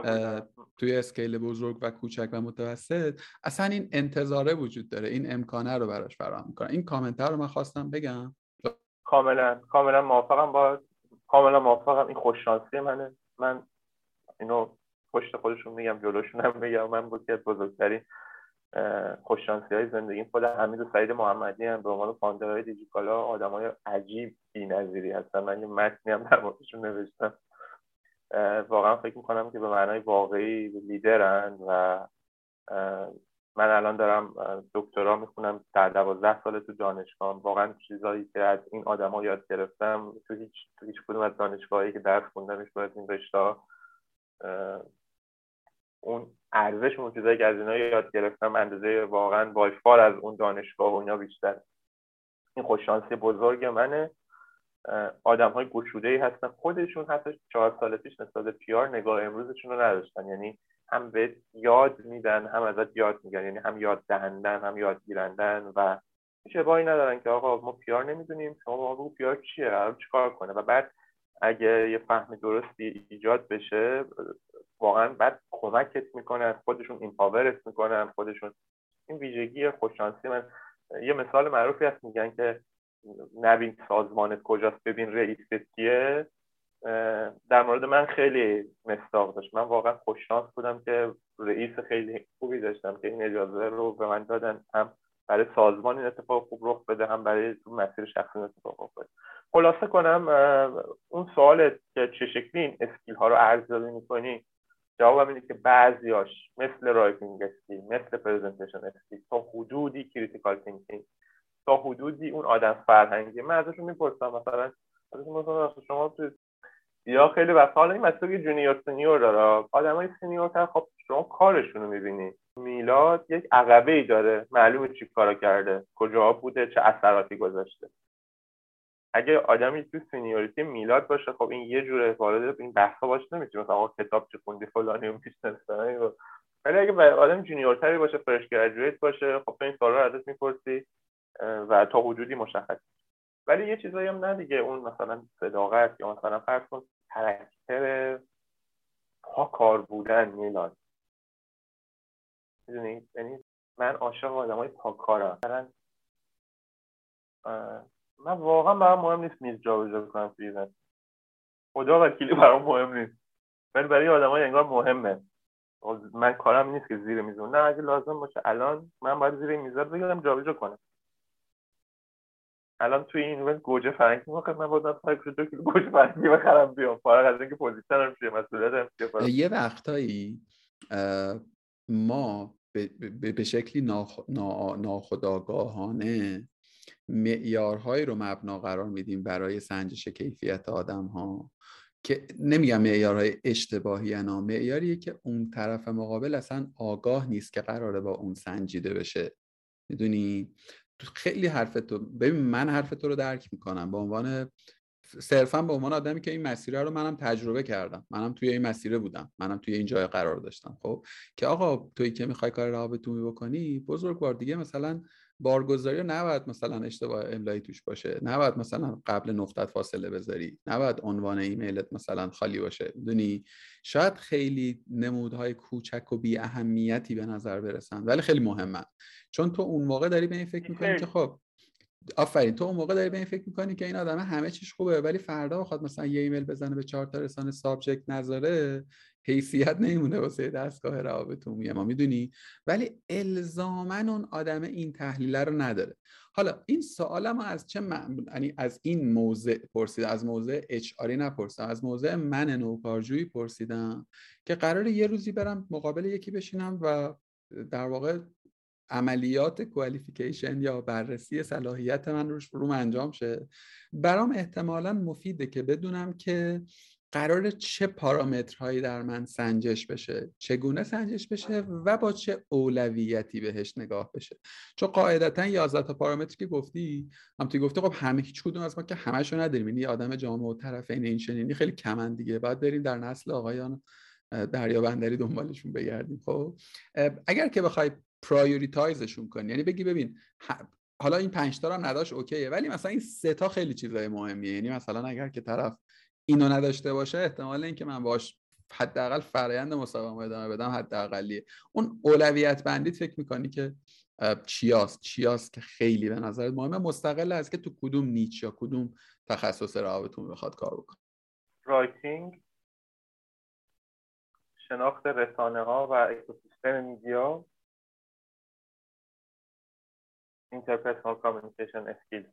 توی اسکیل بزرگ و کوچک و متوسط اصلا این انتظاره وجود داره، این امکانه رو براش فراهم میکنن. این کامنت رو من خواستم بگم. کاملا کاملا موافقم با کاملا موافقم. این خوششانسی منه. من اینو پشت خودشون میگم، جلوشون هم میگم. من بود که بزرگترین خوششانسی های زندگی خود حمید و سعید محمدی هم به عنوان فاوندرهای دیجیکالا آدمای عجیب بی‌نظیری هستن. من یه متنی هم در موردشون نوشتم. واقعا فکر میکنم که به معنای واقعی لیدرن و من الان دارم دکترا میخونم، در دوازده سال تو دانشگاه. واقعا چیزایی که از این آدما یاد گرفتم تو هیچ تو هیچ کدوم از دانشگاهایی که درس خوندمش باید این رشته‌ها اون ارزش اون چیزایی که از اینا یاد گرفتم اندازه واقعا وایفار از اون دانشگاه و اینا بیشتر. این خوششانسی بزرگ منه. آدم‌های گشوده‌ای هستن، خودشون حتی چهار سال پیش نسبت به پی آر نگاه امروزشون رو نداشتن. یعنی هم به یاد میدن هم ازت یاد میگن، یعنی هم یاد دهندن هم یاد گیرندن و هیچ ابایی ندارن که آقا ما پی آر نمیدونیم، شما ما بگو پی آر چیه، الان چیکار کنه. و بعد اگه یه فهم درستی ایجاد بشه واقعا بعد کمکت میکنن، خودشون ایمپاورت میکنن خودشون. این ویژگی خوششانسی من. یه مثال معروفی هست میگن که نبین سازمانت کجاست ببین رئیست کیه. در مورد من خیلی مصداق داشت. من واقعا خوششانس بودم که رئیس خیلی خوبی داشتم که این اجازه رو به من دادن، هم برای سازمان این اتفاق خوب رخ بده هم برای مسیر شخصی اتفاق رخ بده. خلاصه کنم اون سوالت که چه شکلی این اسکیل ها رو ارزیابی می‌کنی، جوابم اینه که بعضیاش مثل رایتینگ اسکیل، مثل پرزنتیشن اسکیل، تا حدودی کریتیکال تینکینگ، تا حدودی اون آدم فرهنگی. من ازشون میپرسم مثلا ازشون مثلا شما تو یا خیلی وقتا حالا این مسئله جونیور سینیور داره، آدمای سینیورتر خب شما کارشون رو میبینی. میلاد یک عقبه‌ای داره، معلومه چی کارا کرده، کجا بوده، چه اثراتی گذاشته. اگه آدمی تو سینیوریتی میلاد باشه خب این یه جوره وارد این بحثا باشه، نمیتونه مثلا آقا کتاب چه خوندی فلانی رو میشناسه. ولی اگه آدم جونیورتری باشه، فرش گریجویت باشه، خب این سوالا رو ازش میپرسی و تا حدودی مشخص. ولی یه چیزایی هم نه دیگه، اون مثلا صداقت یا مثلا فرض کن کاراکتر پا کار بودن میلاد، میدونی؟ یعنی من عاشق آدمای پاکارم. مثلا من واقعا برام مهم نیست میز جابجا کنم توی ایونت، خدا وکیلی برام مهم نیست، ولی برای آدمای انگار مهمه. من کارم نیست که زیر میز، نه اگه لازم باشه الان من باید زیر میز رو بگیرم جابجا کنم. الان توی این ایونت گوجه فرنگی میخواد، من باید فرق دو کیلو گوجه فرنگی بخرم بیام، فارغ از اینکه پوزیشنم چیه، مسئولیتم چیه. یه وقتایی ما به, به شکلی ناخ... نا... ناخودآگاهانه معیارهایی رو مبنا قرار میدیم برای سنجش کیفیت آدم ها که نمیگم معیارهای اشتباهی انا، معیاریه که اون طرف مقابل اصلا آگاه نیست که قراره با اون سنجیده بشه. میدونی خیلی حرف تو، ببین من حرف تو رو درک میکنم به عنوان صرفا به عنوان آدمی که این مسیر رو منم تجربه کردم، منم توی این مسیر بودم، منم توی این جای قرار داشتم. خب که آقا تویی که میخوای کار روابط عمومی بکنی، بزرگوار دیگه مثلا بارگذاری رو نباید مثلا اشتباه املایی توش باشه، نباید مثلا قبل نقطه فاصله بذاری، نباید عنوان ایمیلت مثلا خالی باشه. میدونی شاید خیلی نمودهای کوچک و بی اهمیتی به نظر برسن ولی خیلی مهمن، چون تو اون موقع داری به این فکر میکنی که خب آفرین، تو اون موقع داری به این فکر میکنی که این آدمه همه چیش خوبه، ولی فردا بخواد مثلا یه ایمیل بزنه به چهار تا رسانه سابجکت نذاره، حیثیت نمیمونه واسه دستگاه روابط عمومی ما. میدونی ولی الزاما اون آدمه این تحلیل رو نداره. حالا این سوالمو از چه من... یعنی از این موضع پرسیدم، از موضع اچ آری نپرسیدم، از موضع من نوکارجویی پرسیدم که قراره یه روزی برم مقابل یکی بشینم و در واقع عملیات کوالیفیکیشن یا بررسی صلاحیت من روش روم انجام شه. برام احتمالاً مفیده که بدونم که قرار چه پارامترهایی در من سنجش بشه، چگونه سنجش بشه و با چه اولویتی بهش نگاه بشه. چون قاعدتاً یازده تا پارامتر که گفتی، هم تو گفتی خب همه هیچ کدوم از ما که همشو نداریم، یعنی آدم جامع و طرفین این چنینی خیلی کمن دیگه، بعد بریم در نسل آقایان دریابندری دنبالشون بگردیم. خب اگر که بخوای پرایوریتایزشون کنی، یعنی بگی ببین حالا این پنج تا هم نداشت اوکیه، ولی مثلا این سه تا خیلی چیزای مهمیه، یعنی مثلا اگر که طرف اینو نداشته باشه احتمال اینکه من باش حداقل فرآیند مسابقه ادامه بدم حداقلیه. اون اولویت بندیت فکر میکنی که چیاست چیاست که خیلی به نظرت مهمه، مستقل از که تو کدوم نیچ یا کدوم تخصص روابطتون بخواد کار بکنه؟ رایتینگ، شناخت رسانه ها و اکوسیستم میدیا، اینترپرسونال کامیونیکیشن اسکیل،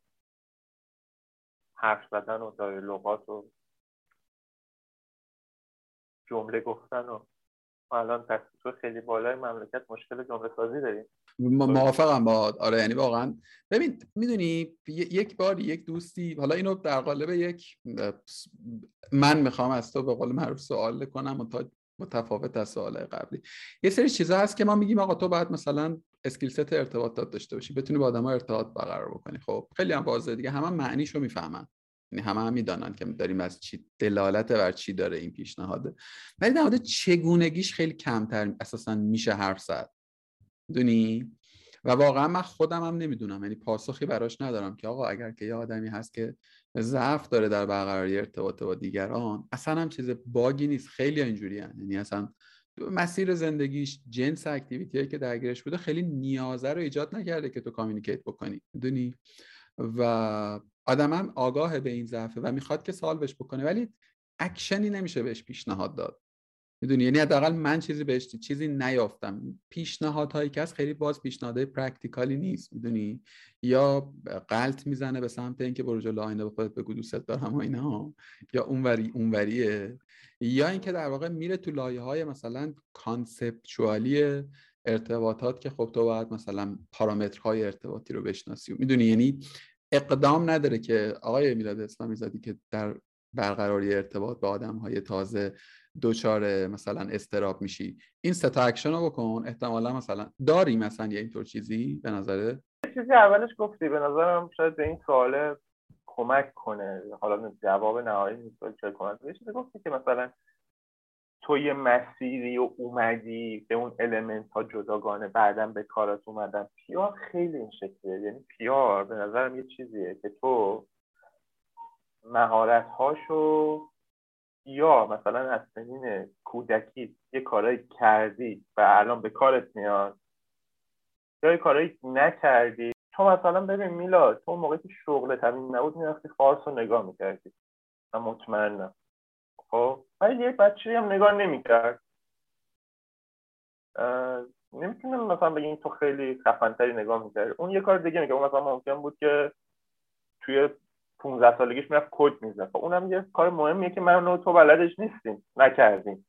حرف زدن و دیالوگات و جمله گفتن و الان تخصص خیلی بالای مملکت مشکل جمله سازی داریم. موافقم با آره، یعنی واقعا ببین میدونی یک بار یک دوستی، حالا اینو در قالب یک من میخوام از تو به قول معروف سوال کنم متفاوت از سوال قبلی، یه سری چیزا هست که ما میگیم آقا تو باید مثلا اسکیل ست ارتباطات داشته باشی، بتونی با آدم‌ها ارتباط برقرار بکنی. خب خیلی هم واضحه دیگه، همه هم معنیشو میفهمن، یعنی همه هم میدونن که داریم از چی دلالت بر چی داره این پیشنهاده، ولی در مورد چگونگیش خیلی کمتر اساسا میشه حرف زد. میدونی و واقعا من خودم هم نمیدونم، یعنی پاسخی براش ندارم که آقا اگر که یه آدمی هست که ضعف داره در برقراری ارتباط با دیگران، اصلا هم چیز باگی نیست، خیلی اینجوری هست، یعنی اصلا مسیر زندگیش جنس اکتیویتیایی که درگیرش بوده خیلی نیازه رو ایجاد نکرده که تو کامیونیکیت بکنی. میدونی و آدم هم آگاه به این ضعفه و میخواد که سالوش بکنه، ولی اکشنی نمیشه بهش پیشنهاد داد. میدونی یعنی حداقل من چیزی بهش چیزی نیافتم. پیشنهادهایی که از خیلی باز پیشنهادهای پرکتیکالی نیست، میدونی، یا غلط میزنه به سمت اینکه برو جلو آینه به خودت بگو دوست دارم و اینا، یا اونوری اونوریه، یا اینکه در واقع میره تو لایه‌های مثلا کانسپچوالی ارتباطات که خب تو باید مثلا پارامترهای ارتباطی رو بشناسی. میدونی یعنی اقدام نداره که آقای میلاد اسلامی زادی که در برقراری ارتباط با آدم‌های تازه دوچار مثلا استراب میشی، این سه تا اکشن رو بکن. احتمالا مثلا داری مثلا یه اینطور چیزی به نظره؟ چیزی اولش گفتی به نظرم شاید به این سوال کمک کنه، حالا جواب نهایی نیست چه کمک کنه. چیزی گفتی که مثلا تو یه مسیری و اومدی به اون المنت ها جداگانه بعداً به کارت اومدن. پیار خیلی این شکلیه، یعنی پیار به نظرم یه چیزیه که تو مهارت‌هاشو یا مثلا از سنین کودکی یه کارایی کردی و الان به کارت میاد، یا یه کارایی نکردی. تو مثلا ببین میلاد، تو موقعی که شغلت همین نبود میرفتی فارس رو نگاه میکردی، من مطمئنم. خب ولی یه بچه‌ای هم نگاه نمیکرد. نمیتونم مثلا بگیم تو خیلی خفن‌تری نگاه میکرد، اون یه کار دیگه میگه. اون مثلا ممکن بود که توی پونزده سالگیش میرفت کد میزد. خب اونم یه کار مهمیه که من و تو بلدش نیستیم، نکردیم.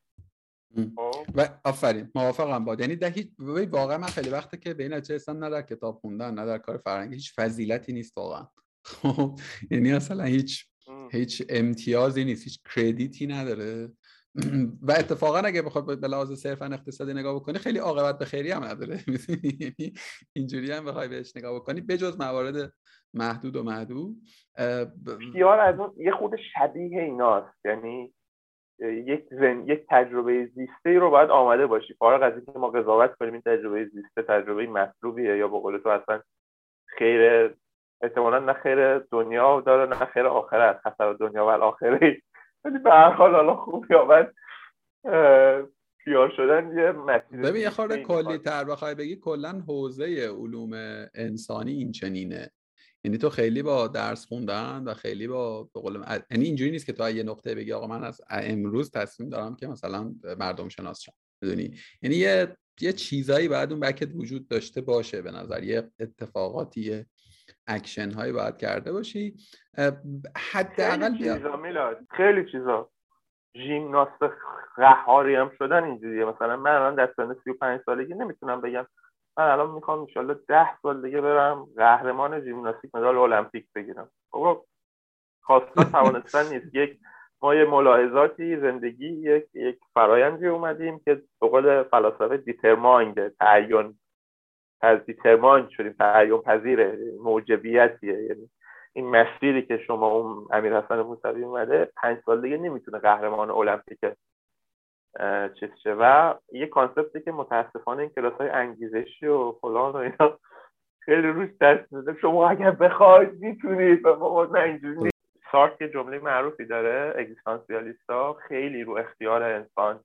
و آفرین، موافقم با. یعنی در هیچ واقعا من خیلی وقته که به این نتیجه رسیدم، نه در کتاب خوندن نه در کار فرهنگی هیچ فضیلتی نیست واقعا. خب یعنی اصلا هیچ هیچ امتیازی نیست، هیچ کردیتی نداره. و اتفاقا اگه بخوای به لحاظ صرفا اقتصادی نگاه بکنی خیلی عاقبت به خیری هم نداره. یعنی اینجوری هم بخوای بهش نگاه بکنی بجز موارد محدود و معدود. پیار از اون یه خود شبیه ایناست، یعنی یک زن... یک تجربه زیسته رو باید آماده باشی، فارغ از اینکه ما قضاوت کنیم این تجربه زیسته تجربه مطلوبیه یا به قول تو اصلا خیر، احتمالاً نه خیر دنیا داره نه خیر آخرت، خسر دنیا و الاخره. ولی به هر حال حالا خوب یا بد پیار شدن یه مسیر. ببین یه خورده کلی تر بخوای بگی کلا حوزه علوم انسانی این چنینه. یعنی تو خیلی با درس خوندن و خیلی با به قول من، یعنی اینجوری نیست که تو یه نقطه بگی آقا من از امروز تصمیم دارم که مثلا مردم شناس شم، میدونی؟ یعنی یه یه چیزایی باید اون بکت وجود داشته باشه، به نظر یه اتفاقاتی، اکشن هایی باید کرده باشی حداقل. خیلی چیزا میلاد، خیلی چیزا. ژیمناست قهاری هم شدن اینجوریه. مثلا من الان در سن سی و پنج سالگی نمیتونم بگم من الان میخوام ان شاءالله ده سال دیگه برم قهرمان ژیمناستیک مدال المپیک بگیرم. خب خواستن توانستن نیست. یک ما یه ملاحظاتی زندگی یک یک فرایندی اومدیم که به قول فلاسفه دیترمایند، تعین از دیترمایند شدیم، تعین پذیر موجبیتیه. یعنی این مسیری که شما اون امیرحسن موسوی اومده پنج سال دیگه نمیتونه قهرمان المپیک چیز شه. و یه کانسپتی که متاسفانه این کلاس‌های انگیزشی و فلان و اینا خیلی روش دست میده، شما اگر بخواید میتونید. بابا نه اینجوری نیست. سارت یه جمله معروفی داره، اگزیستانسیالیستا خیلی رو اختیار انسان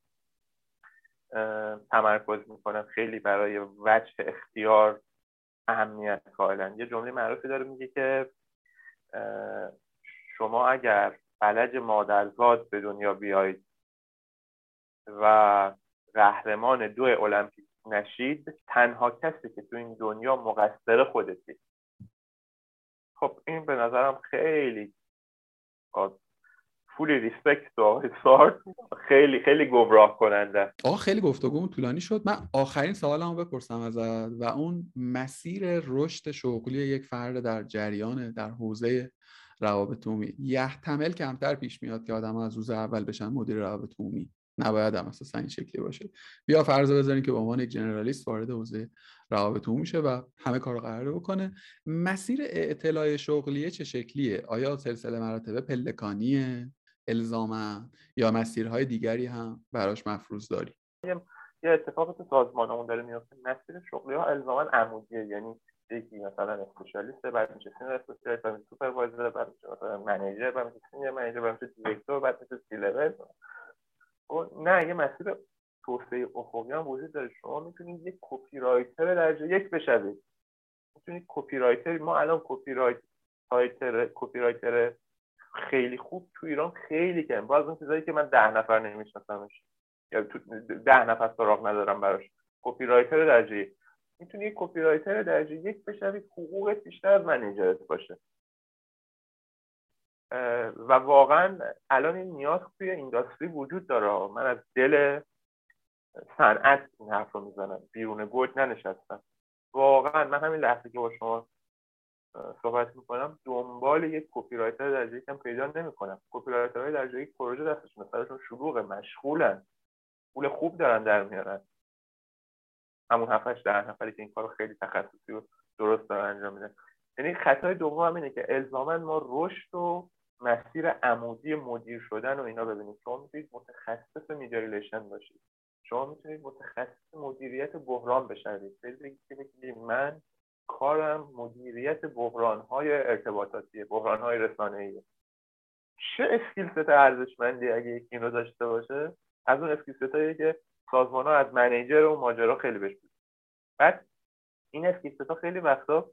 تمرکز میکنن، خیلی برای وجه اختیار اهمیت قائلن. یه جمله معروفی داره میگه که شما اگر فلج مادرزاد به دنیا بیایید و قهرمان دو المپیک نشید، تنها کسی که تو این دنیا مقصر خودتی. خب این به نظرم خیلی فولی ریسپکت تو سارت، خیلی خیلی گمراه کننده. آقا خیلی گفتگومون طولانی شد. من آخرین سوالمو بپرسم ازت و اون مسیر رشد شغلی یک فرد در جریان در حوزه روابط عمومی یحتمل کمتر پیش میاد که آدم از روز اول بشن مدیر روابط عمومی؟ نباید هم اساسا این شکلی باشه. بیا فرض بذاریم که به عنوان یک جنرالیست وارد حوزه روابط عمومی شه و همه کارو قراره بکنه. مسیر اطلاع شغلیه چه شکلیه؟ آیا سلسله مراتب پلکانیه الزاما یا مسیرهای دیگری هم براش مفروض داری؟ یه اتفاقی تو سازمانمون داره میفته، مسیر شغلی ها الزاما عمودیه. یعنی یکی مثلا اسپشیالیست، بعد میشه سینیر اسپشیالیست، بعد میشه سوپروایزر، بعد میشه مثلا منیجر، بعد میشه سینیر منیجر، بعد میشه دیرکتور، بعد میشه سی لول. نه یه مسیر توسعه افقی هم وجود داره. شما میتونید یک کپی رایتر درجه یک بشوید. میتونید کپی رایتر، ما الان کپی رایتر کپی رایتر خیلی خوب تو ایران خیلی کم، باز اون چیزایی که من ده نفر نمیشناسمش یا تو ده نفر سراغ ندارم براش. کپی رایتر درجه یک میتونی یک کپی رایتر درجه یک بشوی، حقوقت بیشتر از منیجرت باشه. و واقعا الان این نیاز توی اینداستری وجود داره. من از دل صنعت این حرف رو میزنم، بیرون گوش ننشستم. واقعا من همین لحظه که با شما صحبت میکنم دنبال یک کپی رایتر درجه یک هم پیدا نمیکنم. کپی رایترهای درجه یک پروژه دستشون سرشون شلوغه، مشغولن، پول خوب دارن در میارن. همون هفت هشت ده نفری که این کارو خیلی تخصصی و درست دارن انجام میدن. یعنی خطای دوم هم اینه که الزاما ما رشد و مسیر عمودی مدیر شدن و اینا ببینید. شما میتونید متخصص میدیا ریلیشن باشید، شما میتونید متخصص مدیریت بحران بشید. ببینید من کارم مدیریت بحران‌های ارتباطاتی، بحران‌های رسانه‌ای. چه اسکیل ست ارزشمندی اگه یکی اینو داشته باشه، از اون اسکیل ستایی که سازمان‌ها از منیجر و ماجرا خیلی بهش بود. بعد این اسکیل ست‌ها خیلی وقتا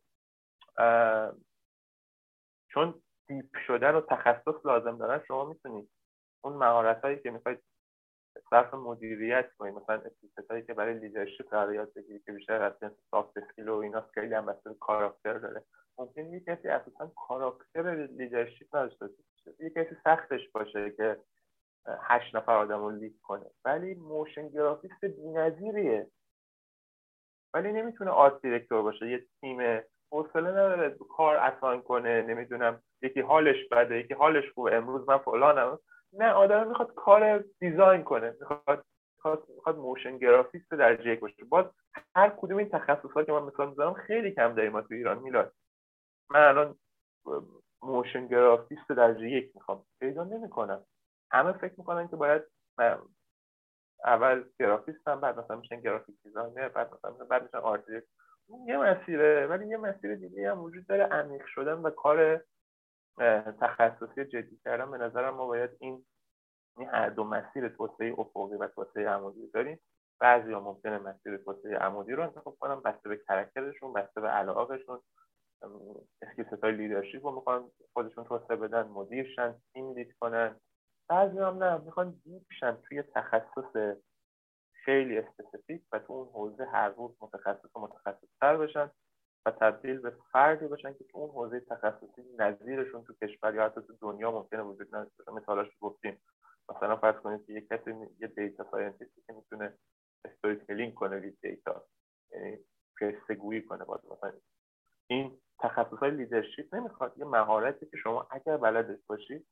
چون دیپ شدن و تخصص لازم دارن، شما میتونید اون مهارتایی که میخواید صرف مدیریت کنید، مثلا اسکیل ستایی که برای لیدرشپ قرار یاد بگیرید که بیشتر از جنس سافت اسکیل و اینا، خیلی هم بحث کاراکتر داره. ممکنه یک کسی اساسا کاراکتر لیدرشپ نداشته باشه، یک کسی سختش باشه که هشت نفر آدم رو لید کنه، ولی موشن گرافیست بی‌نظیریه، ولی نمیتونه آرت دیرکتور باشه. یه تیم حوصله نداره کار اساین کنه، نمیدونم یکی حالش بده یکی حالش خوبه، امروز من فلانم. نه، آدم میخواد کار دیزاین کنه، میخواد میخواد میخواد موشن گرافیست درجه یک باشه. باز هر کدوم این تخصصا که من مثال میذارم خیلی کم داریم ما تو ایران. میلاد، من الان موشن گرافیست درجه یک میخوام، پیدا نمیکنم. همه فکر میکنن که باید اول گرافیستم، بعد مثلا میشن گرافیک دیزاینر، بعد مثلا بعد میشن آرتیست. یه مسیره، ولی یه مسیر دیگه هم وجود داره، عمیق شدن و کار تخصصی جدی کردن. به نظرم ما باید این این هر دو مسیر، توسعه افقی و توسعه عمودی داریم. بعضیا ممکنه مسیر توسعه عمودی رو انتخاب کنن بسته به کاراکترشون، بسته به علاقهشون، اسکیل ستای لیدرشپ رو میخوان خودشون توسعه بدن، مدیر شن، تیم لید کنن. بعضی هم نه، میخوان دیپ شن توی تخصص خیلی اسپسیفیک و تو اون حوزه هر روز متخصص و متخصص‌تر بشن و تبدیل به فردی بشن که تو اون حوزه تخصصی نظیرشون تو کشور یا حتی تو دنیا ممکنه وجود نداشته باشه. مثالاش رو گفتیم، مثلا فرض کنید که یک کسی یه دیتا ساینتیستی که میتونه استوری تلینگ کنه ویز دیتا، یعنی قصه گویی کنه. باز مثلا این تخصص‌های لیدرشپ نمیخواد یه مهارتی که شما اگر بلدش باشید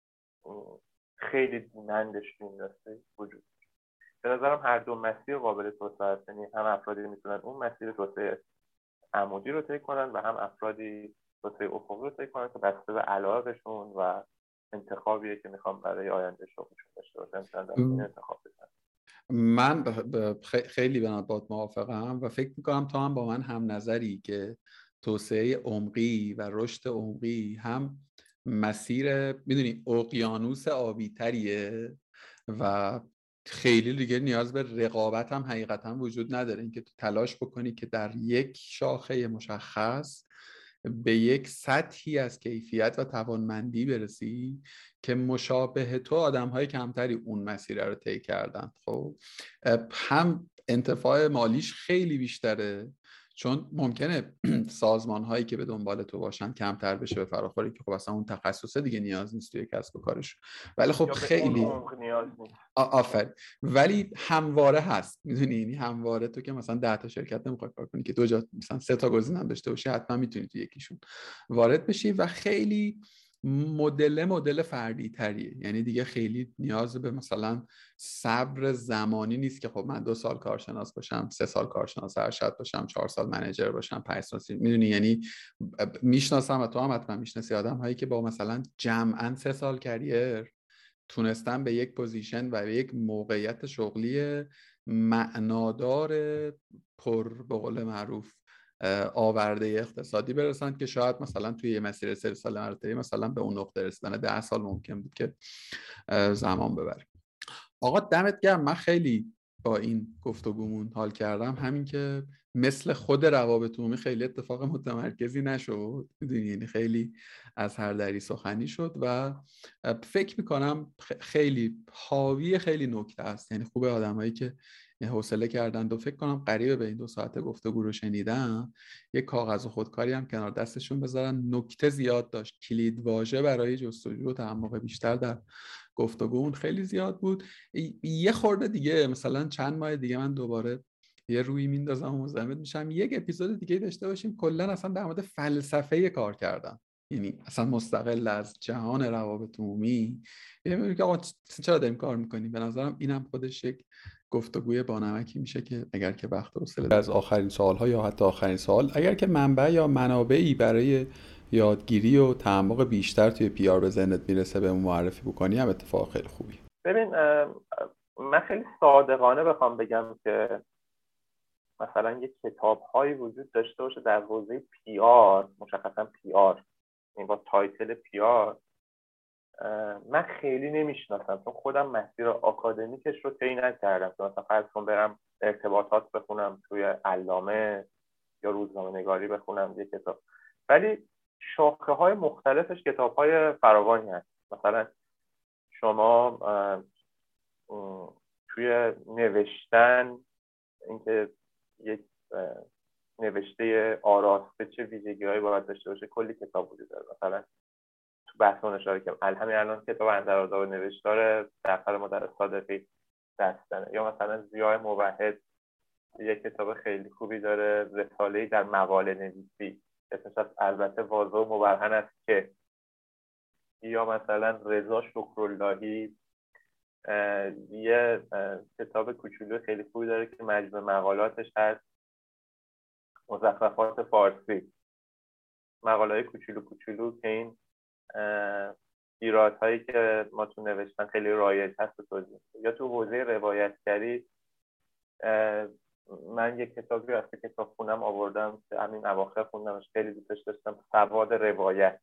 خیلی دیمندش تو این وجود. به نظرم هر دو مسیر قابل توسعه است، یعنی هم افرادی میتونن اون مسیر توسعه عمودی رو طی کنن و هم افرادی توسعه افقی رو طی کنن که بسته به علاقهشون و انتخابیه که میخوام برای آینده شغلشون داشته باشن میتونن این انتخاب بکنن. من خیلی به نظر موافقم و فکر میکنم تو هم با من هم نظری که توسعه عمقی و رشد عمقی هم مسیر میدونی اقیانوس آبی تریه و خیلی دیگه نیاز به رقابت هم حقیقتا وجود نداره، اینکه تو تلاش بکنی که در یک شاخه مشخص به یک سطحی از کیفیت و توانمندی برسی که مشابه تو آدم‌های کمتری اون مسیر رو طی کردن. خب هم انتفاع مالیش خیلی بیشتره، چون ممکنه سازمان هایی که به دنبال تو باشن کمتر بشه به فراخوری که خب اصلا اون تخصصه دیگه نیاز نیست توی کسب و کارش، ولی خب خیلی آفر ولی همواره هست. میدونی یعنی همواره تو که مثلا ده تا شرکت نمیخوای کار کنی که دو جا مثلا سه تا گزینه داشته باشی، حتما میتونی تو یکیشون وارد بشی و خیلی مدل مدل فردی تریه. یعنی دیگه خیلی نیاز به مثلا صبر زمانی نیست که خب من دو سال کارشناس باشم، سه سال کارشناس ارشد باشم، چهار سال منیجر باشم، پنج سال. میدونی یعنی میشناسم و تو هم حتما میشناسی آدم هایی که با مثلا جمعاً سه سال کریر تونستن به یک پوزیشن و به یک موقعیت شغلی معنادار پر به قول معروف آورده اقتصادی برسند که شاید مثلا توی یه مسیر سه سال مرتبه مثلا به اون نقطه رسیدن ده سال ممکن بود که زمان ببره. آقا دمت گرم، من خیلی با این گفتگومون حال کردم. همین که مثل خود روابط عمومی خیلی اتفاق متمرکزی نشد، میدونی یعنی خیلی از هر دری سخنی شد و فکر میکنم خیلی حاوی خیلی نکته است. یعنی خوبه آدمایی که حوصله کردن و فکر کنم قریبه به این دو ساعت گفتگو رو شنیدن یک کاغذ و خودکاری هم کنار دستشون بذارن. نکته زیاد داشت، کلید واژه برای جستجو و تعمق بیشتر در گفتگو خیلی زیاد بود. یه خورده دیگه مثلا چند ماه دیگه من دوباره یه روی میندازم و مزاحمت میشم یک اپیزود دیگه داشته باشیم کلا اصلا در مورد فلسفه کار کردن، یعنی اصلا مستقل از جهان روابط عمومی. ببینیم که آقا چرا داریم کار میکنیم. به نظرم اینم خودش یک گفتگوی بانمکی میشه که اگر که وقت و حوصله از آخرین سوال‌ها یا حتی آخرین سوال، اگر که منبع یا منابعی برای یادگیری و تعمق بیشتر توی پی آر به ذهنت میرسه به معرفی بکنی هم اتفاق خیلی خوبی. ببین من خیلی صادقانه بخوام بگم که مثلا یک کتاب‌هایی وجود داشته باشه در حوزه پی آر، مشخصا پی آر، این با تایتل پی آر من خیلی نمیشناسم، چون خودم مسیر آکادمیکش رو طی نکردم. مثلا فرض کن برم ارتباطات بخونم توی علامه یا روزنامه نگاری بخونم یه کتاب، ولی شاخه های مختلفش کتاب های فراوانی هست. مثلا شما توی نوشتن، اینکه یک نوشته آراسته چه ویژگی‌هایی باید داشته باشه، کلی کتاب وجود داره. مثلا تو بحث اون اشاره کردم، همین الان کتاب اندرآداب نوشتار سرور مدرس صادقی دستنه، یا مثلا ضیاء موحد یک کتاب خیلی خوبی داره، رساله‌ای در مقاله نویسی، اسمش البته واضح و مبرهن است که، یا مثلا رضا شکراللهی یه کتاب کوچولو خیلی خوبی داره که مجموع مقالاتش هست مزخرفات فارسی، مقاله‌های کوچولو کوچولو که این ایرادهایی که ما تو نوشتن خیلی رایج هست و توضیح. یا تو حوزه روایتگری من یک کتابی از کتاب خونم آوردم که همین اواخر خوندمش، خیلی دوستش داشتم، سواد روایت.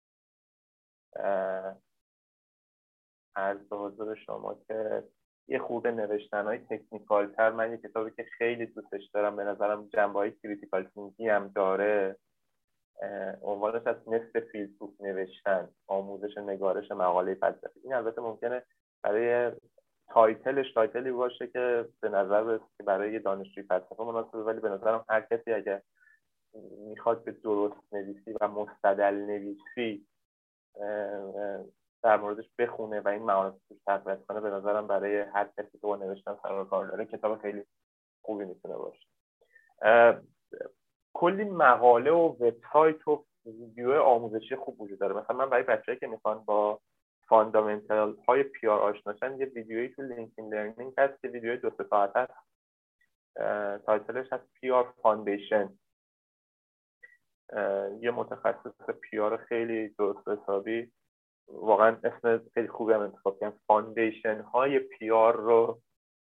عرض به حضور شما که یه خورده نوشتن‌های تکنیکال تر، من یه کتابی که خیلی دوستش دارم، به نظرم جنبه‌های کریتیکال تینکی هم داره، عنوانش از نصف فیلسوف نوشتن، آموزش نگارش مقاله فلسفی. این البته ممکنه برای تایتلش تایتلی باشه که به نظر برسه که برای یه دانشجوی فلسفه مناسبه، ولی به نظرم هر کسی اگه میخواد به درست نویسی و مستدل نویسی در موردش بخونه و این معارف توش تقویت کنه، به نظرم برای هر کسی که با نوشتن سر و کار داره کتاب خیلی خوبی میتونه باشه. کلی مقاله و وبسایت و ویدیو آموزشی خوب وجود داره. مثلا من برای بچه‌ای که میخوان با فاندامنتال های پی آر آشناشن، یه ویدیویی تو لینکدین لرنینگ هست که ویدیوی دو سه ساعته است، تایتلش هست پی آر فاندیشن. یه متخصص پی آر خیلی درست حسابی، واقعا اسم خیلی خوبی هم انتخاب کردن، فاندیشن های پی آر رو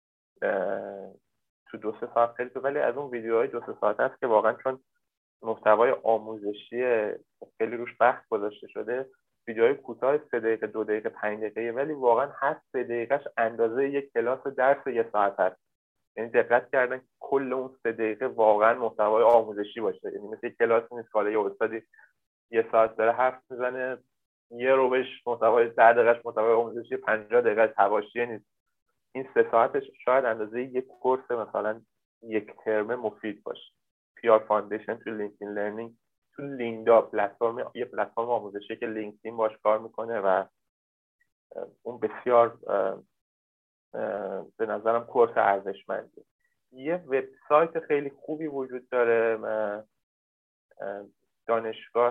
تو دو سه ساعت خیلی تو، ولی از اون ویدیوهای دو سه ساعت هست که واقعا چون محتوای آموزشی خیلی روش وقت گذاشته شده، ویدیوهای کوتاه سه دقیقه دو دقیقه پنج دقیقه، ولی واقعا هر سه دقیقهش اندازه یک کلاس درس یه ساعت هست. یعنی دقت کردن کل اون سه دقیقه واقعا محتوای آموزشی باشه، یعنی مثل کلاس نیست که یه استادی یه ساعت داره حرف میزنه، یه روبش محتوای ده دقیقهش محتوای آموزشی، پنجاه دقیقه حواشیه نیست. این سه ساعتش شاید اندازه یک کورس مثلا یک ترم مفید باشه. پی آر فاندیشن تو لینکدین لرنینگ، تو لیندا پلتفرم، یه پلتفرم آموزشی که لینکدین باش کار میکنه و اون بسیار به نظرم کورس ارزشمندیه. یه وبسایت خیلی خوبی وجود داره، دانشگاه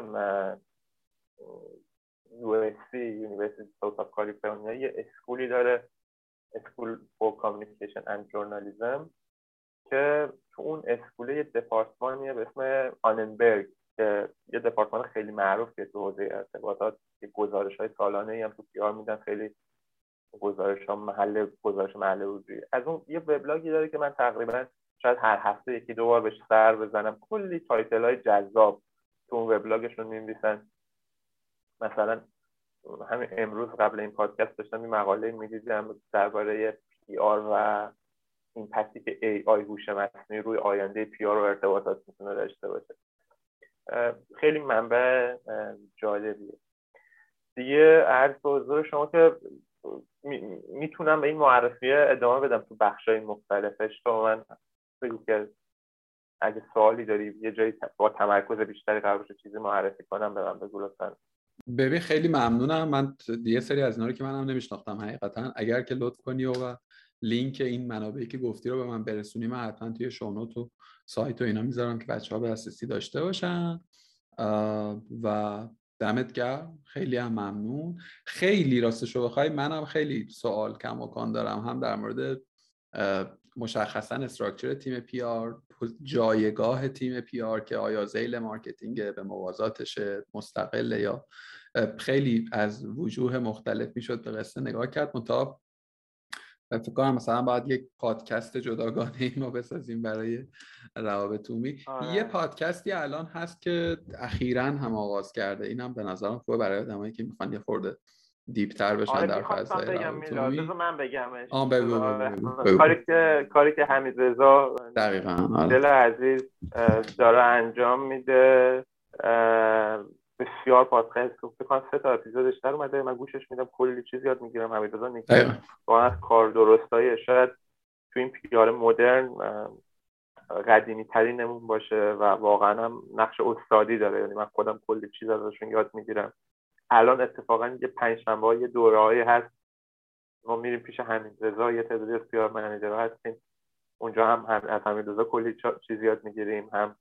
یو اس سی University of South California یه اسکولی داره، School for Communication and Journalism، که تو اون اسکوله یه دپارتمانیه به اسم آننبرگ که یه دپارتمان خیلی معروفه تو حوزه ارتباطات، که گزارش‌های سالانه‌ای هم تو پی آر میدن، خیلی گزارش‌ها محل گزارش محل حضوری. از اون یه وبلاگی داره که من تقریبا شاید هر هفته یکی دو بار بهش سر بزنم، کلی تایتل‌های جذاب تو اون وبلاگشون می‌نویسن. مثلا همین امروز قبل این پادکست داشتم این مقاله می‌دیدم درباره پی آر و ایمپکتی که ای آی هوش مصنوعی روی آینده پی آر و ارتباطات میتونه داشته باشه. خیلی منبع جالبیه. دیگه عرض به حضور شما که میتونم به این معرفیه ادامه بدم تو بخشای مختلفش، تو من بگو که اگه سوالی داری یه جایی با تمرکز بیشتری قرار بشه چیزی معرفی کنم به من بگو لطفاً. ببین خیلی ممنونم. من یه سری از اینا رو که منم نمیشناختم حقیقتا، اگر که لطف کنی و لینک این منابعی که گفتی رو به من برسونی، من حتما توی شونوت و سایت و اینا میذارم که بچه‌ها به دسترسی داشته باشن. و دمت گرم، خیلی هم ممنون. خیلی راستشو بخوای منم خیلی سوال کماکان دارم، هم در مورد مشخصا استراکچر تیم پی آر، جایگاه تیم پی آر که آیا ذیل مارکتینگ به موازاتشه، مستقله، یا خیلی از وجوه مختلف میشد به قصه نگاه کرد. منتها فکر کنم مثلا باید یک پادکست جداگانه ای ما بسازیم برای روابط عمومی. یه پادکستی الان هست که اخیراً هم آغاز کرده، اینم به نظرم خوبه برای آدمایی که میخوان یه خورده دیپتر بشن آره در میخواستم فضای بگم روابط میلاد، عمومی. بذار من بگمش. آه بگو بگو آره. بگو بگو. کاری که کاری که حمیدرضا دقیقاً آره. دل عزیز داره انجام میده، بسیار پادکست فکر کنم سه تا اپیزودش در اومده، من گوشش میدم کلی چیز یاد میگیرم. حمیدرضا نیکل با از کار درستای شاید تو این پیار مدرن قدیمی ترین نمون باشه و واقعا هم نقش استادی داره، یعنی من خودم کلی چیز ازشون یاد میگیرم. الان اتفاقا یه پنج شنبه‌ها یه دوره‌ای هست ما میریم پیش حمیدرضا، یه تعدادی از پیار منیجرها هستیم اونجا، هم, هم از حمیدرضا کلی چیز یاد میگیریم، هم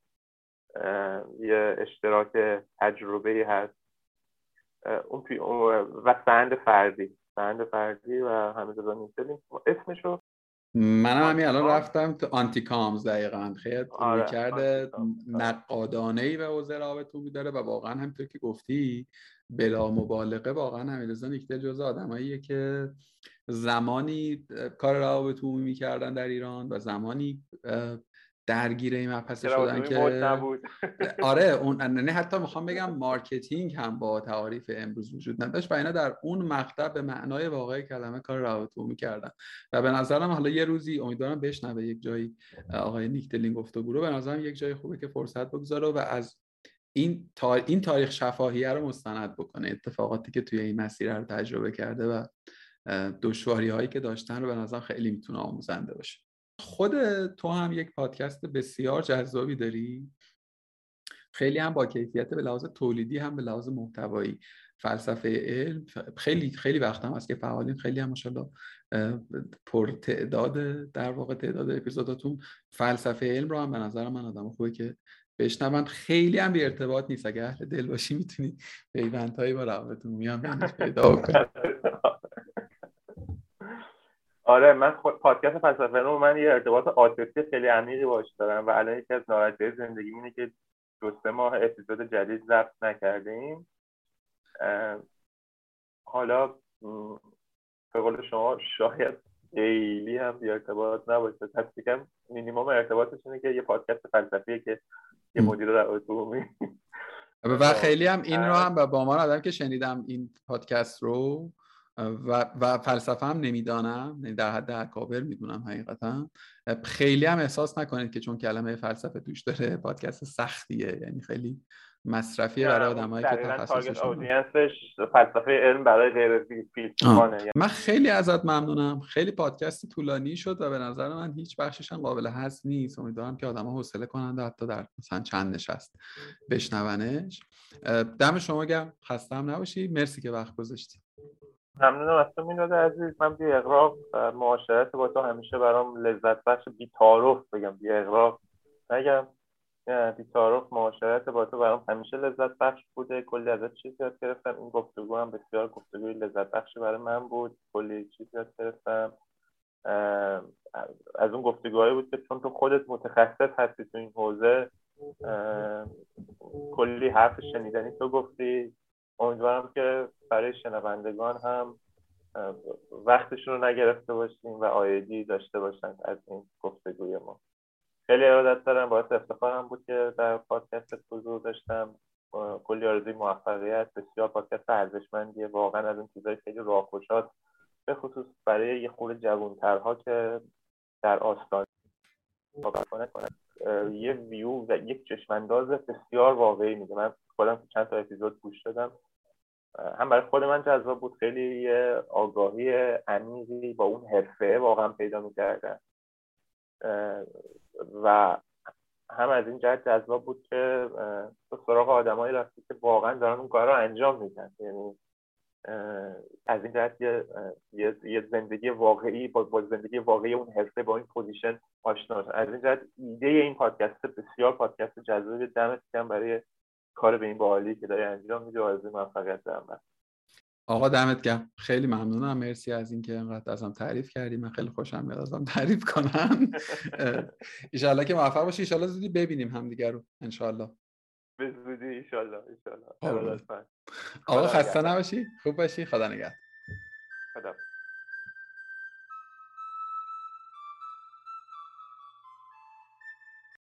یه اشتراک تجربه‌ای هست. اون پی... و سند فردی سند فردی و حمیدرضا نیکل اسمشو منم همین الان رفتم تو آنتی کامز. دقیقاً خیلی روی کرده نقادانه‌ای به حوزه روابط عمومی داره و واقعا همونطور که گفتی بلا مبالغه واقعا حمیدرضا نیکل جزو آدماییه که زمانی کار روابط عمومی می‌کردن در ایران و زمانی درگیر این مبحث شدن که آره اون نه حتی میخوام بگم مارکتینگ هم با تعاریف امروز وجود نداشت و اینا در اون مقطع به معنای واقعی کلمه کار روابط عمومی کردن و به نظرم حالا یه روزی امیدوارم بشنوه یک جایی آقای نیکل این گفتگو رو، به نظرم یک جای خوبه که فرصت بگذاره و از این تاریخ این تاریخ شفاهیه رو مستند بکنه، اتفاقاتی که توی این مسیر رو تجربه کرده و دشواری هایی که داشتن رو به نظرم خیلی میتونه آموزنده باشه. خود تو هم یک پادکست بسیار جذابی داری، خیلی هم با کیفیت به لحاظ تولیدی هم به لحاظ محتوایی. فلسفه علم خیلی خیلی وقت هم هست که فعالین، خیلی هم ماشاءالله پر تعداد در واقع تعداد اپیزوداتون فلسفه علم رو هم به نظر من آدم خوبه که بشنون. خیلی هم بی ارتباط نیست، اگه اهل دل باشی میتونی پیوندهایی با روابط عمومی هم بینش پیدا کنی. آره من پادکست فلسفه علم من یه ارتباط عاطفی خیلی عمیقی باهاش دارم و الان یکی از ناراحتی‌های زندگی اینه که دو سه ماه اپیزود جدید ضبط نکردیم. حالا به قول شما شاید خیلی هم بی ارتباط نباشه، تصدیق کم مینیمم ارتباطش اینه که یه پادکست فلسفیه که یه مدیر روابط عمومی و خیلی هم این رو هم با ما آدم که شنیدم این پادکست رو و و فلسفه هم نمیدانم، در حد اکابر میدونم حقیقتا، خیلی هم احساس نکنید که چون کلمه فلسفه توش داره پادکست سختیه، یعنی خیلی مصرفیه برای آدمایی که تخصصشون اودینسش فلسفه علم برای غیر فیلسوفانه. من خیلی ازت ممنونم، خیلی پادکست طولانی شد و به نظر من هیچ بخشش هم قابل حذف نیست. امیدوارم که آدما حوصله کنند و حتی در مثلا چند نشست بشنونش. دم شما گرم، خسته هم نباشی، مرسی که وقت گذاشتی. ممنونم از تو میلاد عزیز. من بی اغراق معاشرت با تو همیشه برام لذت بخش، بی تعارف بگم بی اغراق نگم، بی تعارف معاشرت با تو برام همیشه لذت بخش بوده. کلی ازت چیز یاد گرفتم، این گفتگو هم بسیار گفتگوی لذت بخشی برای من بود، کلی چیز یاد گرفتم. از اون گفتگوهایی بود که چون تو خودت متخصص هستی تو این حوزه کلی حرف شنیدنی تو گفتی. امیدوارم که برای شنوندگان هم وقتشون رو نگرفته باشیم و آیدی داشته باشن از این گفتگوی ما. خیلی ارادت دارم، باعث افتخارم بود که در پادکست حضور داشتم. کلی آرزوی موفقیت. بسیار پادکست ارزشمندیه واقعا، از اون چیزای خیلی راهگشاست به خصوص برای یه خورده جوان‌ترها که در آستانه کنه کنه یه ویو و یک چشمانداز بسیار واقعی میده. من خودم چند تا اپیزود گوش دادم، هم برای خود من جذاب بود، خیلی یه آگاهی عمیقی با اون حرفه واقعا پیدا می‌کردم و هم از این جهت جذاب بود که تو سراغ آدمایی رفتی که واقعا دارن اون کار رو انجام میدن، یعنی از این جهت یه, یه،, یه زندگی واقعی با, با زندگی واقعی اون حرفه با این پوزیشن آشنا شدن. از این جهت ایده این پادکست بسیار پادکست جذابی. دمت گرم برای کار به این باحالی که داری انجام میدی و آرزوی موفقیت دارم. آقا دمت گرم، خیلی ممنونم، مرسی از اینکه انقدر ازم تعریف کردی. من خیلی خوشم میاد ازم تعریف کنن. ان شاءالله که موفق باشی، ان شاءالله زودی ببینیم همدیگه رو ان شاءالله. به زودی ان شاءالله ان شاءالله. آقا خسته نباشی، خوب باشی، خدا نگهدار. خدا